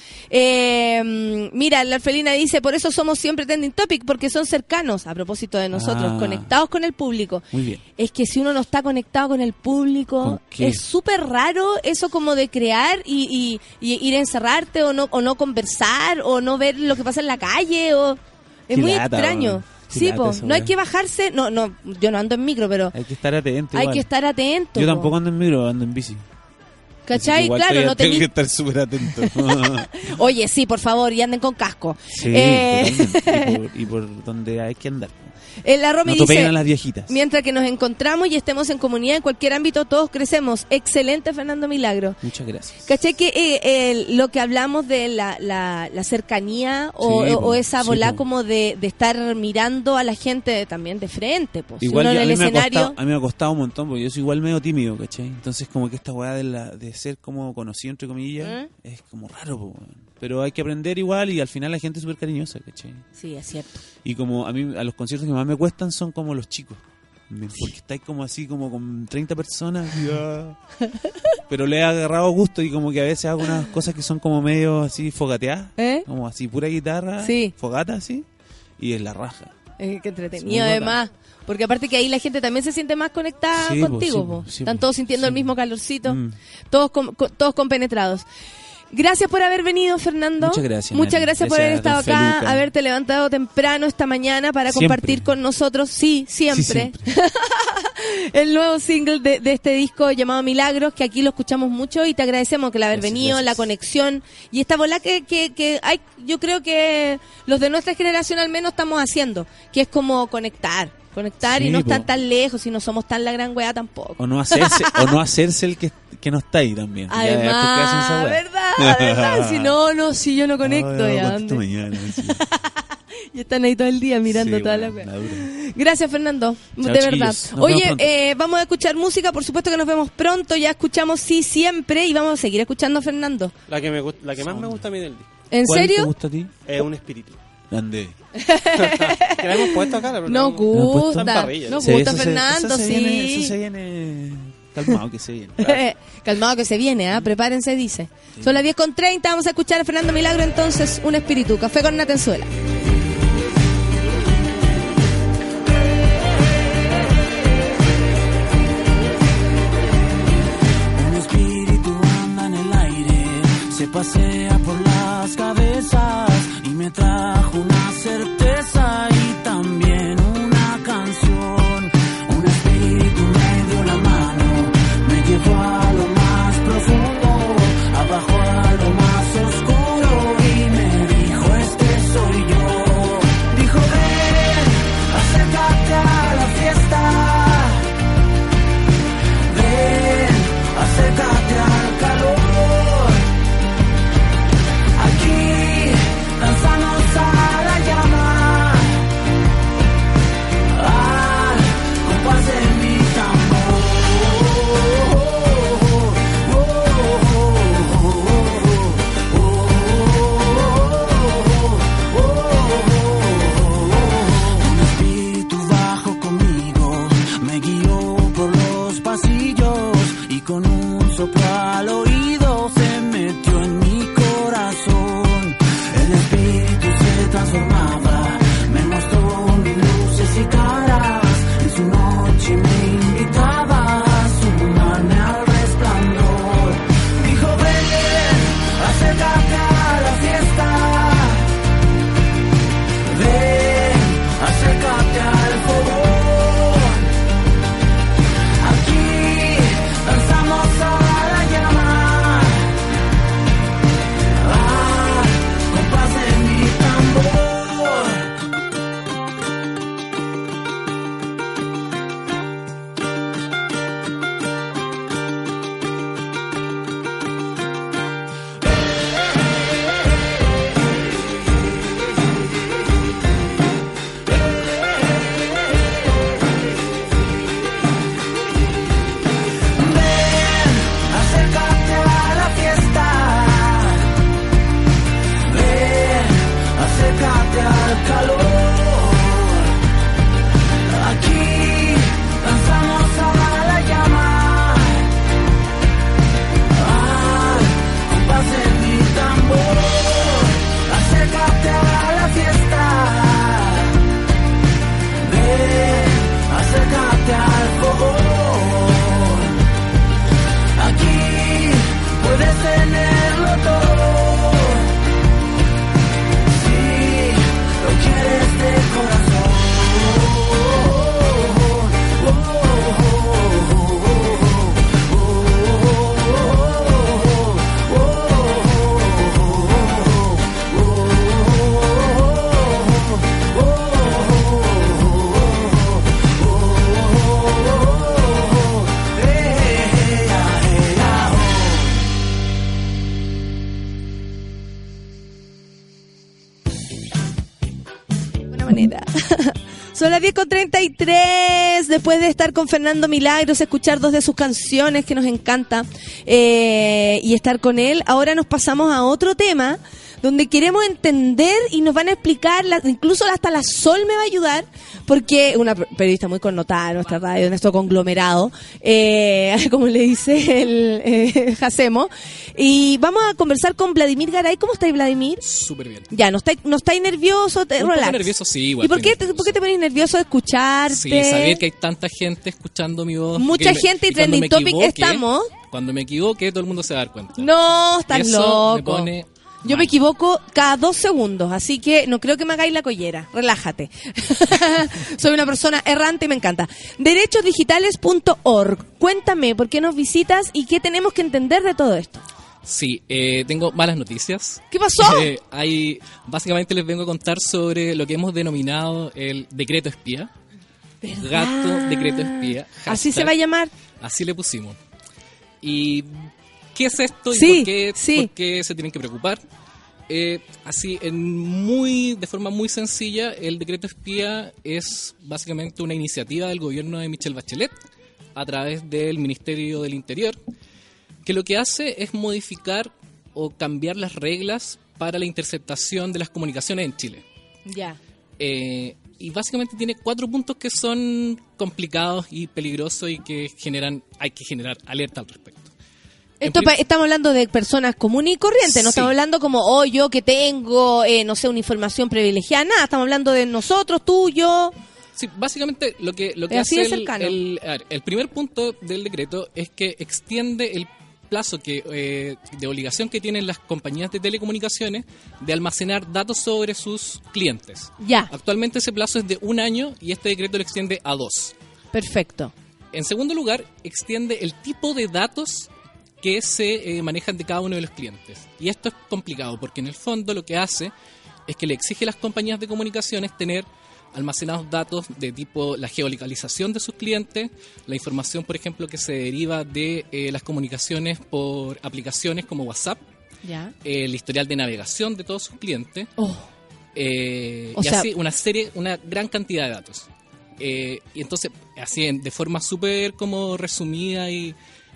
Mira, la Orfelina dice, por eso somos siempre trending topic, porque son cercanos, a propósito de nosotros, conectados con el público. Muy bien. Es que si uno no está conectado con el público, es súper raro eso como de crear y ir a encerrarte o no conversar o no ver lo que pasa en la calle. Es muy extraño. Sí, no hay que bajarse. No, yo no ando en micro, pero hay que estar atento. Hay que estar atento. Yo tampoco ando en micro, ando en bici. ¿Cachai? Claro, no tengo que estar súper atento. Oye, sí, por favor, y anden con casco. Sí, y por donde hay que andar. La Romy no dice, a las viejitas. Mientras que nos encontramos y estemos en comunidad en cualquier ámbito, todos crecemos. Excelente, Fernando Milagro. Muchas gracias. ¿Cachai? Que lo que hablamos de la cercanía o esa volá como de estar mirando a la gente también de frente. Pues. Igual si uno en el escenario... a mí me ha costado un montón, porque yo soy igual medio tímido, ¿cachai? Entonces como que esta weá de ser como conocido, entre comillas, es como raro, po. Pero hay que aprender igual y al final la gente es súper cariñosa, ¿cachai? Sí, es cierto. Y como a mí, a los conciertos que más me cuestan son como los chicos. Porque estáis como así, como con 30 personas. Pero le he agarrado gusto y como que a veces hago unas cosas que son como medio así fogateadas. Como así, pura guitarra, fogata así. Y es la raja. Qué entretenido además. Porque aparte que ahí la gente también se siente más conectada contigo. Están todos sintiendo el mismo calorcito. Todos compenetrados. Gracias por haber venido, Fernando. Muchas gracias. Muchas gracias por haber estado acá, haberte levantado temprano esta mañana para compartir con nosotros. Sí, siempre. El nuevo single de este disco llamado Milagros, que aquí lo escuchamos mucho y te agradecemos que el haber venido, la conexión y esta bola que hay, yo creo que los de nuestra generación al menos estamos haciendo, que es como conectar y no estar tan lejos y no somos tan la gran weá tampoco. O no hacerse el que no está ahí también. Además, ¿verdad? Si yo no conecto. Mañana, y están ahí todo el día mirando toda la weá. Gracias, Fernando. Chao, de verdad. Oye, vamos a escuchar música, por supuesto que nos vemos pronto. Ya escuchamos Sí Siempre y vamos a seguir escuchando a Fernando. La que más me gusta a mí del disco. ¿En serio? ¿Te gusta a ti? Es Un Espíritu. Grande. Que la hemos puesto acá. Nos gusta Fernando, sí. Eso se viene... Calmado que se viene. Claro. Calmado que se viene, prepárense, dice. Son las 10:30, vamos a escuchar a Fernando Milagro entonces, Un Espíritu, Café con Nata en Suela. Un espíritu anda en el aire, se pasea por las cabezas y me trajo una certeza y también una canción. Un espíritu me dio la mano, me llevó a lo más profundo, abajo a lo más oscuro y me dijo: este soy yo. Son las 10:33, después de estar con Fernando Milagros, escuchar 2 de sus canciones que nos encanta y estar con él. Ahora nos pasamos a otro tema donde queremos entender y nos van a explicar, incluso hasta la Sol me va a ayudar, porque una periodista muy connotada en nuestra radio, en nuestro conglomerado, como le dice el Jacemo, y vamos a conversar con Vladimir Garay. ¿Cómo estáis, Vladimir? Súper bien. Ya, ¿no estáis nervioso? Un poco nervioso, sí, igual. ¿Y por qué te pones nervioso de escucharte? Sí, saber que hay tanta gente escuchando mi voz. Mucha gente y Trending Topic estamos. Cuando me equivoque, todo el mundo se va a dar cuenta. No, estás Eso loco. me pone... Yo me equivoco cada 2 segundos, así que no creo que me hagáis la collera. Relájate. Soy una persona errante y me encanta. Derechosdigitales.org. Cuéntame, ¿por qué nos visitas y qué tenemos que entender de todo esto? Sí, tengo malas noticias. ¿Qué pasó? Básicamente les vengo a contar sobre lo que hemos denominado el decreto espía. ¿Verdad? Gato decreto espía. Hashtag. ¿Así se va a llamar? Así le pusimos. Y... ¿qué es esto y por qué se tienen que preocupar? Así, de forma muy sencilla, el decreto espía es básicamente una iniciativa del gobierno de Michelle Bachelet a través del Ministerio del Interior, que lo que hace es modificar o cambiar las reglas para la interceptación de las comunicaciones en Chile. Ya. Y básicamente tiene 4 puntos que son complicados y peligrosos y que hay que generar alerta al respecto. Estamos hablando de personas comunes y corrientes, no estamos hablando como, yo que tengo, no sé, una información privilegiada, nada, estamos hablando de nosotros, tú, yo. Sí, básicamente lo que así hace el primer punto del decreto es que extiende el plazo de obligación que tienen las compañías de telecomunicaciones de almacenar datos sobre sus clientes. Ya. Actualmente ese plazo es de 1 año y este decreto lo extiende a 2. Perfecto. En segundo lugar, extiende el tipo de datos que se manejan de cada uno de los clientes. Y esto es complicado porque en el fondo lo que hace es que le exige a las compañías de comunicaciones tener almacenados datos de tipo la geolocalización de sus clientes, la información, por ejemplo, que se deriva de las comunicaciones por aplicaciones como WhatsApp, ya. El historial de navegación de todos sus clientes, así una gran cantidad de datos. Y entonces, así de forma súper como resumida y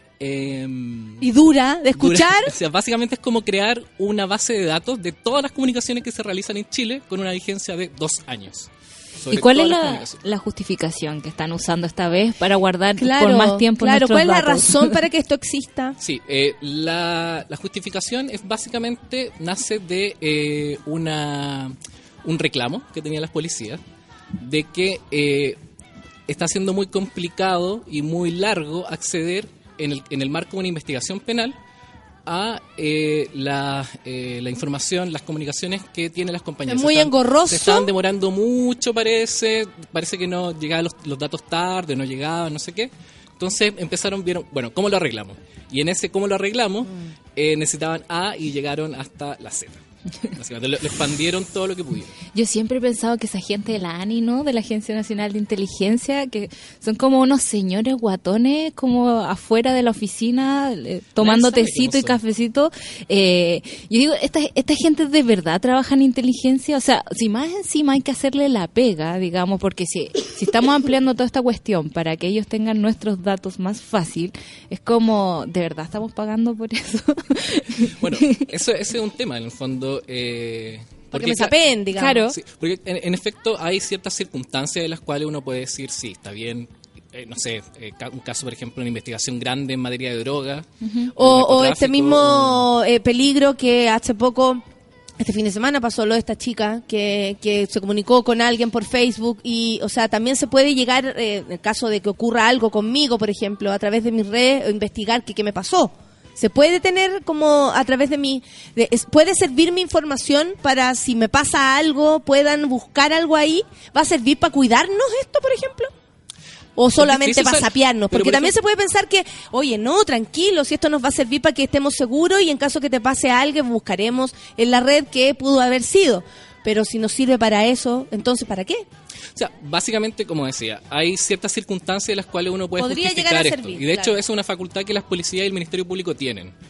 dura de escuchar. O sea, básicamente es como crear una base de datos de todas las comunicaciones que se realizan en Chile con una vigencia de 2 años. ¿Y cuál es la justificación que están usando esta vez para guardar por más tiempo nuestros ¿cuál es datos? la razón para que esto exista? Sí, la justificación es básicamente nace de un reclamo que tenían las policías de que está siendo muy complicado y muy largo acceder en el marco de una investigación penal a la información, las comunicaciones que tienen las compañías. Es muy engorroso. Se estaban demorando mucho, parece que no llegaban los datos tarde, no llegaban, no sé qué. Entonces vieron, bueno, ¿cómo lo arreglamos? Y en ese ¿cómo lo arreglamos? Necesitaban A y llegaron hasta la Z. Básicamente le expandieron todo lo que pudieron. Yo siempre he pensado que esa gente de la ANI, ¿no? De la Agencia Nacional de Inteligencia, que son como unos señores guatones, como afuera de la oficina, tomando tecito y cafecito. Yo digo, esta gente de verdad trabaja en inteligencia. O sea, si más encima hay que hacerle la pega, digamos, porque si estamos ampliando toda esta cuestión para que ellos tengan nuestros datos más fácil, es como, ¿de verdad estamos pagando por eso? Bueno, ese es un tema en el fondo. Porque me sapeen, digamos. Claro. Sí, porque en efecto hay ciertas circunstancias en las cuales uno puede decir, sí, está bien, no sé, un caso, por ejemplo, una investigación grande en materia de droga. O este mismo peligro que hace poco, este fin de semana pasó lo de esta chica que se comunicó con alguien por Facebook y, o sea, también se puede llegar, en el caso de que ocurra algo conmigo, por ejemplo, a través de mis redes, investigar qué me pasó. Se puede tener como a través de puede servir mi información para si me pasa algo, puedan buscar algo ahí. ¿Va a servir para cuidarnos esto, por ejemplo? ¿O solamente para sapearnos? Porque también se puede pensar que, oye, no, tranquilo, si esto nos va a servir para que estemos seguros y en caso que te pase algo, buscaremos en la red qué pudo haber sido. Pero si nos sirve para eso, entonces ¿para qué? O sea, básicamente, como decía, hay ciertas circunstancias en las cuales uno puede podría justificar llegar a esto. servir, Y de hecho es una facultad que las policías y el Ministerio Público tienen.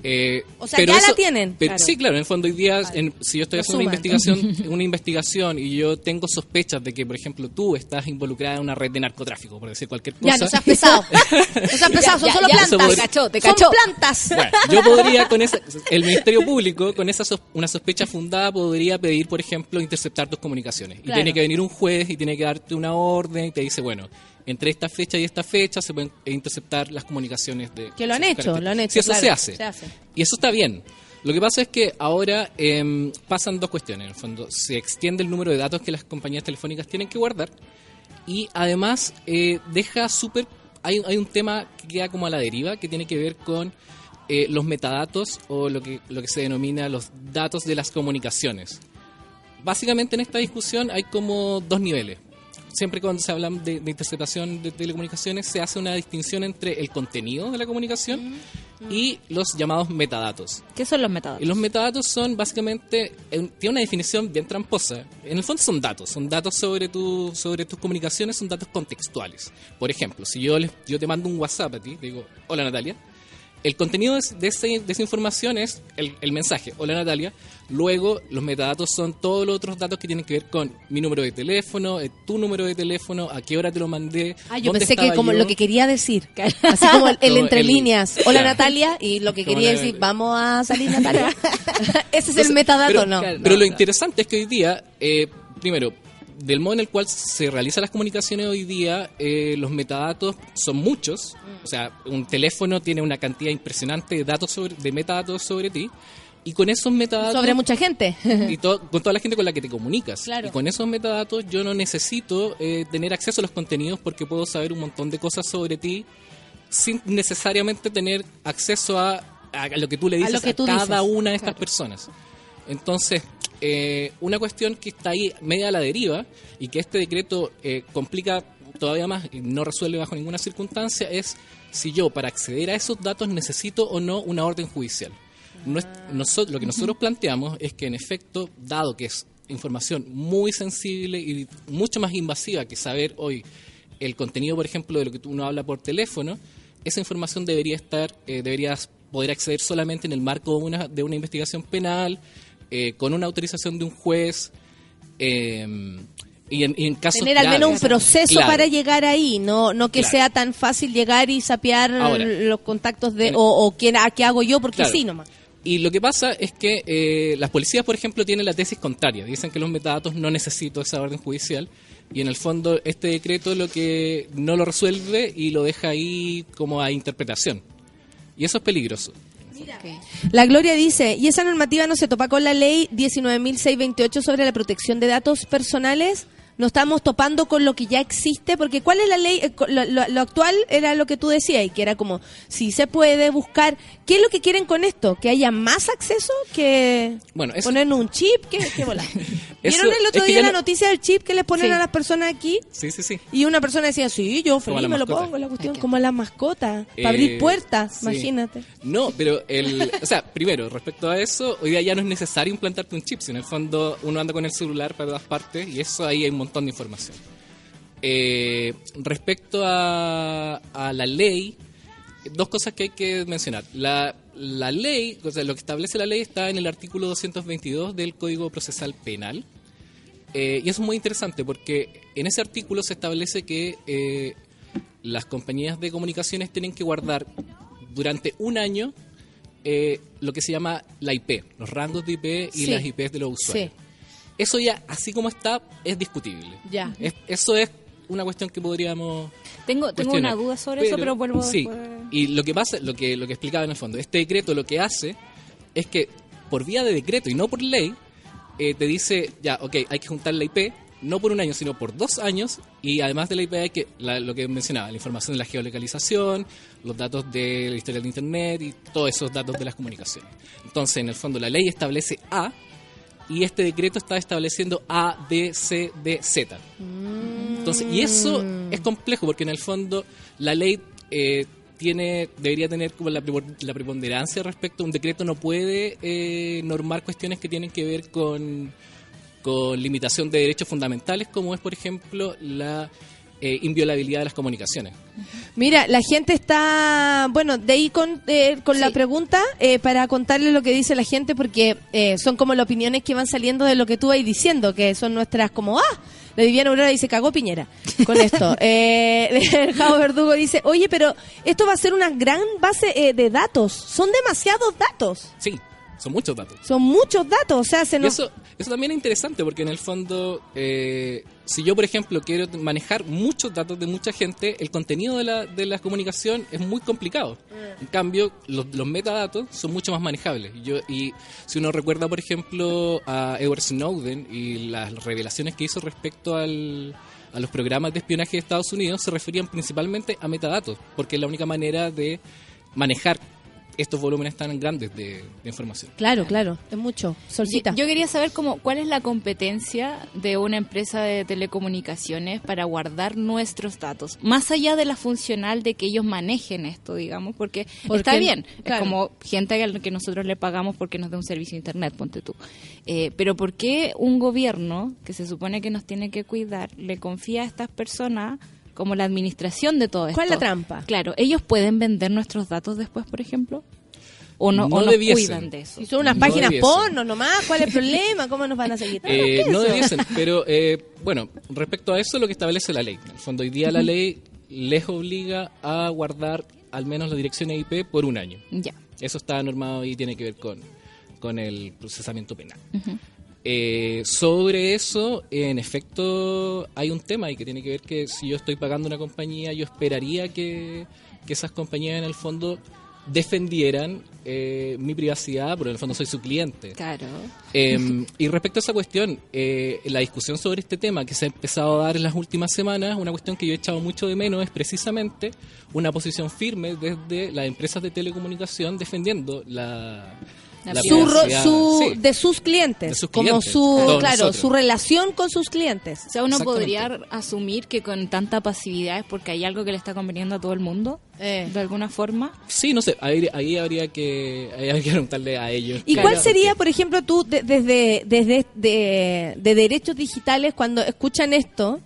O sea, ya la tienen. Pero, sí, claro, en el fondo hoy día, si yo estoy haciendo una investigación y yo tengo sospechas de que, por ejemplo, tú estás involucrada en una red de narcotráfico, por decir cualquier cosa. Ya, no seas pesado. No seas pesado, son solo plantas. Te cachó. Son plantas. Bueno, yo podría, el Ministerio Público, con una sospecha fundada, podría pedir, por ejemplo, interceptar tus comunicaciones. Y tiene que venir un juez y tiene que darte una orden y te dice, bueno, entre esta fecha y esta fecha se pueden interceptar las comunicaciones de... Que lo han hecho. Sí, eso se hace. Y eso está bien. Lo que pasa es que ahora pasan dos cuestiones. En el fondo, se extiende el número de datos que las compañías telefónicas tienen que guardar y además deja hay un tema que queda como a la deriva que tiene que ver con los metadatos o lo que se denomina los datos de las comunicaciones. Básicamente en esta discusión hay como dos niveles. Siempre cuando se habla de interceptación de telecomunicaciones se hace una distinción entre el contenido de la comunicación y los llamados metadatos. ¿Qué son los metadatos? Y los metadatos son básicamente, tiene una definición bien tramposa. En el fondo son datos sobre tus comunicaciones, son datos contextuales. Por ejemplo, si yo te mando un WhatsApp a ti, te digo, hola Natalia, el contenido de esa información es el mensaje, hola Natalia. Luego, los metadatos son todos los otros datos que tienen que ver con mi número de teléfono, tu número de teléfono, a qué hora te lo mandé. Yo pensé que como lo que quería decir, así como el entre líneas. Hola Natalia, y lo que quería decir, vamos a salir Natalia. Ese es el metadato, ¿no? Pero lo interesante es que hoy día, primero, del modo en el cual se realizan las comunicaciones hoy día, los metadatos son muchos. O sea, un teléfono tiene una cantidad impresionante de metadatos sobre ti. Y con esos metadatos... Sobre mucha gente. Y con toda la gente con la que te comunicas. Claro. Y con esos metadatos yo no necesito tener acceso a los contenidos porque puedo saber un montón de cosas sobre ti sin necesariamente tener acceso a lo que tú le dices a cada una de estas personas. Entonces, una cuestión que está ahí media a la deriva y que este decreto complica todavía más y no resuelve bajo ninguna circunstancia es si yo para acceder a esos datos necesito o no una orden judicial. Lo que nosotros planteamos es que en efecto, dado que es información muy sensible y mucho más invasiva que saber hoy el contenido, por ejemplo, de lo que uno habla por teléfono, esa información deberías poder acceder solamente en el marco de una investigación penal, con una autorización de un juez, y en casos tener al menos un proceso para llegar ahí, no que sea tan fácil llegar y sapear los contactos de a qué hago yo porque sí nomás. Y lo que pasa es que las policías, por ejemplo, tienen la tesis contraria. Dicen que los metadatos no necesito esa orden judicial. Y en el fondo este decreto lo que no lo resuelve y lo deja ahí como a interpretación. Y eso es peligroso. Mira. La Gloria dice, ¿y esa normativa no se topa con la ley 19.628 sobre la protección de datos personales? ¿No estamos topando con lo que ya existe? Porque ¿cuál es la ley? Lo actual era lo que tú decías, y que era como, si se puede buscar. ¿Qué es lo que quieren con esto? ¿Que haya más acceso? ¿Que poner un chip? ¿Qué bola? ¿Vieron el otro día la noticia del chip que les ponen a las personas aquí? Sí. Y una persona decía, sí, yo feliz me lo pongo, la cuestión, como la mascota, para abrir puertas, imagínate. No, pero primero, respecto a eso, hoy día ya no es necesario implantarte un chip, sino en el fondo uno anda con el celular para todas partes y eso ahí hay un montón de información. Respecto a la ley, dos cosas que hay que mencionar. La ley, o sea, lo que establece la ley está en el artículo 222 del Código Procesal Penal. Y eso es muy interesante porque en ese artículo se establece que las compañías de comunicaciones tienen que guardar durante un año lo que se llama la IP, los rangos de IP y las IPs de los usuarios. Sí. Eso ya, así como está, es discutible. Ya. Eso es una cuestión que podríamos Tengo una duda sobre eso, pero vuelvo después. Y lo que pasa, lo que explicaba en el fondo, este decreto lo que hace es que por vía de decreto y no por ley, te dice, ya, ok, hay que juntar la IP, no por un año, sino por 2 años, y además de la IP hay que, lo que mencionaba, la información de la geolocalización, los datos de la historia de Internet y todos esos datos de las comunicaciones. Entonces, en el fondo, la ley establece A, y este decreto está estableciendo A, B, C, D, Z. Entonces, y eso es complejo, porque en el fondo la ley debería tener como la preponderancia respecto a un decreto. No puede normar cuestiones que tienen que ver con limitación de derechos fundamentales, como es, por ejemplo, la inviolabilidad de las comunicaciones. Mira, la gente está, bueno, de ahí con la pregunta, para contarle lo que dice la gente, porque son como las opiniones que van saliendo de lo que tú vas diciendo, que son nuestras como, la Viviana Aurora dice, cagó Piñera, con esto. El Javo Verdugo dice, oye, pero esto va a ser una gran base de datos, son demasiados datos. Sí, son muchos datos. Son muchos datos, o sea, Eso también es interesante, porque en el fondo, si yo, por ejemplo, quiero manejar muchos datos de mucha gente, el contenido de la comunicación es muy complicado. En cambio, los metadatos son mucho más manejables. Y si uno recuerda, por ejemplo, a Edward Snowden y las revelaciones que hizo respecto a los programas de espionaje de Estados Unidos, se referían principalmente a metadatos, porque es la única manera de manejar estos volúmenes tan grandes de información. Claro, es mucho. Solcita. Yo quería saber cuál es la competencia de una empresa de telecomunicaciones para guardar nuestros datos, más allá de la funcional de que ellos manejen esto, digamos, porque está bien, claro. Es como gente a la que nosotros le pagamos porque nos da un servicio de internet, ponte tú. Pero ¿por qué un gobierno que se supone que nos tiene que cuidar le confía a estas personas como la administración de todo esto? ¿Cuál es la trampa? Claro, ¿ellos pueden vender nuestros datos después, por ejemplo? ¿O no cuidan de eso? Si son unas páginas porno nomás, ¿cuál es el problema? ¿Cómo nos van a seguir? No debiesen, pero bueno, respecto a eso, lo que establece la ley. En el fondo, hoy día la ley les obliga a guardar al menos la dirección IP por un año. Ya. Eso está normado y tiene que ver con el procesamiento penal. Sobre eso, en efecto, hay un tema y que tiene que ver que si yo estoy pagando una compañía, yo esperaría que esas compañías en el fondo defendieran mi privacidad, porque en el fondo soy su cliente. Claro. Y respecto a esa cuestión, la discusión sobre este tema que se ha empezado a dar en las últimas semanas, una cuestión que yo he echado mucho de menos es precisamente una posición firme desde las empresas de telecomunicación defendiendo la privacidad, de sus clientes, como su relación con sus clientes. O sea, uno podría asumir que con tanta pasividad es porque hay algo que le está conveniendo a todo el mundo, de alguna forma. Sí, no sé, ahí habría que preguntarle a ellos. ¿Y cuál sería, por ejemplo, tú desde derechos digitales cuando escuchan esto?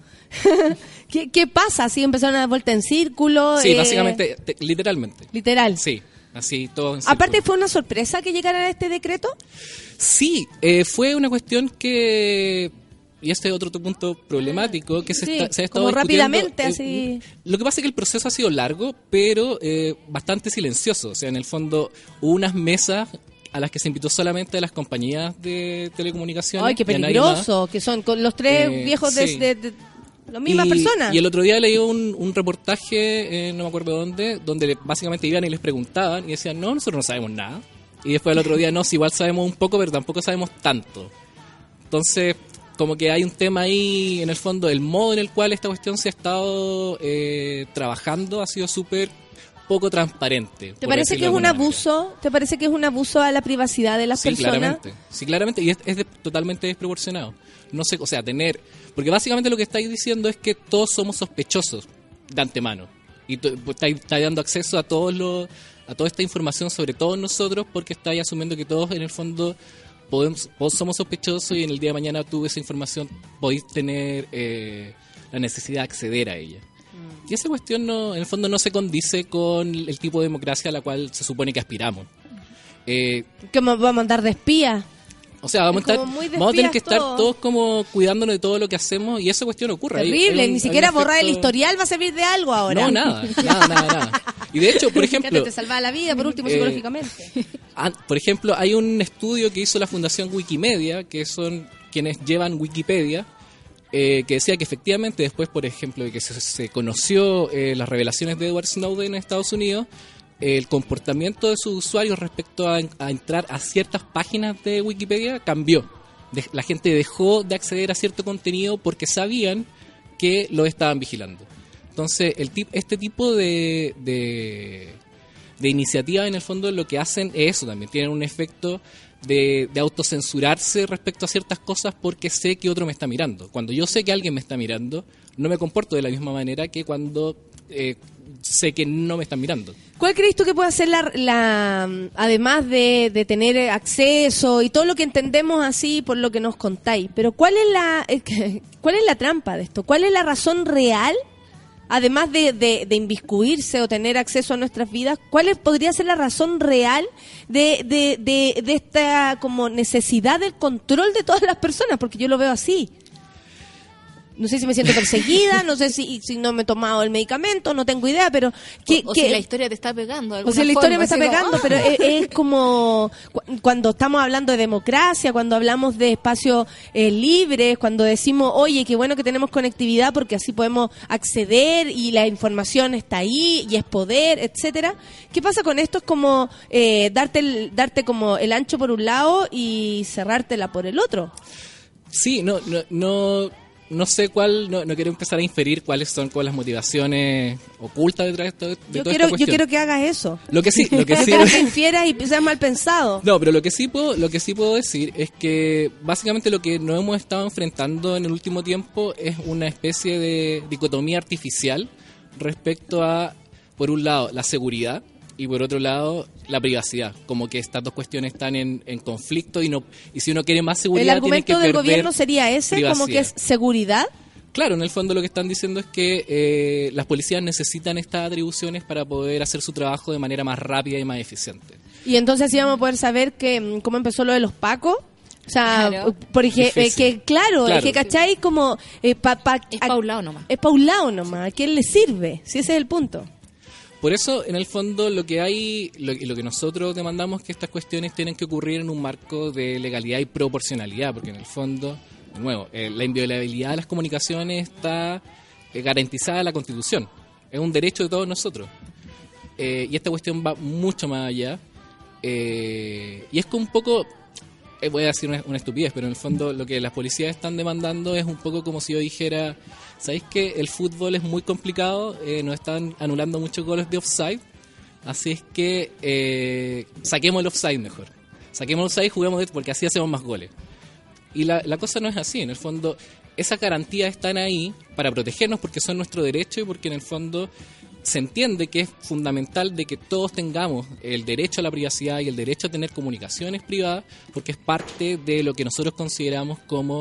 ¿Qué pasa? ¿Sí empezaron a dar vuelta en círculo? Sí, básicamente, literalmente. Literal. Sí. Así, todo en Aparte, ¿fue una sorpresa que llegara a este decreto? Sí, fue una cuestión que... Y este es otro punto problemático que se ha estado como rápidamente, así... Lo que pasa es que el proceso ha sido largo, pero bastante silencioso. O sea, en el fondo, hubo unas mesas a las que se invitó solamente a las compañías de telecomunicaciones. ¡Ay, qué peligroso! Que son con los tres viejos de las mismas personas. Y el otro día leí un reportaje, no me acuerdo donde básicamente iban y les preguntaban y decían, no, nosotros no sabemos nada. Y después el otro día, no, si igual sabemos un poco, pero tampoco sabemos tanto. Entonces, como que hay un tema ahí, en el fondo, el modo en el cual esta cuestión se ha estado trabajando ha sido súper poco transparente. ¿Te parece que es un abuso? ¿Te parece que es un abuso a la privacidad de las personas? Sí, claramente, y es totalmente desproporcionado. No sé, o sea, porque básicamente lo que estáis diciendo es que todos somos sospechosos de antemano. Y estáis dando acceso a toda esta información sobre todos nosotros porque estáis asumiendo que todos en el fondo somos sospechosos y en el día de mañana tú esa información podéis tener la necesidad de acceder a ella. Y esa cuestión en el fondo no se condice con el tipo de democracia a la cual se supone que aspiramos. ¿Que vamos a andar de espía? O sea, vamos a tener que estar todos como cuidándonos de todo lo que hacemos y esa cuestión ocurre. Terrible, ni siquiera borrar el historial va a servir de algo ahora. No, nada. Y de hecho, por ejemplo... te salva la vida, por último, psicológicamente. Por ejemplo, hay un estudio que hizo la Fundación Wikimedia, que son quienes llevan Wikipedia, que decía que efectivamente después, por ejemplo, de que se conoció las revelaciones de Edward Snowden en Estados Unidos, el comportamiento de sus usuarios respecto a entrar a ciertas páginas de Wikipedia cambió. La gente dejó de acceder a cierto contenido porque sabían que lo estaban vigilando. Entonces, este tipo de iniciativas, en el fondo, lo que hacen es eso también. Tienen un efecto de autocensurarse respecto a ciertas cosas porque sé que otro me está mirando. Cuando yo sé que alguien me está mirando, no me comporto de la misma manera que cuando sé que no me están mirando. ¿Cuál crees tú que puede ser además de tener acceso y todo lo que entendemos así por lo que nos contáis, pero cuál es la trampa de esto? ¿Cuál es la razón real además de inmiscuirse o tener acceso a nuestras vidas, ¿cuál podría ser la razón real de esta como necesidad del control de todas las personas? Porque yo lo veo así. No sé si me siento perseguida, no sé si no me he tomado el medicamento, no tengo idea, pero... si la historia te está pegando. O si la historia me está pegando, pero es como cuando estamos hablando de democracia, cuando hablamos de espacios libres, cuando decimos, oye, qué bueno que tenemos conectividad porque así podemos acceder y la información está ahí y es poder, etcétera. ¿Qué pasa con esto? Es como darte como el ancho por un lado y cerrártela por el otro. Sí, no sé cuál, no quiero empezar a inferir cuáles son las motivaciones ocultas detrás de toda esta cuestión. Yo quiero que hagas eso. Lo que sí. Yo quiero que infieras y seas mal pensado. No, pero lo que sí puedo decir es que básicamente lo que nos hemos estado enfrentando en el último tiempo es una especie de dicotomía artificial respecto a, por un lado, la seguridad y por otro lado, la privacidad. Como que estas dos cuestiones están en conflicto y si uno quiere más seguridad, ¿el argumento tiene que del perder gobierno sería ese? privacidad. ¿Como que es seguridad? Claro, en el fondo lo que están diciendo es que las policías necesitan estas atribuciones para poder hacer su trabajo de manera más rápida y más eficiente. Y entonces así vamos a poder saber cómo empezó lo de los pacos. O sea, claro. Porque es que ¿cachai? Como es paulado nomás. Es paulado nomás. ¿A quién le sirve? Si ese es el punto. Por eso, en el fondo, lo que nosotros demandamos es que estas cuestiones tienen que ocurrir en un marco de legalidad y proporcionalidad, porque en el fondo, de nuevo, la inviolabilidad de las comunicaciones está garantizada en la Constitución. Es un derecho de todos nosotros. Y esta cuestión va mucho más allá. Y es como un poco... voy a decir una estupidez, pero en el fondo lo que las policías están demandando es un poco como si yo dijera, ¿sabéis que el fútbol es muy complicado? Nos están anulando muchos goles de offside, así es que saquemos el offside mejor. Saquemos el offside y juguemos porque así hacemos más goles. Y la cosa no es así, en el fondo esas garantías están ahí para protegernos porque son nuestro derecho y porque en el fondo se entiende que es fundamental de que todos tengamos el derecho a la privacidad y el derecho a tener comunicaciones privadas porque es parte de lo que nosotros consideramos como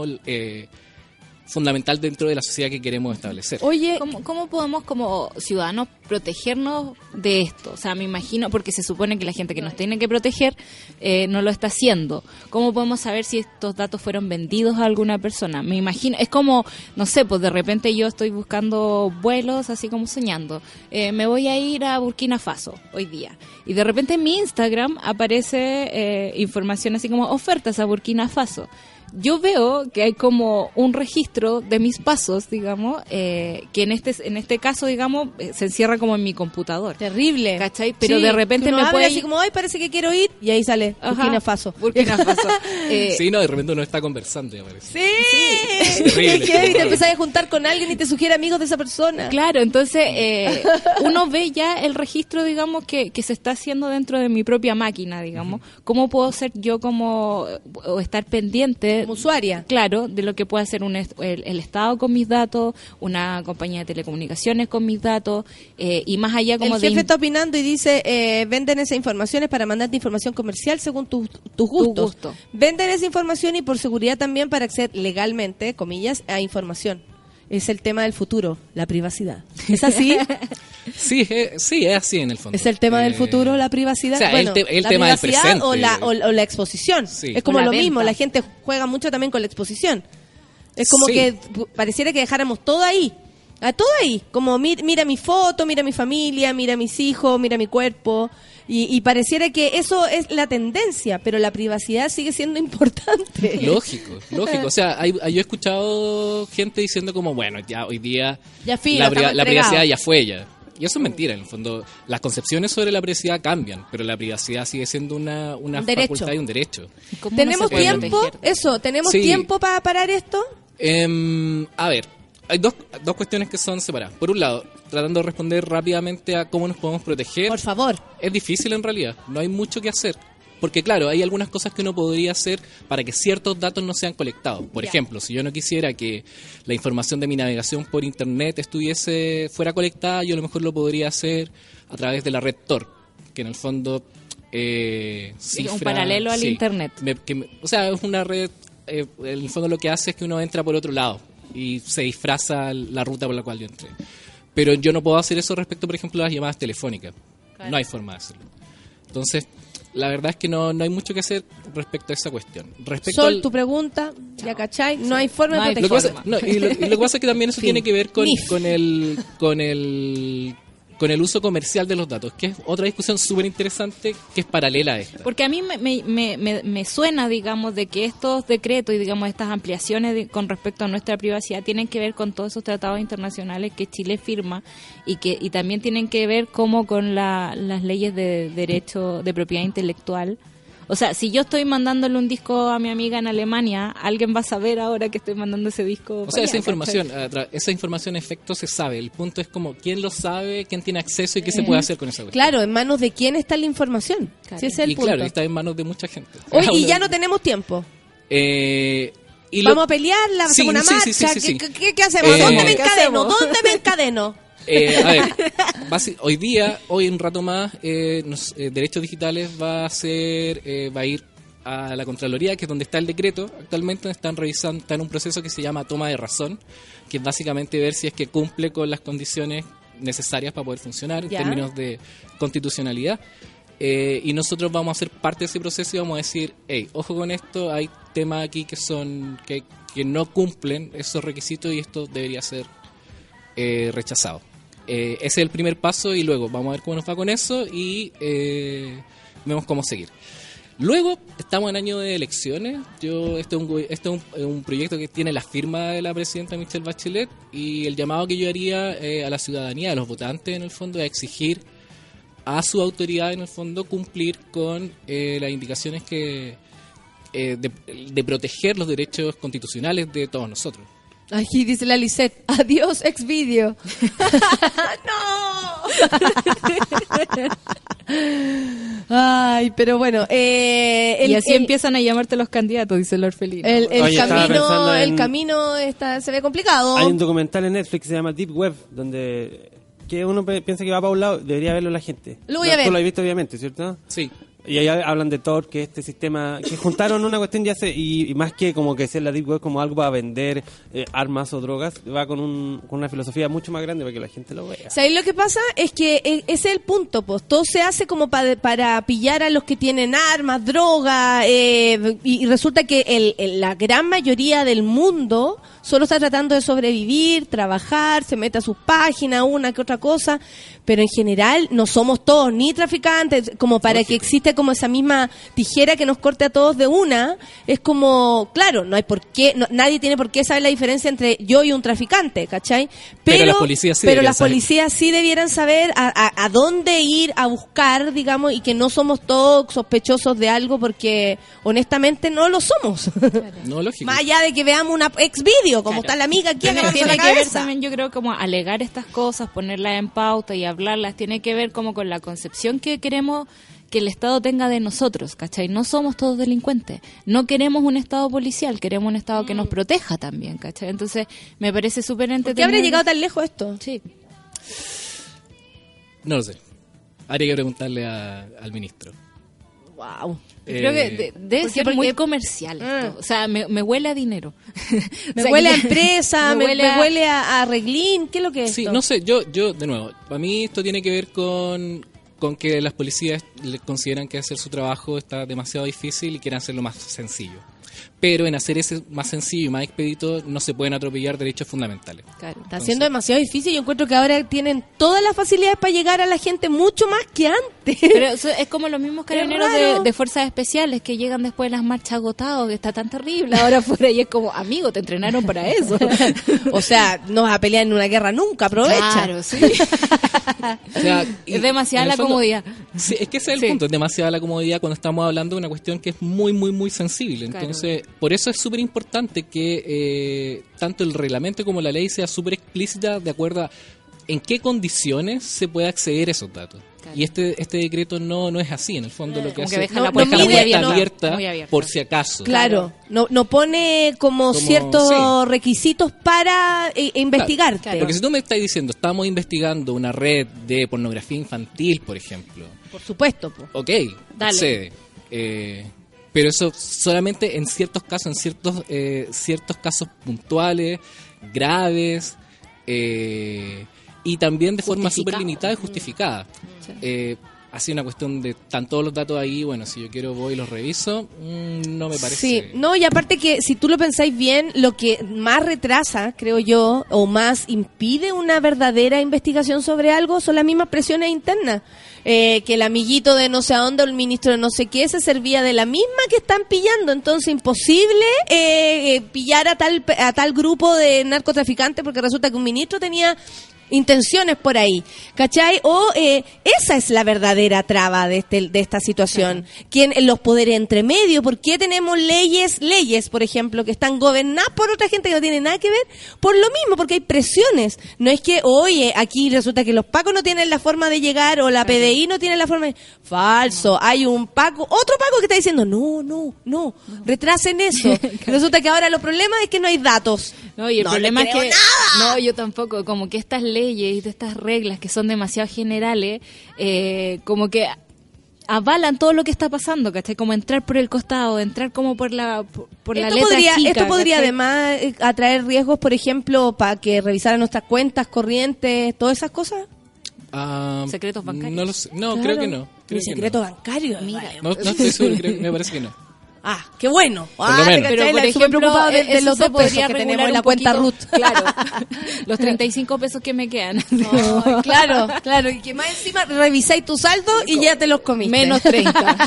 fundamental dentro de la sociedad que queremos establecer. Oye, ¿cómo podemos como ciudadanos protegernos de esto? O sea, me imagino, porque se supone que la gente que nos tiene que proteger no lo está haciendo. ¿Cómo podemos saber si estos datos fueron vendidos a alguna persona? Me imagino, es como, no sé, pues de repente yo estoy buscando vuelos, así como soñando. Me voy a ir a Burkina Faso hoy día. Y de repente en mi Instagram aparece información así como ofertas a Burkina Faso. Yo veo que hay como un registro de mis pasos, digamos, que en este caso, digamos, se encierra como en mi computador. Terrible. ¿Cachai? Pero de repente me puede así como, ay, parece que quiero ir, y ahí sale Burkina Faso. Burkina Faso. Sí, no, de repente uno está conversando, ya parece. Sí. Es terrible. Y te empezás a juntar con alguien y te sugiere amigos de esa persona. Claro, entonces uno ve ya el registro, digamos, que se está haciendo dentro de mi propia máquina, digamos. ¿Cómo puedo ser yo o estar pendiente como usuaria? Claro, de lo que puede hacer el Estado con mis datos, una compañía de telecomunicaciones con mis datos, y más allá como el jefe está opinando y dice, venden esa información para mandarte información comercial según tus gustos. Venden esa información y por seguridad también para acceder legalmente, comillas, a información. Es el tema del futuro, la privacidad. ¿Es así? Sí, es así en el fondo. ¿Es el tema del futuro, la privacidad? O sea, bueno, el la tema del privacidad presente. o la exposición. Sí. Es como O la lo venta. mismo, la gente juega mucho también con la exposición. Es como Sí. que pareciera que dejáramos todo ahí. A todo ahí. Como mira mi foto, mira mi familia, mira mis hijos, mira mi cuerpo. Y pareciera que eso es la tendencia, pero la privacidad sigue siendo importante. Lógico. O sea, yo he escuchado gente diciendo como, bueno, ya hoy día Ya filo, la estamos privacidad entregados. ya fue ya. Y eso es mentira, en el fondo. Las concepciones sobre la privacidad cambian, pero la privacidad sigue siendo una derecho. facultad y un derecho. ¿Tenemos puede tiempo? proteger? Eso, ¿tenemos Sí. tiempo para parar esto? A ver, hay dos cuestiones que son separadas. Por un lado, tratando de responder rápidamente a cómo nos podemos proteger. Por favor. Es difícil en realidad, no hay mucho que hacer. Porque claro, hay algunas cosas que uno podría hacer para que ciertos datos no sean colectados. Por ejemplo, si yo no quisiera que la información de mi navegación por internet fuera colectada, yo a lo mejor lo podría hacer a través de la red Tor, que en el fondo cifra... un paralelo al internet. O sea, es una red, en el fondo lo que hace es que uno entra por otro lado y se disfraza la ruta por la cual yo entré. Pero yo no puedo hacer eso respecto, por ejemplo, a las llamadas telefónicas. Claro. No hay forma de hacerlo. Entonces, la verdad es que no hay mucho que hacer respecto a esa cuestión. Respecto Sol, al- tu pregunta, ya cachai, no hay forma de Lo que pasa, protegerlo. y lo que pasa es que también eso Fin. tiene que ver con NIF. con el uso comercial de los datos, que es otra discusión súper interesante que es paralela a esta. Porque a mí me suena, digamos, de que estos decretos y, digamos, estas ampliaciones con respecto a nuestra privacidad tienen que ver con todos esos tratados internacionales que Chile firma y también tienen que ver como con las leyes de derecho de propiedad intelectual. O sea, si yo estoy mandándole un disco a mi amiga en Alemania, alguien va a saber ahora que estoy mandando ese disco. O sea, esa ¿cachai? información en efecto se sabe. El punto es como quién lo sabe, quién tiene acceso y qué se puede hacer con esa cuestión. Claro, en manos de quién está la información. Claro. Sí, ese es el Y punto. claro, está en manos de mucha gente. Hoy, y ya no tenemos tiempo. Y Vamos a pelearla, hacemos Sí, una sí, marcha. sí, sí, sí. ¿Qué hacemos? ¿Dónde me ¿qué encadeno? hacemos? ¿Dónde me encadeno? A ver, hoy un rato más, Derechos Digitales va a ir a la Contraloría, que es donde está el decreto. Actualmente están revisando, está en un proceso que se llama toma de razón, que es básicamente ver si es que cumple con las condiciones necesarias para poder funcionar en Ya. términos de constitucionalidad. Y nosotros vamos a ser parte de ese proceso y vamos a decir, hey, ojo con esto, hay temas aquí que no cumplen esos requisitos y esto debería ser rechazado. Ese es el primer paso y luego vamos a ver cómo nos va con eso y vemos cómo seguir. Luego, estamos en año de elecciones. Este es un proyecto que tiene la firma de la presidenta Michelle Bachelet y el llamado que yo haría a la ciudadanía, a los votantes en el fondo, es exigir a su autoridad en el fondo cumplir con las indicaciones de proteger los derechos constitucionales de todos nosotros. Aquí dice la Lisette, adiós Xvideo. ¡No! Ay, pero bueno. Y así empiezan a llamarte los candidatos, dice el orfelino. El Oye, estaba pensando en- camino se ve complicado. Hay un documental en Netflix que se llama Deep Web, donde que uno piensa que va para un lado, debería verlo la gente. Lo voy a ver. Tú lo has visto, obviamente, ¿cierto? Sí. Y ahí hablan de Tor, que este sistema, que juntaron una cuestión ya y más que como que ser la Deep Web como algo para vender armas o drogas, va con una filosofía mucho más grande para que la gente lo vea. ¿Sabéis lo que pasa? Es que ese es el punto, pues. Todo se hace como para pillar a los que tienen armas, drogas, y resulta que la gran mayoría del mundo solo está tratando de sobrevivir, trabajar, se mete a sus páginas, una que otra cosa, pero en general no somos todos ni traficantes, como para que exista como esa misma tijera que nos corte a todos de una. Es como, claro, no hay por qué, nadie tiene por qué saber la diferencia entre yo y un traficante, ¿cachai? Pero las policías sí pero deberían las saber. policías sí debieran saber a dónde ir a buscar, digamos, y que no somos todos sospechosos de algo porque honestamente no lo somos. No, lógico. Más allá de que veamos una ex vídeo, como está la amiga aquí Tiene agarrándose la que ver cabeza. también, yo creo, como alegar estas cosas, ponerlas en pauta y hablarlas, tiene que ver como con la concepción que queremos que el Estado tenga de nosotros, ¿cachai? No somos todos delincuentes, no queremos un Estado policial, queremos un Estado que nos proteja también, ¿cachai? Entonces, me parece súper ¿Por entretenido. qué habría llegado tan lejos esto? Sí. No lo sé. Habría que preguntarle al ministro. Wow. Creo que debe ¿por qué? ser Porque- muy comercial esto. O sea, me huele a dinero. Me O sea, huele a que- empresa, me a- huele a arreglín. ¿Qué es lo que es Sí, esto? no sé, yo de nuevo, para mí esto tiene que ver con que las policías consideran que hacer su trabajo está demasiado difícil y quieren hacerlo más sencillo. Pero en hacer ese más sencillo y más expedito no se pueden atropellar derechos fundamentales. Claro, está siendo demasiado difícil. Yo encuentro que ahora tienen todas las facilidades para llegar a la gente mucho más que antes. Pero eso es como los mismos carabineros raro. de fuerzas especiales que llegan después de las marchas agotados, que está tan terrible ahora fuera y es como, amigo, te entrenaron para eso. O sea, no vas a pelear en una guerra nunca, aprovecha. Claro, sí. O sea, Es demasiada en la el fondo- comodidad. Sí, es que ese es el Sí. punto, es demasiada la comodidad cuando estamos hablando de una cuestión que es muy, muy, muy sensible. Claro. Entonces, por eso es súper importante que tanto el reglamento como la ley sea súper explícita de acuerdo a en qué condiciones se puede acceder a esos datos. Claro. Y este decreto no es así, en el fondo lo que Como hace que deja No, la no puerta mide, muy abierta, no. abierta Muy abierta. por si acaso. Claro, no pone como ciertos sí. requisitos para investigarte. Claro. Porque si tú me estás diciendo, estamos investigando una red de pornografía infantil, por ejemplo, Por supuesto. Po. ok, Dale. accede. Pero eso solamente en ciertos casos, ciertos casos puntuales, graves, y y también de forma súper limitada y justificada. Así una cuestión de están todos los datos ahí, bueno, si yo quiero voy y los reviso, no me parece. Sí, no, y aparte que si tú lo pensáis bien, lo que más retrasa, creo yo, o más impide una verdadera investigación sobre algo son las mismas presiones internas. Que el amiguito de no sé a dónde o el ministro de no sé qué se servía de la misma que están pillando, entonces imposible pillar a tal grupo de narcotraficantes porque resulta que un ministro tenía intenciones por ahí, ¿cachai? O esa es la verdadera traba de esta situación. ¿Quién, los poderes entre medio? ¿Por qué tenemos leyes, por ejemplo, que están gobernadas por otra gente que no tiene nada que ver? Por lo mismo, porque hay presiones. No es que, oye, aquí resulta que los pacos no tienen la forma de llegar o la PDI no tiene la forma de... Falso, hay un paco, otro paco que está diciendo, no, retrasen eso. Resulta que ahora los problemas es que no hay datos. No, y el no problema es que... nada. No, yo tampoco, como que estas leyes y de estas reglas que son demasiado generales, como que avalan todo lo que está pasando, ¿cachai? Como entrar por el costado, entrar como por la letra chica. Esto podría ¿cachai? además atraer riesgos, por ejemplo, para que revisaran nuestras cuentas corrientes, todas esas cosas. Secretos bancarios. No lo sé. No, Claro. creo que no. Ni secreto bancario. Mira. No estoy seguro, me parece que no. Qué bueno. Por lo menos. Pero, por súper ejemplo, preocupado de eso los se 2 pesos podría que regular tenemos en la un cuenta poquito, Ruth. Claro, los 35 pesos que me quedan. No, claro. Y que más encima revisáis tu saldo y ya te los comiste. Menos 30.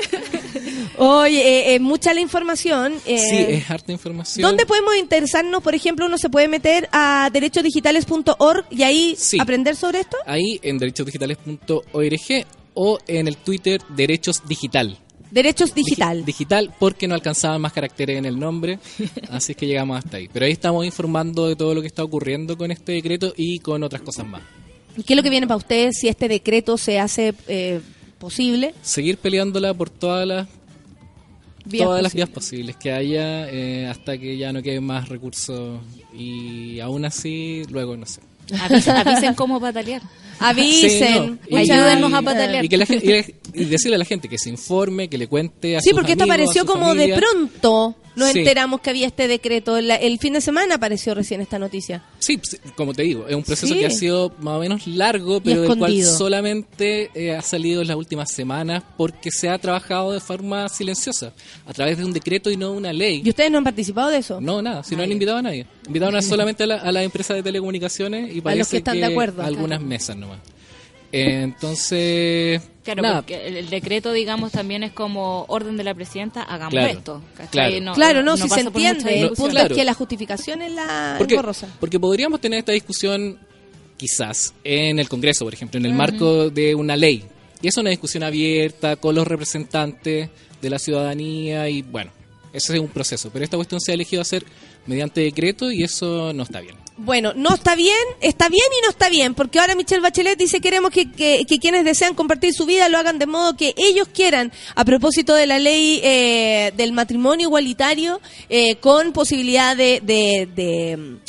Oye, mucha la información. Sí, es harta información. ¿Dónde podemos interesarnos? Por ejemplo, uno se puede meter a derechosdigitales.org y ahí aprender sobre esto. Ahí en derechosdigitales.org o en el Twitter Derechos Digital. Derechos Digital. Digital, porque no alcanzaban más caracteres en el nombre, así es que llegamos hasta ahí. Pero ahí estamos informando de todo lo que está ocurriendo con este decreto y con otras cosas más. ¿Y qué es lo que viene para ustedes si este decreto se hace posible? Seguir peleándola por todas las vías posibles que haya hasta que ya no queden más recursos y aún así, luego no sé. Avisen cómo patalear. Avisen, sí, ayúdennos a patalear. Y decirle a la gente que se informe, que le cuente a sí, sus porque esto amigos, apareció a su como familia. de pronto. Nos Sí. enteramos que había este decreto. El fin de semana apareció recién esta noticia. Sí, como te digo, es un proceso Sí. que ha sido más o menos largo, pero del cual escondido. solamente ha salido en las últimas semanas porque se ha trabajado de forma silenciosa, a través de un decreto y no una ley. ¿Y ustedes no han participado de eso? No, nada, si no han invitado a nadie. Invitaron solamente a las empresas de telecomunicaciones y parece los que están de acuerdo. algunas mesas nomás. Entonces, Claro, nada. porque el decreto, digamos, también es como orden de la presidenta, hagamos Claro, esto. ¿cachai? Claro, si se pasa por mucha entiende. El discusión. punto es que la justificación es la borrosa. Porque podríamos tener esta discusión quizás en el Congreso, por ejemplo, en el marco de una ley. Y es una discusión abierta con los representantes de la ciudadanía y bueno, ese es un proceso. Pero esta cuestión se ha elegido hacer mediante decreto y eso no está bien. Bueno, no está bien y no está bien, porque ahora Michelle Bachelet dice queremos que quienes desean compartir su vida lo hagan de modo que ellos quieran, a propósito de la ley del matrimonio igualitario, con posibilidad de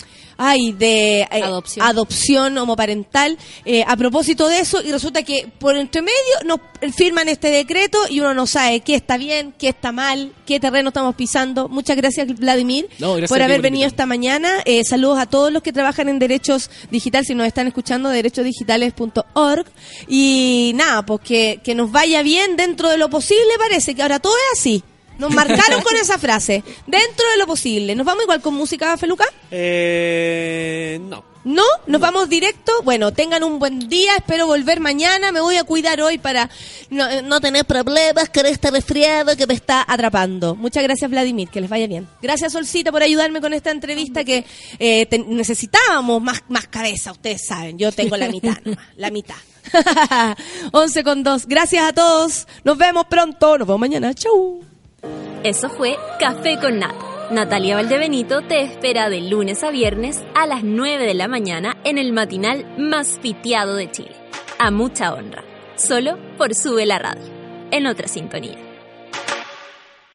adopción homoparental, a propósito de eso, y resulta que por entre medio nos firman este decreto y uno no sabe qué está bien, qué está mal, qué terreno estamos pisando. Muchas gracias, Vladimir, por haber venido esta mañana. Saludos a todos los que trabajan en Derechos Digital, si nos están escuchando, derechosdigitales.org, y nada, pues que nos vaya bien dentro de lo posible. Parece que ahora todo es así. Nos marcaron con esa frase. Dentro de lo posible. ¿Nos vamos igual con música, Feluca? No. ¿No? ¿Nos vamos directo? Bueno, tengan un buen día. Espero volver mañana. Me voy a cuidar hoy para no tener problemas con este resfriado que me está atrapando. Muchas gracias, Vladimir. Que les vaya bien. Gracias, Solcita, por ayudarme con esta entrevista que necesitábamos más cabeza. Ustedes saben. Yo tengo la mitad nomás. La mitad. 11:02. Gracias a todos. Nos vemos pronto. Nos vemos mañana. Chau. Eso fue Café con Nata. Natalia Valdebenito te espera de lunes a viernes a las 9 de la mañana en el matinal más piteado de Chile. A mucha honra. Solo por Sube la Radio. En otra sintonía.